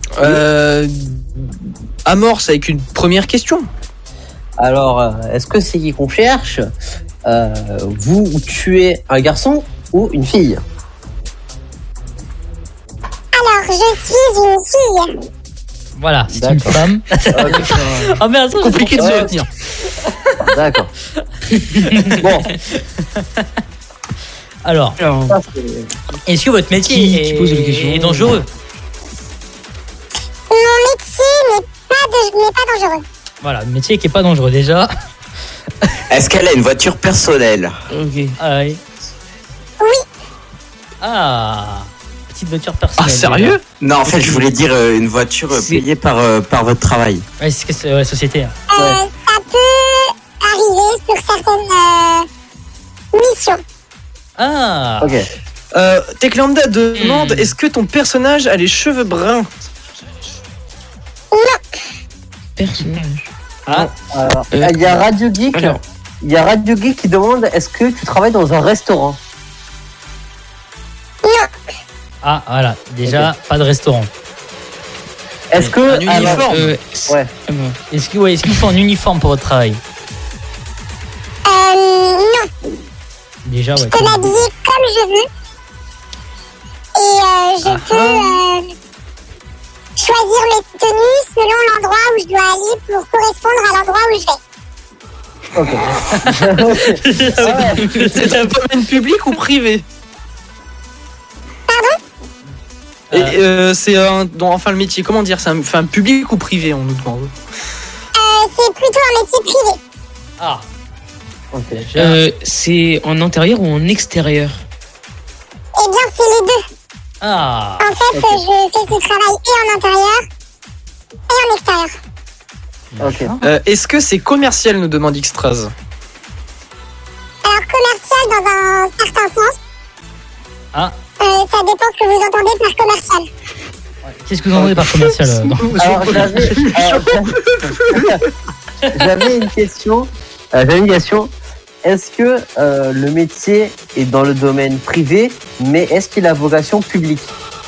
amorce avec une première question. Alors, est-ce que c'est qui qu'on cherche vous tuez un garçon ou une fille? Alors, je suis une fille. Voilà, c'est une femme. Oh merde, c'est compliqué de se retenir. D'accord. Bon. Alors, est-ce que votre métier est dangereux? Mon métier n'est pas dangereux. Voilà, le métier qui est pas dangereux déjà. Est-ce qu'elle a une voiture personnelle? Ok. Ah oui. Oui. Ah, petite voiture personnelle. Ah, sérieux? Non, en fait, je voulais dire une voiture payée par votre travail. Ouais, c'est que c'est la société. Ça peut arriver sur certaines missions. Ah. Ok. Techlambda demande est-ce que ton personnage a les cheveux bruns? Non. Personnage. Ah. Alors, il y a Radio Geek. Il y a Radio Geek qui demande est-ce que tu travailles dans un restaurant? Non. Ah, voilà. Déjà, pas de restaurant. Est-ce que un uniforme? Ouais. Est-ce qu'il faut un uniforme pour votre travail? Non. Déjà, ouais. Je peux m'habiller comme je veux. Et je peux choisir mes tenues selon l'endroit où je dois aller pour correspondre à l'endroit où je vais. Ok. C'est un domaine public ou privé? Pardon? Et c'est enfin le métier, comment dire, c'est un public ou privé, on nous demande? C'est plutôt un métier privé. Ah. Ok. C'est en intérieur ou en extérieur? Eh bien, c'est les deux. Ah. En fait, je fais ce travail et en intérieur et en extérieur. Ok. Est-ce que c'est commercial, nous demande Xtraz? Alors, commercial dans un certain sens. Ah. Ça dépend ce que vous entendez par commercial. Qu'est-ce que vous entendez par commercial? Alors, j'avais une question. Est-ce que le métier est dans le domaine privé, mais est-ce qu'il a vocation publique?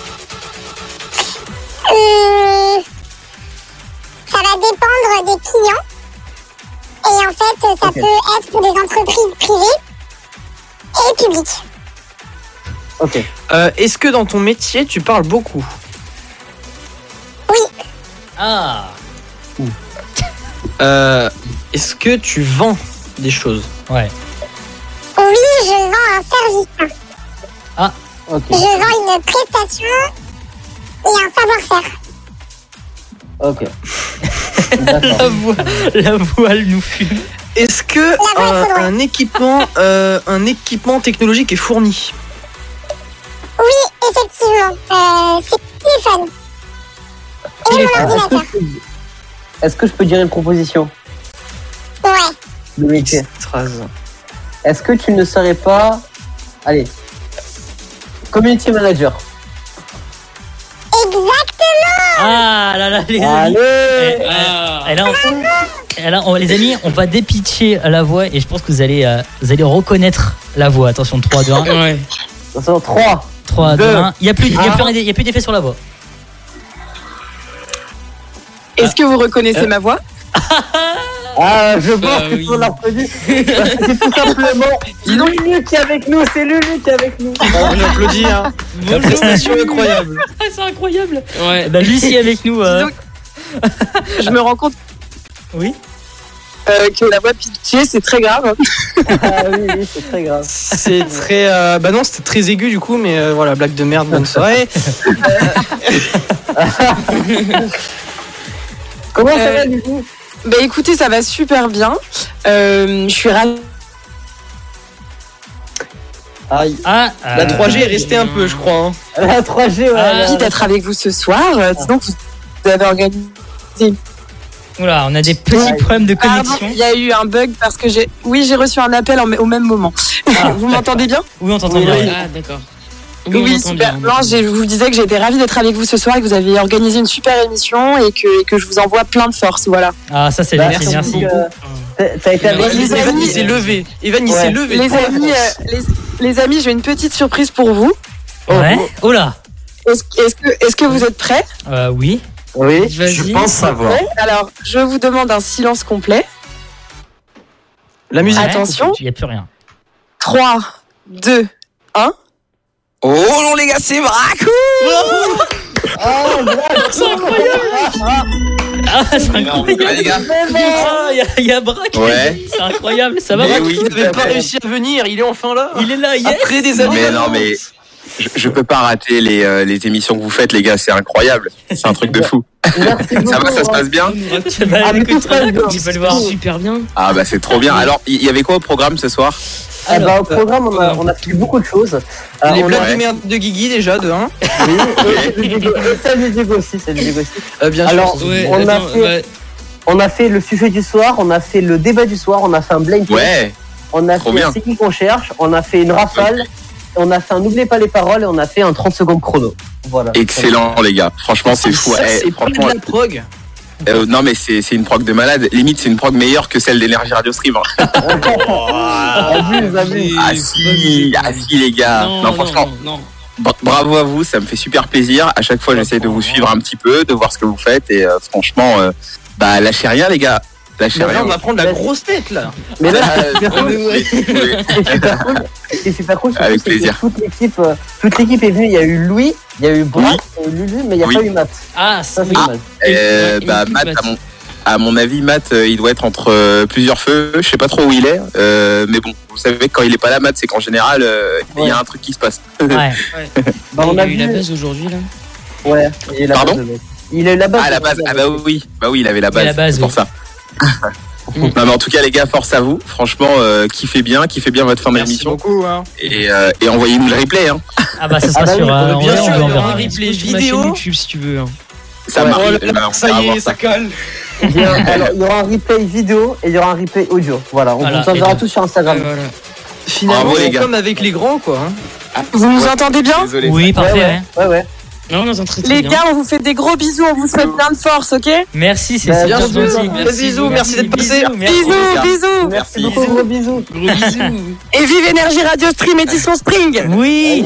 Ça va dépendre des clients. Et en fait, ça peut être pour des entreprises privées et publiques. Ok. Est-ce que dans ton métier, tu parles beaucoup? Oui. Ah. Est-ce que tu vends des choses? Ouais. Oui, je vends un service. Ah. Ok. Je vends une prestation et un savoir-faire. Ok. La voile nous fume. Est-ce que un équipement technologique est fourni? Oui, effectivement. C'est le téléphone. Et mon ordinateur. Est-ce que je peux dire une proposition? Ouais. De métier. Est-ce que tu ne serais pas... Allez. Community manager. Exactement. Ah là là, les amis. Les amis, on va dépitcher la voix et je pense que vous allez reconnaître la voix. Attention, 3, 2, 1. Ouais. Attention, 3, 2, 1. Il n'y a plus d'effet sur la voix. Est-ce que vous reconnaissez ma voix? Ah, je pense que on l'a reconnu. C'est tout simplement Lulu qui est avec nous. C'est Lulu qui est avec nous. On applaudit, hein. La prestation est incroyable. C'est incroyable. Ouais. Bah, Lucie est avec nous. Donc, je me rends compte. Oui. Que la voix pitchée, c'est très grave. Ah oui, c'est très grave. C'est très. Bah non, c'était très aigu du coup, mais voilà, blague de merde, bonne soirée. Comment ça va du coup? Bah écoutez, ça va super bien. Je suis ravie. Aïe. La 3G est restée un peu, je crois. Hein. La 3G, ouais. Ravie d'être avec vous ce soir. Disons que vous avez organisé. Oula, on a des petits problèmes de connexion. Il y a eu un bug parce que j'ai reçu un appel au même moment. Vous m'entendez bien? Oui, on t'entend bien. Ah, d'accord. Oui, super. Non, je vous disais que j'étais ravie d'être avec vous ce soir et que vous avez organisé une super émission et que je vous envoie plein de force. Voilà. Ah, ça c'est gentil, merci. T'as été avec Evan, il s'est levé. Evan, il s'est levé. Les amis, j'ai une petite surprise pour vous. Ouais. Oh là. Est-ce que vous êtes prêts ? Oui. Oui. Je pense savoir. Ouais. Alors, je vous demande un silence complet. La musique. Attention. Il n'y a plus rien. 3, 2, 1. Oh non les gars, c'est Bracou. C'est incroyable. Ah, c'est incroyable. Les gars. Il y a Braque. Ouais. C'est incroyable. Ça va, Mais Braque? oui. Il n'avait pas réussi à venir, il est enfin là. Il est là, yes. Après des années. Mais non, mais je peux pas rater les émissions que vous faites, les gars, c'est incroyable. C'est un truc de fou. Ça va, ça se passe bien? Écoute, tu peux le voir super bien. Ah bah c'est trop bien. Alors, il y avait quoi au programme ce soir? Au programme, on a fait beaucoup de choses. Les blagues de merde de Guigui déjà, de 1. Oui, salut Diego aussi, bien alors, sûr. On a fait le sujet du soir, on a fait le débat du soir, on a fait un blind test. Ouais. On a fait un c'est qui qu'on cherche, on a fait une rafale, on a fait un n'oubliez pas les paroles et on a fait un 30 secondes chrono. Voilà. Excellent les gars, franchement c'est fou. C'est franchement, pas de la prog. non mais c'est une prog de malade. Limite c'est une prog meilleure que celle d'Énergie Radio Stream. Abuse. Ah si les gars. Non, franchement. Non. Bravo à vous, ça me fait super plaisir. À chaque fois j'essaie de vous suivre un petit peu, de voir ce que vous faites et franchement, lâchez rien les gars. Lâchez rien. On va prendre la grosse tête là. Mais là, c'est super cool. Avec plaisir. Toute l'équipe est venue. Il y a eu Louis, il y a eu Braque, il y a eu Lulu, mais il n'y a pas eu Matt. Ah, ça c'est dommage. Matt, à mon avis, Matt, il doit être entre plusieurs feux. Je sais pas trop où il est, mais bon, vous savez que quand il est pas là, Matt, c'est qu'en général, il y a un truc qui se passe. Ouais. On a eu la base aujourd'hui là. Ouais. Pardon ? Il a eu la base. Ah la base. Ah bah oui, il avait la base. C'est pour ça. Non mais en tout cas les gars, force à vous. Franchement, kiffez bien votre fin d'émission. Merci beaucoup. Hein. Et envoyez-nous le replay. Hein. Ah bah ça sera sur. Bien sûr, il y aura un replay vidéo YouTube si tu veux. Ça marche. Ça y est, ça colle. Alors, il y aura un replay vidéo et il y aura un replay audio. Voilà, on vous enverra tous sur Instagram. Finalement, c'est comme avec les grands quoi. Vous nous entendez bien ? Désolé. Oui, parfait. Ouais. Non, on entend très Les bien. gars, on vous fait des gros bisous, on vous souhaite plein de force, ok ? Merci, c'est Bien super sûr. gentil. Bisous, merci d'être passé. Bisous. Merci beaucoup, gros bisous. Et vive Énergie Radio Stream édition Spring. Oui.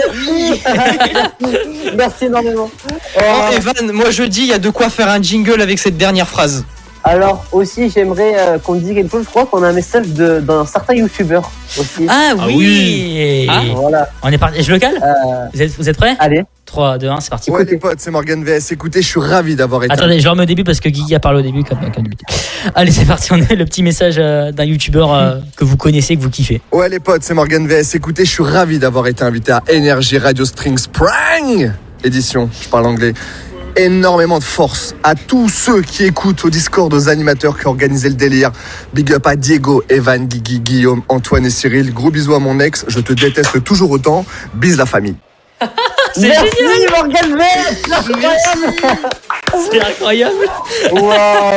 Merci énormément. Evan, moi je dis, il y a de quoi faire un jingle avec cette dernière phrase. Alors aussi, j'aimerais qu'on dise quelque chose. Je crois qu'on a un message d'un certain youtubeur aussi. Ah oui. Voilà. On est parti. Je le cale. Vous êtes prêts ? Allez. 3, 2, 1, c'est parti. Ouais les potes, c'est Morgan VS. Écoutez, je suis ravi d'avoir été. Attendez, je le remets au début parce que Guigui a parlé au début comme d'habitude. Allez, c'est parti. On a le petit message d'un youtubeur que vous connaissez, que vous kiffez. Ouais les potes, c'est Morgan VS. Écoutez, je suis ravi d'avoir été invité à Énergie Radio String Spring édition. Je parle anglais. Énormément de force à tous ceux qui écoutent au Discord, aux animateurs qui ont organisé le délire. Big up à Diego, Evan, Guigui, Guillaume, Antoine et Cyril. Gros bisous à mon ex, je te déteste toujours autant. Bise la famille. C'est Merci génial. Morgan VS. C'est incroyable. Wow.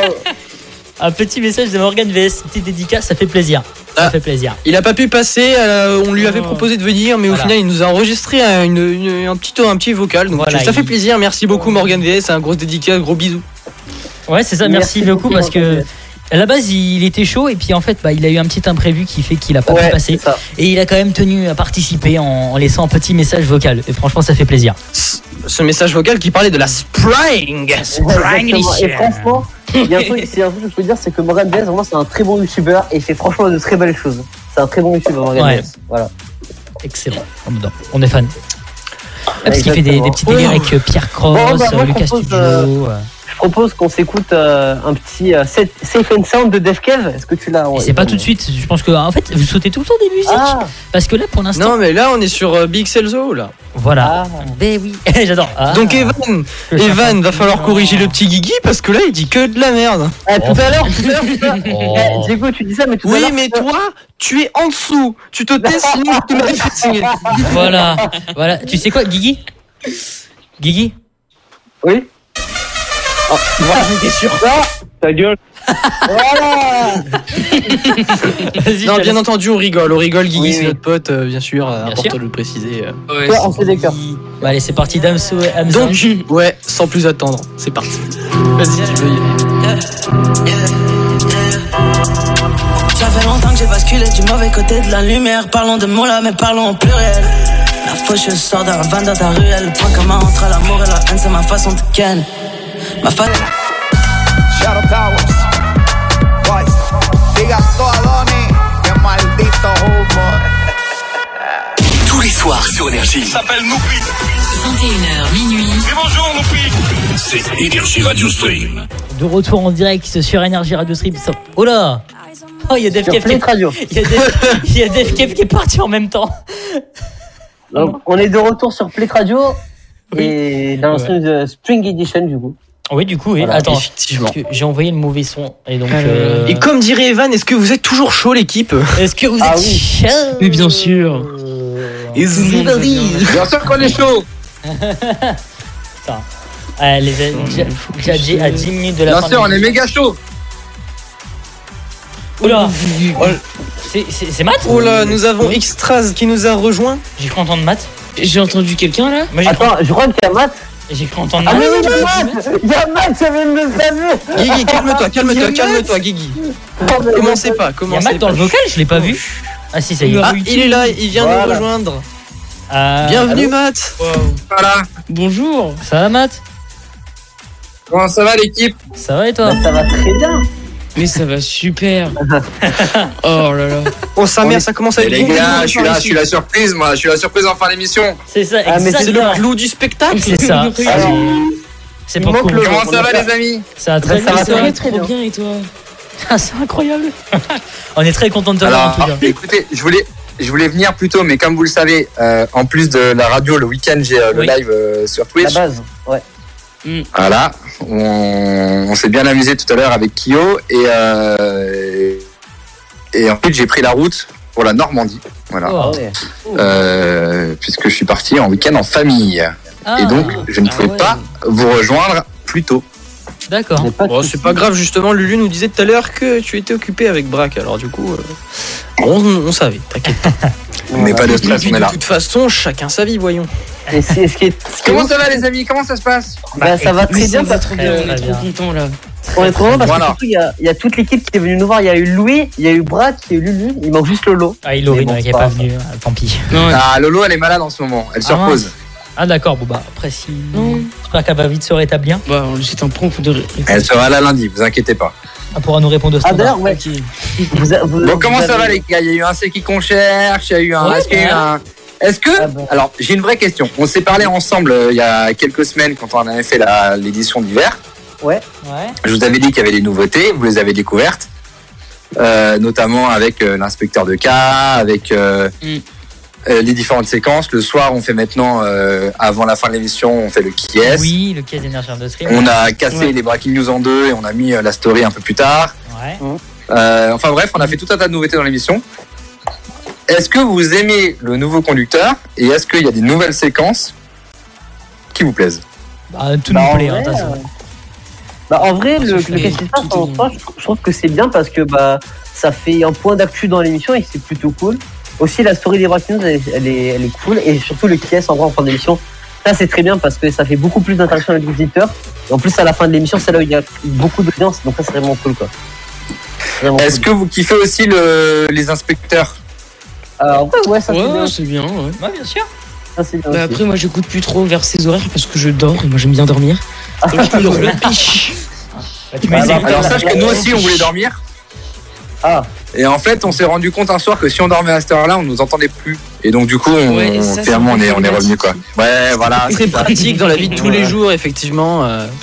Un petit message de Morgan VS, petite dédicace, ça fait plaisir. Ça fait plaisir. Il a pas pu passer, on lui avait proposé de venir, mais au final il nous a enregistré un petit vocal. Donc ça fait plaisir, merci beaucoup Morgan VS, un gros dédicace, gros bisous. Ouais c'est ça, merci beaucoup parce que à la base il était chaud et puis en fait il a eu un petit imprévu qui fait qu'il a pas pu passer et il a quand même tenu à participer en laissant un petit message vocal et franchement ça fait plaisir. Ce message vocal qui parlait de la Spring. Et franchement, il y a un truc que je peux dire, c'est que Morgan VS, vraiment, c'est un très bon youtubeur et il fait franchement de très belles choses. C'est un très bon youtubeur, Morgan VS. Voilà. Excellent. On est fan. Parce qu'il fait des petits délires avec Pierre Cross, Lucas Studio. Je propose qu'on s'écoute un petit Safe and Sound de Def Kev. Est-ce que tu l'as ? C'est pas tout de suite. Je pense que en fait vous sautez tout le temps des musiques parce que là pour l'instant. Non mais là on est sur Big Celso là. Voilà. Ben oui. J'adore. Donc Evan, va falloir corriger le petit Guigui parce que là il dit que de la merde. Tout à l'heure. Diego, tu dis ça mais tout à l'heure. Oui mais toi tu es en dessous. Tu te tais sinon je te manifeste. Voilà. Tu sais quoi Guigui ? Oui. Voilà, j'étais sûr. Ta gueule. Voilà. Non, bien entendu, on rigole. Guigui, Oui, c'est oui. notre pote, bien sûr. Important sûr. de le préciser. Ouais, Ouais, on fait des cœurs. Bah, allez, c'est parti, Damso et Hamza. Donc, ouais, sans plus attendre, c'est parti. Vas-y, tu peux y aller. Ça fait longtemps que j'ai basculé du mauvais côté de la lumière. Parlons de mots là, mais parlons au pluriel. La faucheuse sort d'un van dans ta ruelle. Le point commun entre l'amour et la haine, c'est ma façon de ken. Ma façon. Shadow Towers, Boys, diga todo Donnie, que maldito humo. Tous les soirs sur Énergie. Il s'appelle Noupi. 21h minuit. Et bonjour Noupi. C'est Énergie Radio Stream. De retour en direct sur Énergie Radio Stream. Oh là! Oh, il y a Dave Kev qui est... Il y a Dave Kev qui est parti en même temps. Donc, on est de retour sur Play Radio et dans le Spring Edition du coup. Oui, du coup, oui. Voilà, Attends, effectivement. parce que j'ai envoyé le mauvais son. Et donc. Et comme dirait Evan, est-ce que vous êtes toujours chaud, l'équipe? Est-ce que vous êtes chaud? Oui, bien sûr. Bien sûr qu'on est chaud. Ça. Les Jadji à 10 minutes de la fin. Bien sûr, on est méga chaud. Oula. C'est Matt? Oh là, nous avons Xtraz qui nous a rejoint. J'ai cru entendre Matt. J'ai entendu quelqu'un là. Attends, je crois qu'il y a Matt. J'ai cru entendre Ah Matt. oui, il y a Matt, j'avais même pas vu. Guigui, calme-toi, Guigui. Commencez pas, Il y a Matt dans le vocal, je l'ai pas vu. Ah si, ça y est. Ah, il est là, il vient nous rejoindre. Bienvenue Matt. Voilà. Bonjour. Ça va Matt? Comment ça va l'équipe? Ça va et toi? Ça va très bien. Mais ça va super. Oh là là. Oh sa mère, ça commence à être Les gars, je suis la surprise, moi. Je suis la surprise en fin d'émission. C'est ça, Ah, mais C'est le clou du spectacle. C'est ça. C'est pas cool. Comment ça va les amis? Ça va très Ça bien. va Ça va très trop bien. bien et toi? Ah, c'est incroyable. On est très content de te voir en tout Alors, cas. écoutez, je voulais venir plus tôt, mais comme vous le savez, en plus de la radio, le week-end, j'ai le Oui. live sur La Twitch. base, ouais. Voilà, on s'est bien amusé tout à l'heure avec Kyo et ensuite j'ai pris la route pour la Normandie. Voilà. Oh. Puisque je suis parti en week-end en famille. Ah. Et donc, je ne pouvais pas vous rejoindre plus tôt. D'accord. Bon, c'est pas grave, justement, Lulu nous disait tout à l'heure que tu étais occupé avec Braque, alors du coup, on savait, t'inquiète pas. Mais pas de Et stress, puis, on est de là. toute façon, chacun sa vie, voyons. Et ce qui est Comment ça va les amis? Comment ça se passe? Bah, ça va très Mais ça bien va parce trop bien, on très est trop bien. contents là. qu'on est trop bien parce Voilà. que surtout, il y a toute l'équipe qui est venue nous voir. Il y a eu Louis, il y a eu Brad, il y a eu Lulu. Il manque juste Lolo. Ah, Ilorine Mais bon, qui est c'est pas pas venue. Tant pis. Non, Ah, Lolo, elle est malade en ce moment. Elle se Ah, repose. Ah d'accord, bon bah après si... Non. J'espère qu'elle va vite se rétablir. bah, c'est un prompt de. Elle sera là lundi, vous inquiétez pas. Elle pourra nous répondre au Ah standard. d'ailleurs, ouais. Bon, comment ça va les gars? Il y a eu un C'est qui qu'on cherche, il y a eu un... Ouais, Est-ce qu'il y a eu un... Est-ce que... Ah bon. Alors, j'ai une vraie question. On s'est parlé ensemble il y a quelques semaines quand on avait fait l'édition d'hiver. Ouais. Ouais. Je vous avais dit qu'il y avait des nouveautés, vous les avez découvertes. Notamment avec l'inspecteur de cas, avec les différentes séquences. Le soir, on fait maintenant, avant la fin de l'émission, on fait le qui est. Oui, le caisse d'énergie de stream. On a cassé les breaking news en deux et on a mis la story un peu plus tard. Ouais. Enfin bref, on a fait tout un tas de nouveautés dans l'émission. Est-ce que vous aimez le nouveau conducteur et est-ce qu'il y a des nouvelles séquences qui vous plaisent? Bah, tout Bah, nous en plaît. vrai, Hein, t'as ça. Bah, en vrai, le soufflé, qu'est-ce qui se passe tout en soi, je trouve que c'est bien parce que bah, ça fait un point d'actu dans l'émission et c'est plutôt cool. Aussi, la story des Breaking News, elle est cool et surtout le qui en vrai en fin d'émission. Ça, c'est très bien parce que ça fait beaucoup plus d'interaction avec les visiteurs. Et en plus, à la fin de l'émission, c'est là où il y a beaucoup d'audience. Donc, ça, c'est vraiment cool, quoi. Vraiment Est-ce cool. que vous kiffez aussi les inspecteurs? En vrai, ouais, ça, c'est bien. Ouais, c'est bien, ouais. Ouais, bien sûr. Ça, c'est bien Bah, aussi. après, moi, j'écoute plus trop vers ces horaires parce que je dors et moi, j'aime bien dormir. Donc, je me le piche. Bah, tu mets les écouteurs. Alors sache que nous aussi on voulait dormir. Ah. Et en fait on s'est rendu compte un soir que si on dormait à cette heure-là on nous entendait plus. Et donc du coup Ouais, ça, finalement c'est on est revenu quoi. Ouais voilà. Très pratique dans la vie de tous les jours, effectivement.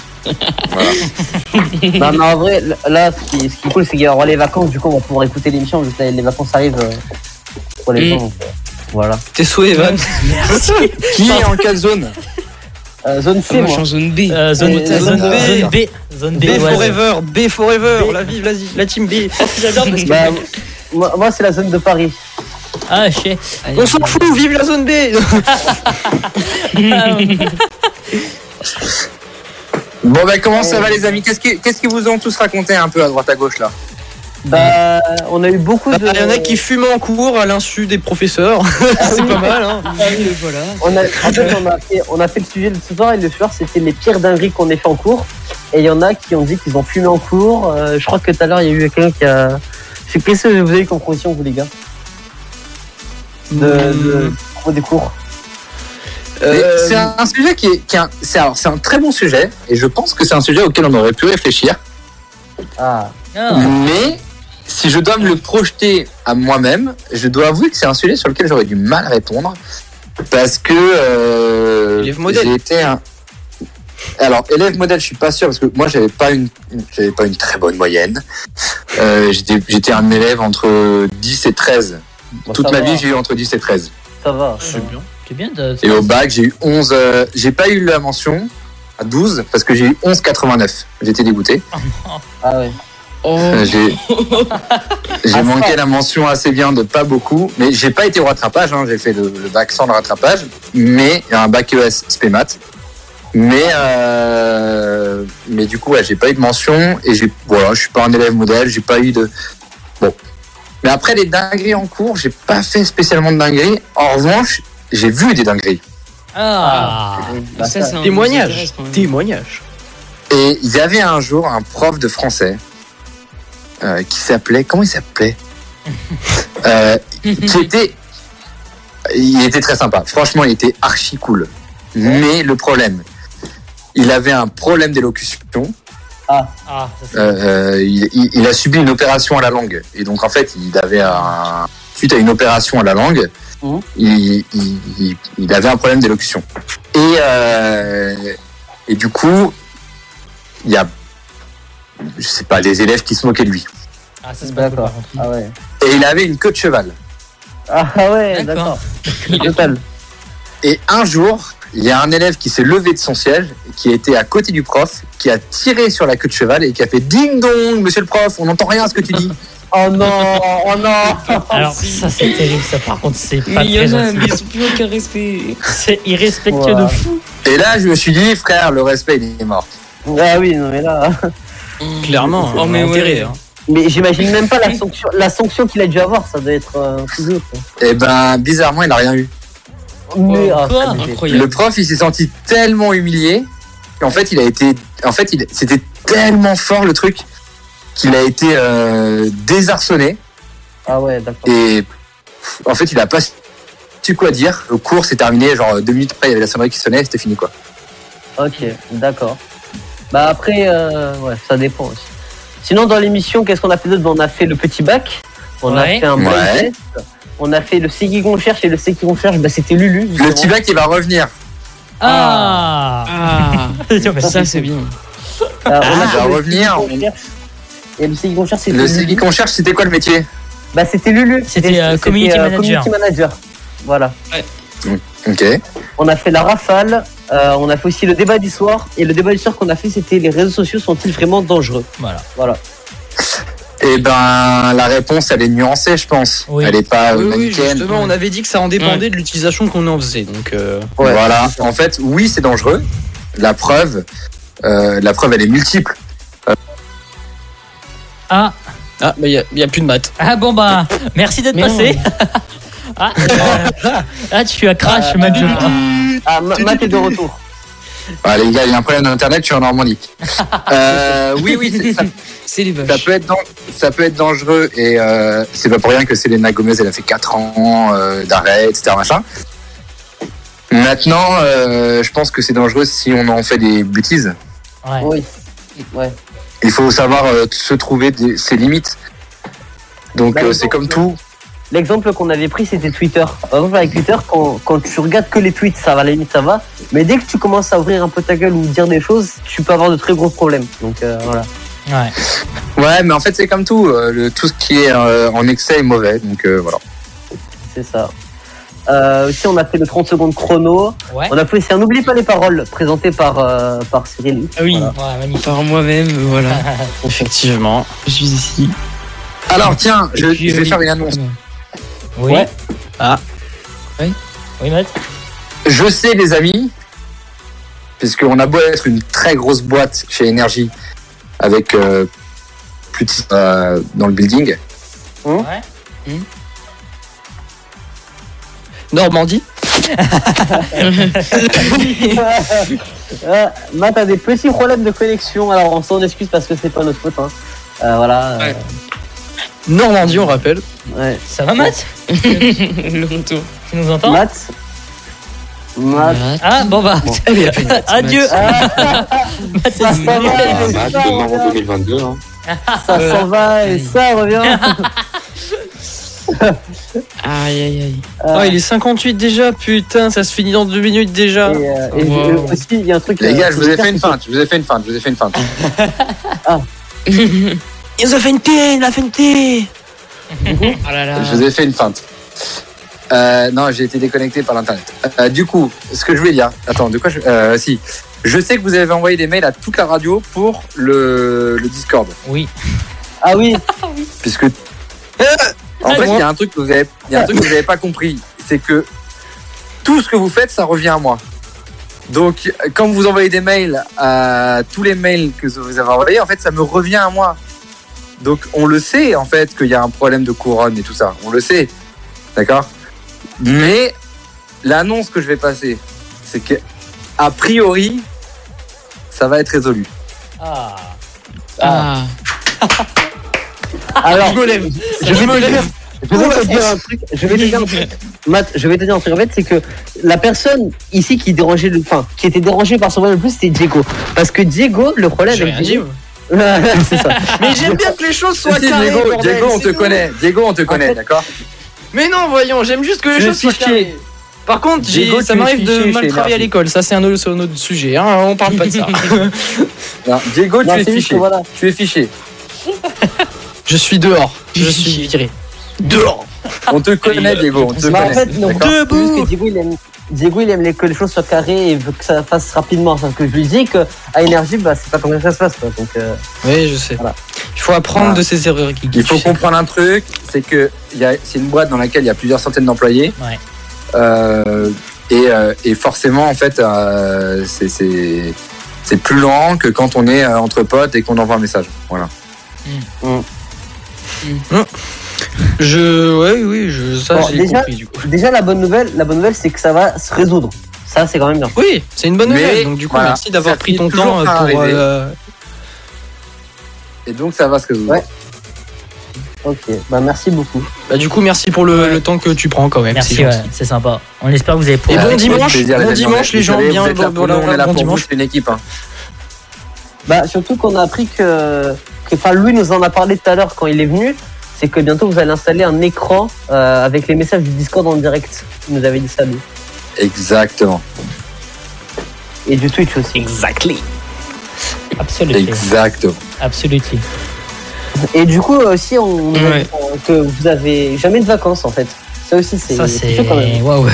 Non, mais en vrai, là, ce qui est cool, c'est qu'il y aura les vacances. Du coup, on va pouvoir écouter l'émission. Vu que les vacances arrivent pour les gens. Donc, voilà. T'es souhait, Evan. Merci. Qui est en quelle zone? Zone C, Moi, je moi. suis en zone B. Zone B. Zone B. B ouais. forever, B forever. La vive, la team B. J'adore parce que... Bah, moi, c'est la zone de Paris. Ah, chier. On s'en fout, vive la zone B. Bon bah comment ça va les amis? Qu'est-ce qu'ils vous ont tous raconté un peu à droite à gauche là? Bah, on a eu beaucoup de. Il y en a qui fument en cours à l'insu des professeurs. C'est pas mal, hein. Voilà. On a fait le sujet de ce soir et le soir c'était les pires dingueries qu'on ait fait en cours. Et il y en a qui ont dit qu'ils ont fumé en cours. Je crois que tout à l'heure il y a eu quelqu'un qui a. Je sais pas ce que vous avez eu comme proposition vous les gars. Des cours. C'est un sujet c'est un très bon sujet et je pense que c'est un sujet auquel on aurait pu réfléchir. Mais si je dois me le projeter à moi-même, je dois avouer que c'est un sujet sur lequel j'aurais du mal à répondre parce que j'ai été alors élève modèle, je suis pas sûr parce que moi j'avais pas une très bonne moyenne. J'étais un élève entre 10 et 13. Toute ma vie j'ai eu entre 10 et 13. Ça va. C'est bien. Et au bac, j'ai eu 11. J'ai pas eu la mention à 12 parce que j'ai eu 11,89. J'étais dégoûté. Ah ouais. J'ai manqué la mention assez bien de pas beaucoup, mais j'ai pas été au rattrapage. J'ai fait le bac sans le rattrapage, mais un bac ES spé maths. Mais du coup, j'ai pas eu de mention et je suis pas un élève modèle. J'ai pas eu de bon. Mais après les dingueries en cours, j'ai pas fait spécialement de dingueries. En revanche, j'ai vu des dingueries. Ça, c'est un témoignage. Et il y avait un jour un prof de français qui s'appelait... Comment il s'appelait Il était très sympa. Franchement, il était archi cool. Mais le problème, il avait un problème d'élocution. Il a subi une opération à la langue. Et donc, en fait, suite à une opération à la langue, il avait un problème d'élocution. Et du coup, il y a, je sais pas, des élèves qui se moquaient de lui. C'est pas d'accord. Et il avait une queue de cheval. D'accord. Total. Et un jour, il y a un élève qui s'est levé de son siège, qui était à côté du prof, qui a tiré sur la queue de cheval et qui a fait ding dong, monsieur le prof, on n'entend rien à ce que tu dis. Oh non. Alors ça c'est terrible, ça par contre c'est pas très gentil. Mais ils ont plus aucun respect. C'est irrespectueux de fou. Et là je me suis dit, frère, le respect il est mort. Ah oui, non mais là. Clairement. Oh mais ouais. Mais j'imagine même pas la sanction qu'il a dû avoir, ça doit être fou. Et ben bizarrement il n'a rien eu. Mais, le prof il s'est senti tellement humilié qu'en fait c'était tellement fort le truc qu'il a été désarçonné. Ah ouais, d'accord. Et en fait il a pas su quoi dire. Le cours s'est terminé, genre 2 minutes après il y avait la sonnerie qui sonnait et c'était fini quoi. Ok, d'accord. Bah après ça dépend aussi. Sinon dans l'émission qu'est-ce qu'on a fait d'autre? On a fait le petit bac, on a fait un blind test. On a fait le C'est qui qu'on cherche et le C'est qui qu'on cherche, c'était Lulu. Justement. Le petit bac il va revenir. Ça c'est bien. On a va revenir. Et le C'est qui qu'on cherche, c'était le C'est qui qu'on cherche, c'était quoi le métier? Bah c'était Lulu. C'était community manager. Voilà. Ouais. Ok. On a fait la rafale. On a fait aussi le débat du soir. Et le débat du soir qu'on a fait, c'était les réseaux sociaux sont-ils vraiment dangereux? Voilà. Eh ben, la réponse, elle est nuancée, je pense. Oui. Elle est pas manichéenne. Justement, on avait dit que ça en dépendait de l'utilisation qu'on en faisait. Donc, voilà. En fait, oui, c'est dangereux. La preuve, elle est multiple. Bah, il y a plus de maths. Ah bon, bah, merci d'être passé. Tu as crash, Matt. Matt est de retour. Ah, les gars, il y a un problème d'internet, je suis en Normandie. Oui, c'est les vaches. Ça peut être dangereux et c'est pas pour rien que Selena Gomez elle a fait 4 ans d'arrêt, etc. Machin. Maintenant, je pense que c'est dangereux si on en fait des bêtises. Oui. Il faut savoir se trouver ses limites. Donc c'est comme tout. L'exemple qu'on avait pris, c'était Twitter. Par exemple, avec Twitter, quand tu regardes que les tweets, ça va, à la limite, ça va. Mais dès que tu commences à ouvrir un peu ta gueule ou dire des choses, tu peux avoir de très gros problèmes. Donc, voilà. Ouais, mais en fait, c'est comme tout. Tout ce qui est en excès est mauvais. Donc, voilà. C'est ça. Aussi, on a fait le 30 secondes chrono. Ouais. On a fait aussi un N'oublie pas les paroles, présenté par Cyril. Oui, voilà. Par moi-même, voilà. Effectivement. Je suis ici. Alors, tiens, je vais faire une annonce. Oui. Ouais. Oui, Matt. Je sais, les amis, puisqu'on a beau être une très grosse boîte chez Énergie, avec plus de dans le building. Normandie. Matt a des petits problèmes de connexion, alors on s'en excuse parce que c'est pas notre faute. Voilà. Normandie, on rappelle. Ouais. Ça va, Matt? Le retour. Tu nous entends? Matt. Ah, bon bah. Adieu. Matt, demain en 2022. Hein. Ça s'en va et ça revient. Aïe. Oh, il est 58 déjà, putain, ça se finit dans 2 minutes déjà. Et aussi, il y a un truc. Les gars, je vous ai fait une feinte. Ah. Il nous a fait une thé, il a fait une thé. Oh là là. Je vous ai fait une feinte. Non, j'ai été déconnecté par l'internet. Du coup, ce que je voulais dire. Attends, de quoi si. Je sais que vous avez envoyé des mails à toute la radio pour le Discord. Oui. Ah oui. Puisque. En fait, il y a un truc que vous avez pas compris. C'est que tout ce que vous faites, ça revient à moi. Donc, quand vous envoyez des mails à tous les mails que vous avez envoyés, en fait, ça me revient à moi. Donc, on le sait, en fait, qu'il y a un problème de couronne et tout ça. On le sait. D'accord ? Mais l'annonce que je vais passer, c'est que, a priori, ça va être résolu. Alors, je me lève. Je vais te dire un truc. Matt, je vais te dire un truc. En fait, c'est que la personne ici qui était dérangée par son problème le plus, c'était Diego. Parce que Diego, le problème avec Diego. C'est ça. Mais j'aime bien que les choses soient carrées. Diego, on te connaît. Diego, on te connaît, d'accord ? Mais non, voyons, j'aime juste que les choses soient carrées. Par contre, ça m'arrive de mal travailler à l'école. Ça, c'est un autre sujet. Hein. On parle pas de ça. Non, Diego, tu es fiché. Voilà. Tu es fiché. Je suis dehors. Je suis viré. Dehors. On te connaît, Diego. On te connaît. En fait, non, debout. Diego, il aime que les choses soient carrées et veut que ça fasse rapidement. Parce que je lui dis qu'à Énergie, c'est pas comme ça se passe. Quoi. Donc, oui, je sais. Voilà. Il faut apprendre de ses erreurs. Il faut comprendre un truc, c'est que c'est une boîte dans laquelle il y a plusieurs centaines d'employés. Ouais. Et forcément, en fait, c'est plus lent que quand on est entre potes et qu'on envoie un message. Voilà. J'ai compris du coup. Déjà, la bonne nouvelle, c'est que ça va se résoudre. Ça, c'est quand même bien. Oui, c'est une bonne nouvelle. Donc du coup, merci d'avoir pris ton temps pour. Et donc, ça va se résoudre. Ouais. Ok, merci beaucoup. Du coup, merci pour le temps que tu prends quand même. Merci, c'est sympa. On espère que vous avez Et bon dimanche, les gens, bien on est là pour vous, c'est une équipe. Surtout qu'on a appris que Louis nous en a parlé tout à l'heure quand il est venu, c'est que bientôt vous allez installer un écran avec les messages du Discord en direct. Il nous avait dit ça, lui. Exactement. Et du Twitch aussi. Exactly. Absolument. Exactement. Absolument. Et du coup aussi, on dit que vous avez jamais de vacances en fait. Ça aussi, c'est quand même. Waouh.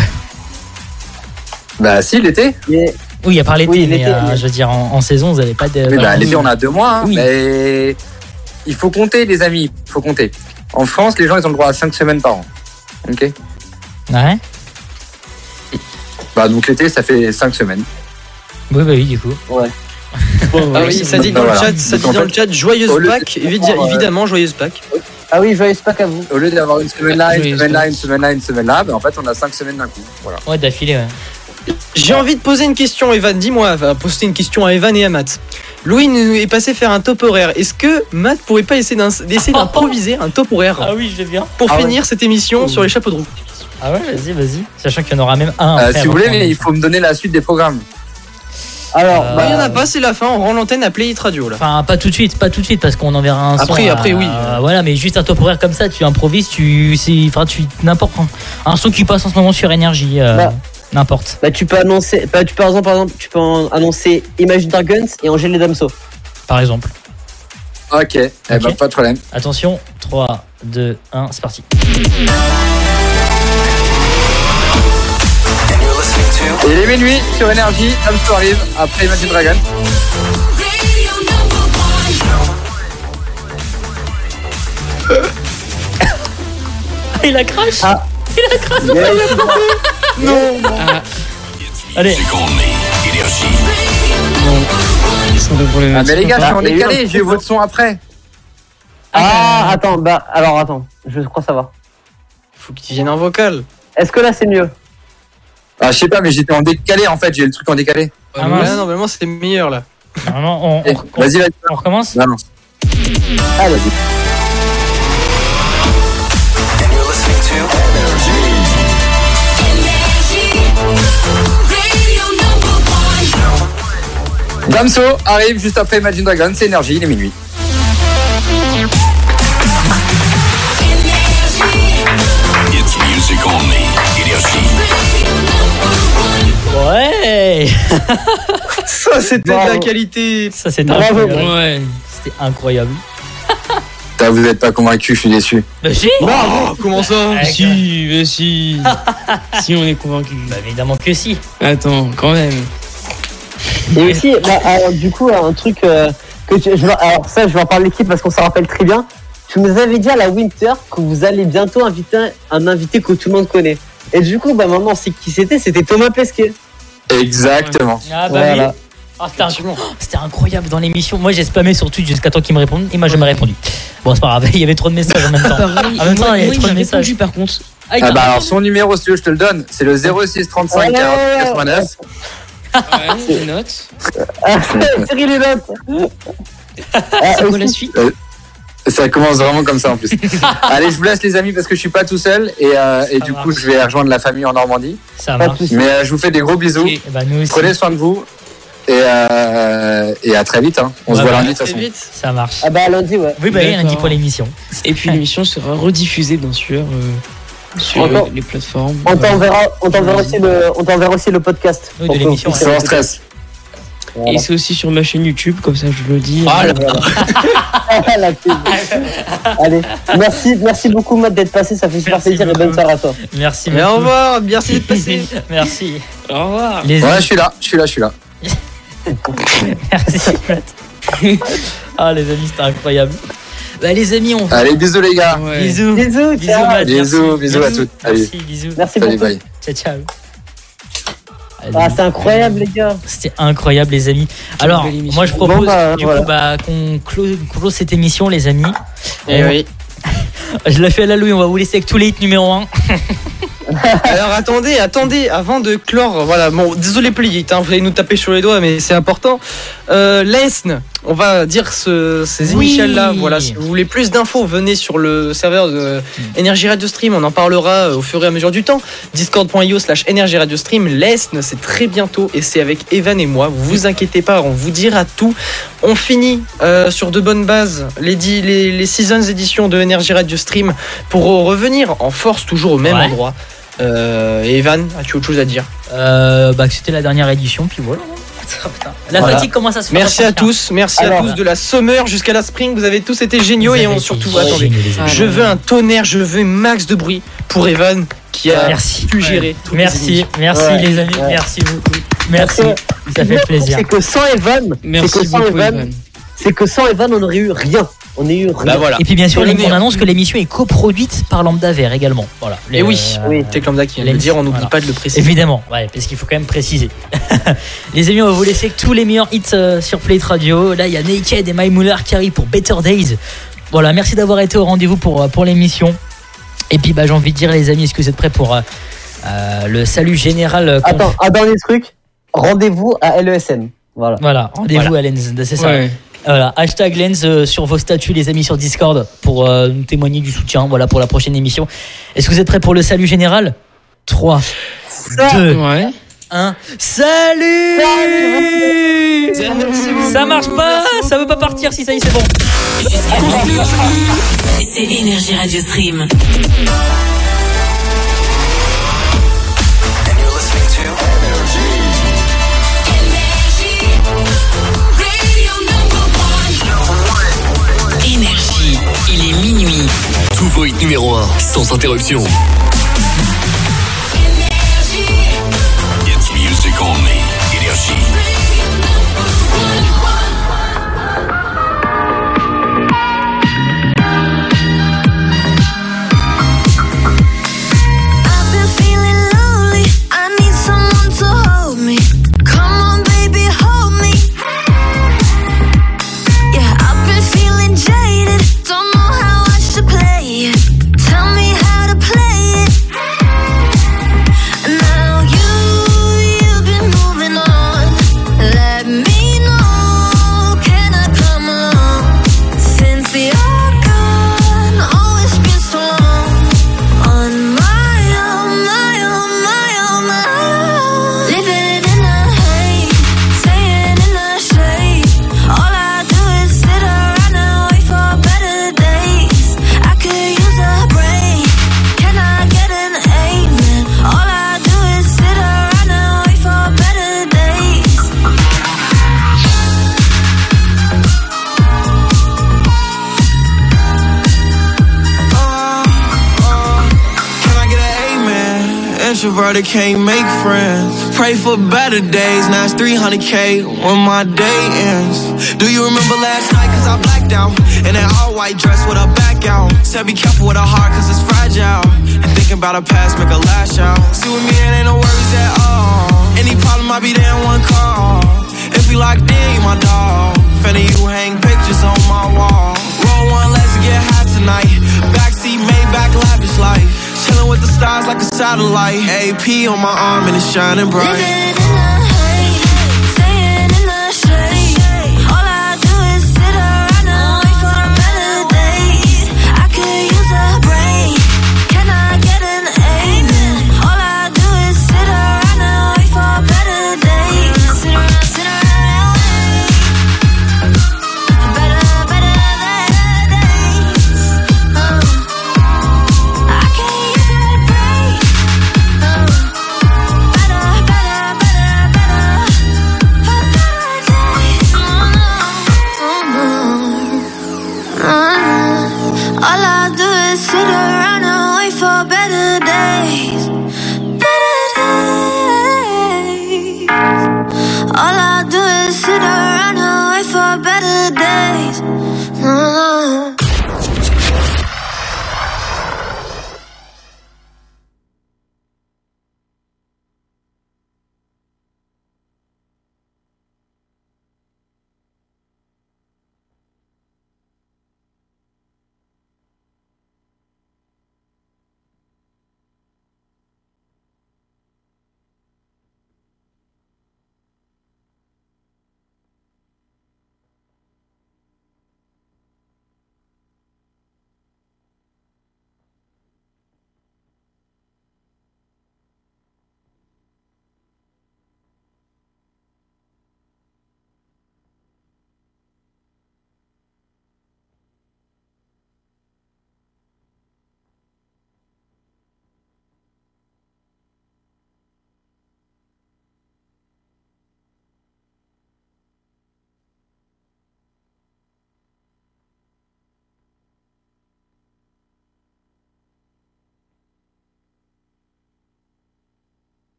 Bah si, l'été. Oui, à part l'été, mais je veux dire, en saison, vous n'avez pas de. Mais l'été, on a 2 mois. Oui. Mais il faut compter, les amis. Il faut compter. En France, les gens, ils ont le droit à 5 semaines par an. Ok. Ouais. Donc l'été, ça fait 5 semaines. Oui, du coup. Ouais. Ah oui, ça dit dans le chat, joyeuse Pâques, évidemment, joyeuse Pâques. Ah oui, joyeuse Pâques à vous. Au lieu d'avoir une semaine là, une semaine là, en fait, on a 5 semaines d'un coup. Voilà. Ouais, d'affilée, ouais. J'ai envie de poser une question, Evan. Dis-moi, va poster une question à Evan et à Matt. Louis est passé faire un top horaire. Est-ce que Matt pourrait pas essayer d'improviser un top horaire? Ah oui, je vais bien. Pour finir cette émission sur les chapeaux de roue. Ah ouais, vas-y. Sachant qu'il y en aura même un. Si vous voulez, mais il faut me donner la suite des programmes. Alors, il y en a pas, c'est la fin. On rend l'antenne à Play It Radio là. Enfin, pas tout de suite, parce qu'on enverra un son. Après, oui. Voilà, mais juste un top horaire comme ça, tu improvises, n'importe un son qui passe en ce moment sur Énergie. N'importe. Tu peux annoncer, par exemple, tu peux annoncer Imagine Dragons et Angèle et Damso. Par exemple. Ok, pas de problème. Attention, 3, 2, 1, c'est parti. Et il est minuit sur Énergie, Damso Live, après Imagine Dragons. Il a crash. Il a crash. Non. Allez. C'est qu'on est Énergie. devrait le mettre. Mais les gars, je suis en décalé, j'ai votre son après. Attends, je crois savoir. Faut qu'il vienne en vocal. Est-ce que là c'est mieux? Je sais pas, mais j'étais en décalé en fait, j'ai le truc en décalé. Normalement c'est meilleur là. Normalement, vas-y, on recommence. Balance. Allez, vas-y. Damso arrive juste après Imagine Dragons, c'est Énergie, il est minuit. It's music only. Énergie. Ouais. Ça c'était de la qualité. Ça c'était incroyable. Ouais. C'était incroyable. Vous n'êtes pas convaincu, je suis déçu. Bah si. Comment ça? Si, si. Si on est convaincu. Bah évidemment que si. Attends, quand même. Et aussi, alors, du coup, un truc alors ça, je vais en parler l'équipe parce qu'on s'en rappelle très bien. Tu nous avais dit à la Winter que vous allez bientôt inviter un invité que tout le monde connaît. Et du coup, maintenant, on sait qui c'était Thomas Pesquet. Exactement. Ah bah voilà. Oui. C'était incroyable dans l'émission. Moi j'ai spammé sur Twitch jusqu'à temps qu'il me réponde et moi je me répondu. Bon c'est pas grave, il y avait trop de messages en même temps. En même temps il y avait trop de messages. Répondu, par contre. Alors son numéro si tu veux je te le donne, c'est le 06 35 40 89. Ouais, je note. Cyril les notes. C'est quoi la suite? Ça commence vraiment comme ça en plus. Allez, je vous laisse les amis parce que je suis pas tout seul et du coup je vais rejoindre la famille en Normandie. Ça marche. Mais je vous fais des gros bisous. Et bah, nous aussi. Prenez soin de vous et à très vite. Hein. On se voit lundi de toute façon. Ça marche. Ah bah lundi ouais. Oui bah lundi pour l'émission. Et puis l'émission sera rediffusée bien sûr sur les plateformes. On t'enverra aussi le podcast. Oui, de l'émission. Sans stress. Voilà. Et c'est aussi sur ma chaîne YouTube, comme ça je le dis. La pub. Allez, merci beaucoup Matt d'être passé, ça fait super plaisir et bonne soirée à toi. Merci. Au revoir, merci d'être passé. Merci. Au revoir. Ouais, je suis là. Merci Matt. Ah les amis, c'était incroyable. Bah les amis, on va... Allez, bisous les gars. Ouais. Bisous Bisous Matt. Bisous à toutes. Allez. Merci, bisous. Merci beaucoup. Bye. Ciao. C'est incroyable les gars. C'était incroyable les amis. Alors moi je propose qu'on close cette émission les amis. Et oui. Je l'ai fait à la Louis, on va vous laisser avec tous les hits numéro 1. Alors attendez, avant de clore, voilà, bon, désolé pour les hits, vous allez nous taper sur les doigts, mais c'est important. L'ESN, on va dire ces initiales-là, voilà, si vous voulez plus d'infos, venez sur le serveur de Énergie Radio Stream, on en parlera au fur et à mesure du temps. Discord.io/Énergie Radio Stream, l'ESN, c'est très bientôt, et c'est avec Evan et moi, vous inquiétez pas, on vous dira tout. On finit sur de bonnes bases les Seasons éditions de Énergie Radio Stream pour revenir en force, toujours au même endroit. Evan, as-tu autre chose à dire? Que c'était la dernière édition, puis voilà. La fatigue commence à se faire. Merci à tous de la summer jusqu'à la spring, vous avez tous été géniaux et surtout attendez, je veux un tonnerre, je veux max de bruit pour Evan qui a pu gérer. Merci les amis, merci beaucoup. Merci, ça fait plaisir. C'est que sans Evan, on n'aurait eu rien. On est eu rien. Et puis bien sûr, on annonce que l'émission est coproduite par Lambda Vert également. Voilà. Et oui, Tech Lambda qui vient de le dire, on n'oublie pas de le préciser. Évidemment, parce qu'il faut quand même préciser. Les amis, on va vous laisser avec tous les meilleurs hits sur Play Radio. Là, il y a Naked et My Muller qui arrivent pour Better Days. Voilà, merci d'avoir été au rendez-vous pour l'émission. Et puis j'ai envie de dire les amis, est-ce que vous êtes prêts pour le salut général? Attends, un dernier truc. Rendez-vous à LESN. Voilà, rendez-vous à Lens, c'est ça. Ouais. Voilà, hashtag Lens sur vos statuts les amis sur Discord pour nous témoigner du soutien pour la prochaine émission. Est-ce que vous êtes prêts pour le salut général? 3, 2, 1. Salut. Ça marche pas, ça veut pas partir si ça y est, c'est bon. C'est Énergie Radio Stream. Énergie, il est minuit. Tout vos hits numéro 1, sans interruption. It's music only. Énergie. introverted, can't make friends. Pray for better days, now it's 300K when my day ends. Do you remember last night, cause I blacked out in an all-white dress with a back out. Said be careful with a heart, cause it's fragile. And thinking about a past, make a lash out. See with me, it ain't no worries at all. Any problem, I'll be there in one call. If we locked in, you my dog. Finna you hang pictures on my wall. Roll one, let's get high tonight. Backseat, Maybach, lavish life. Chillin' with the stars like a satellite. AP on my arm and it's shining bright.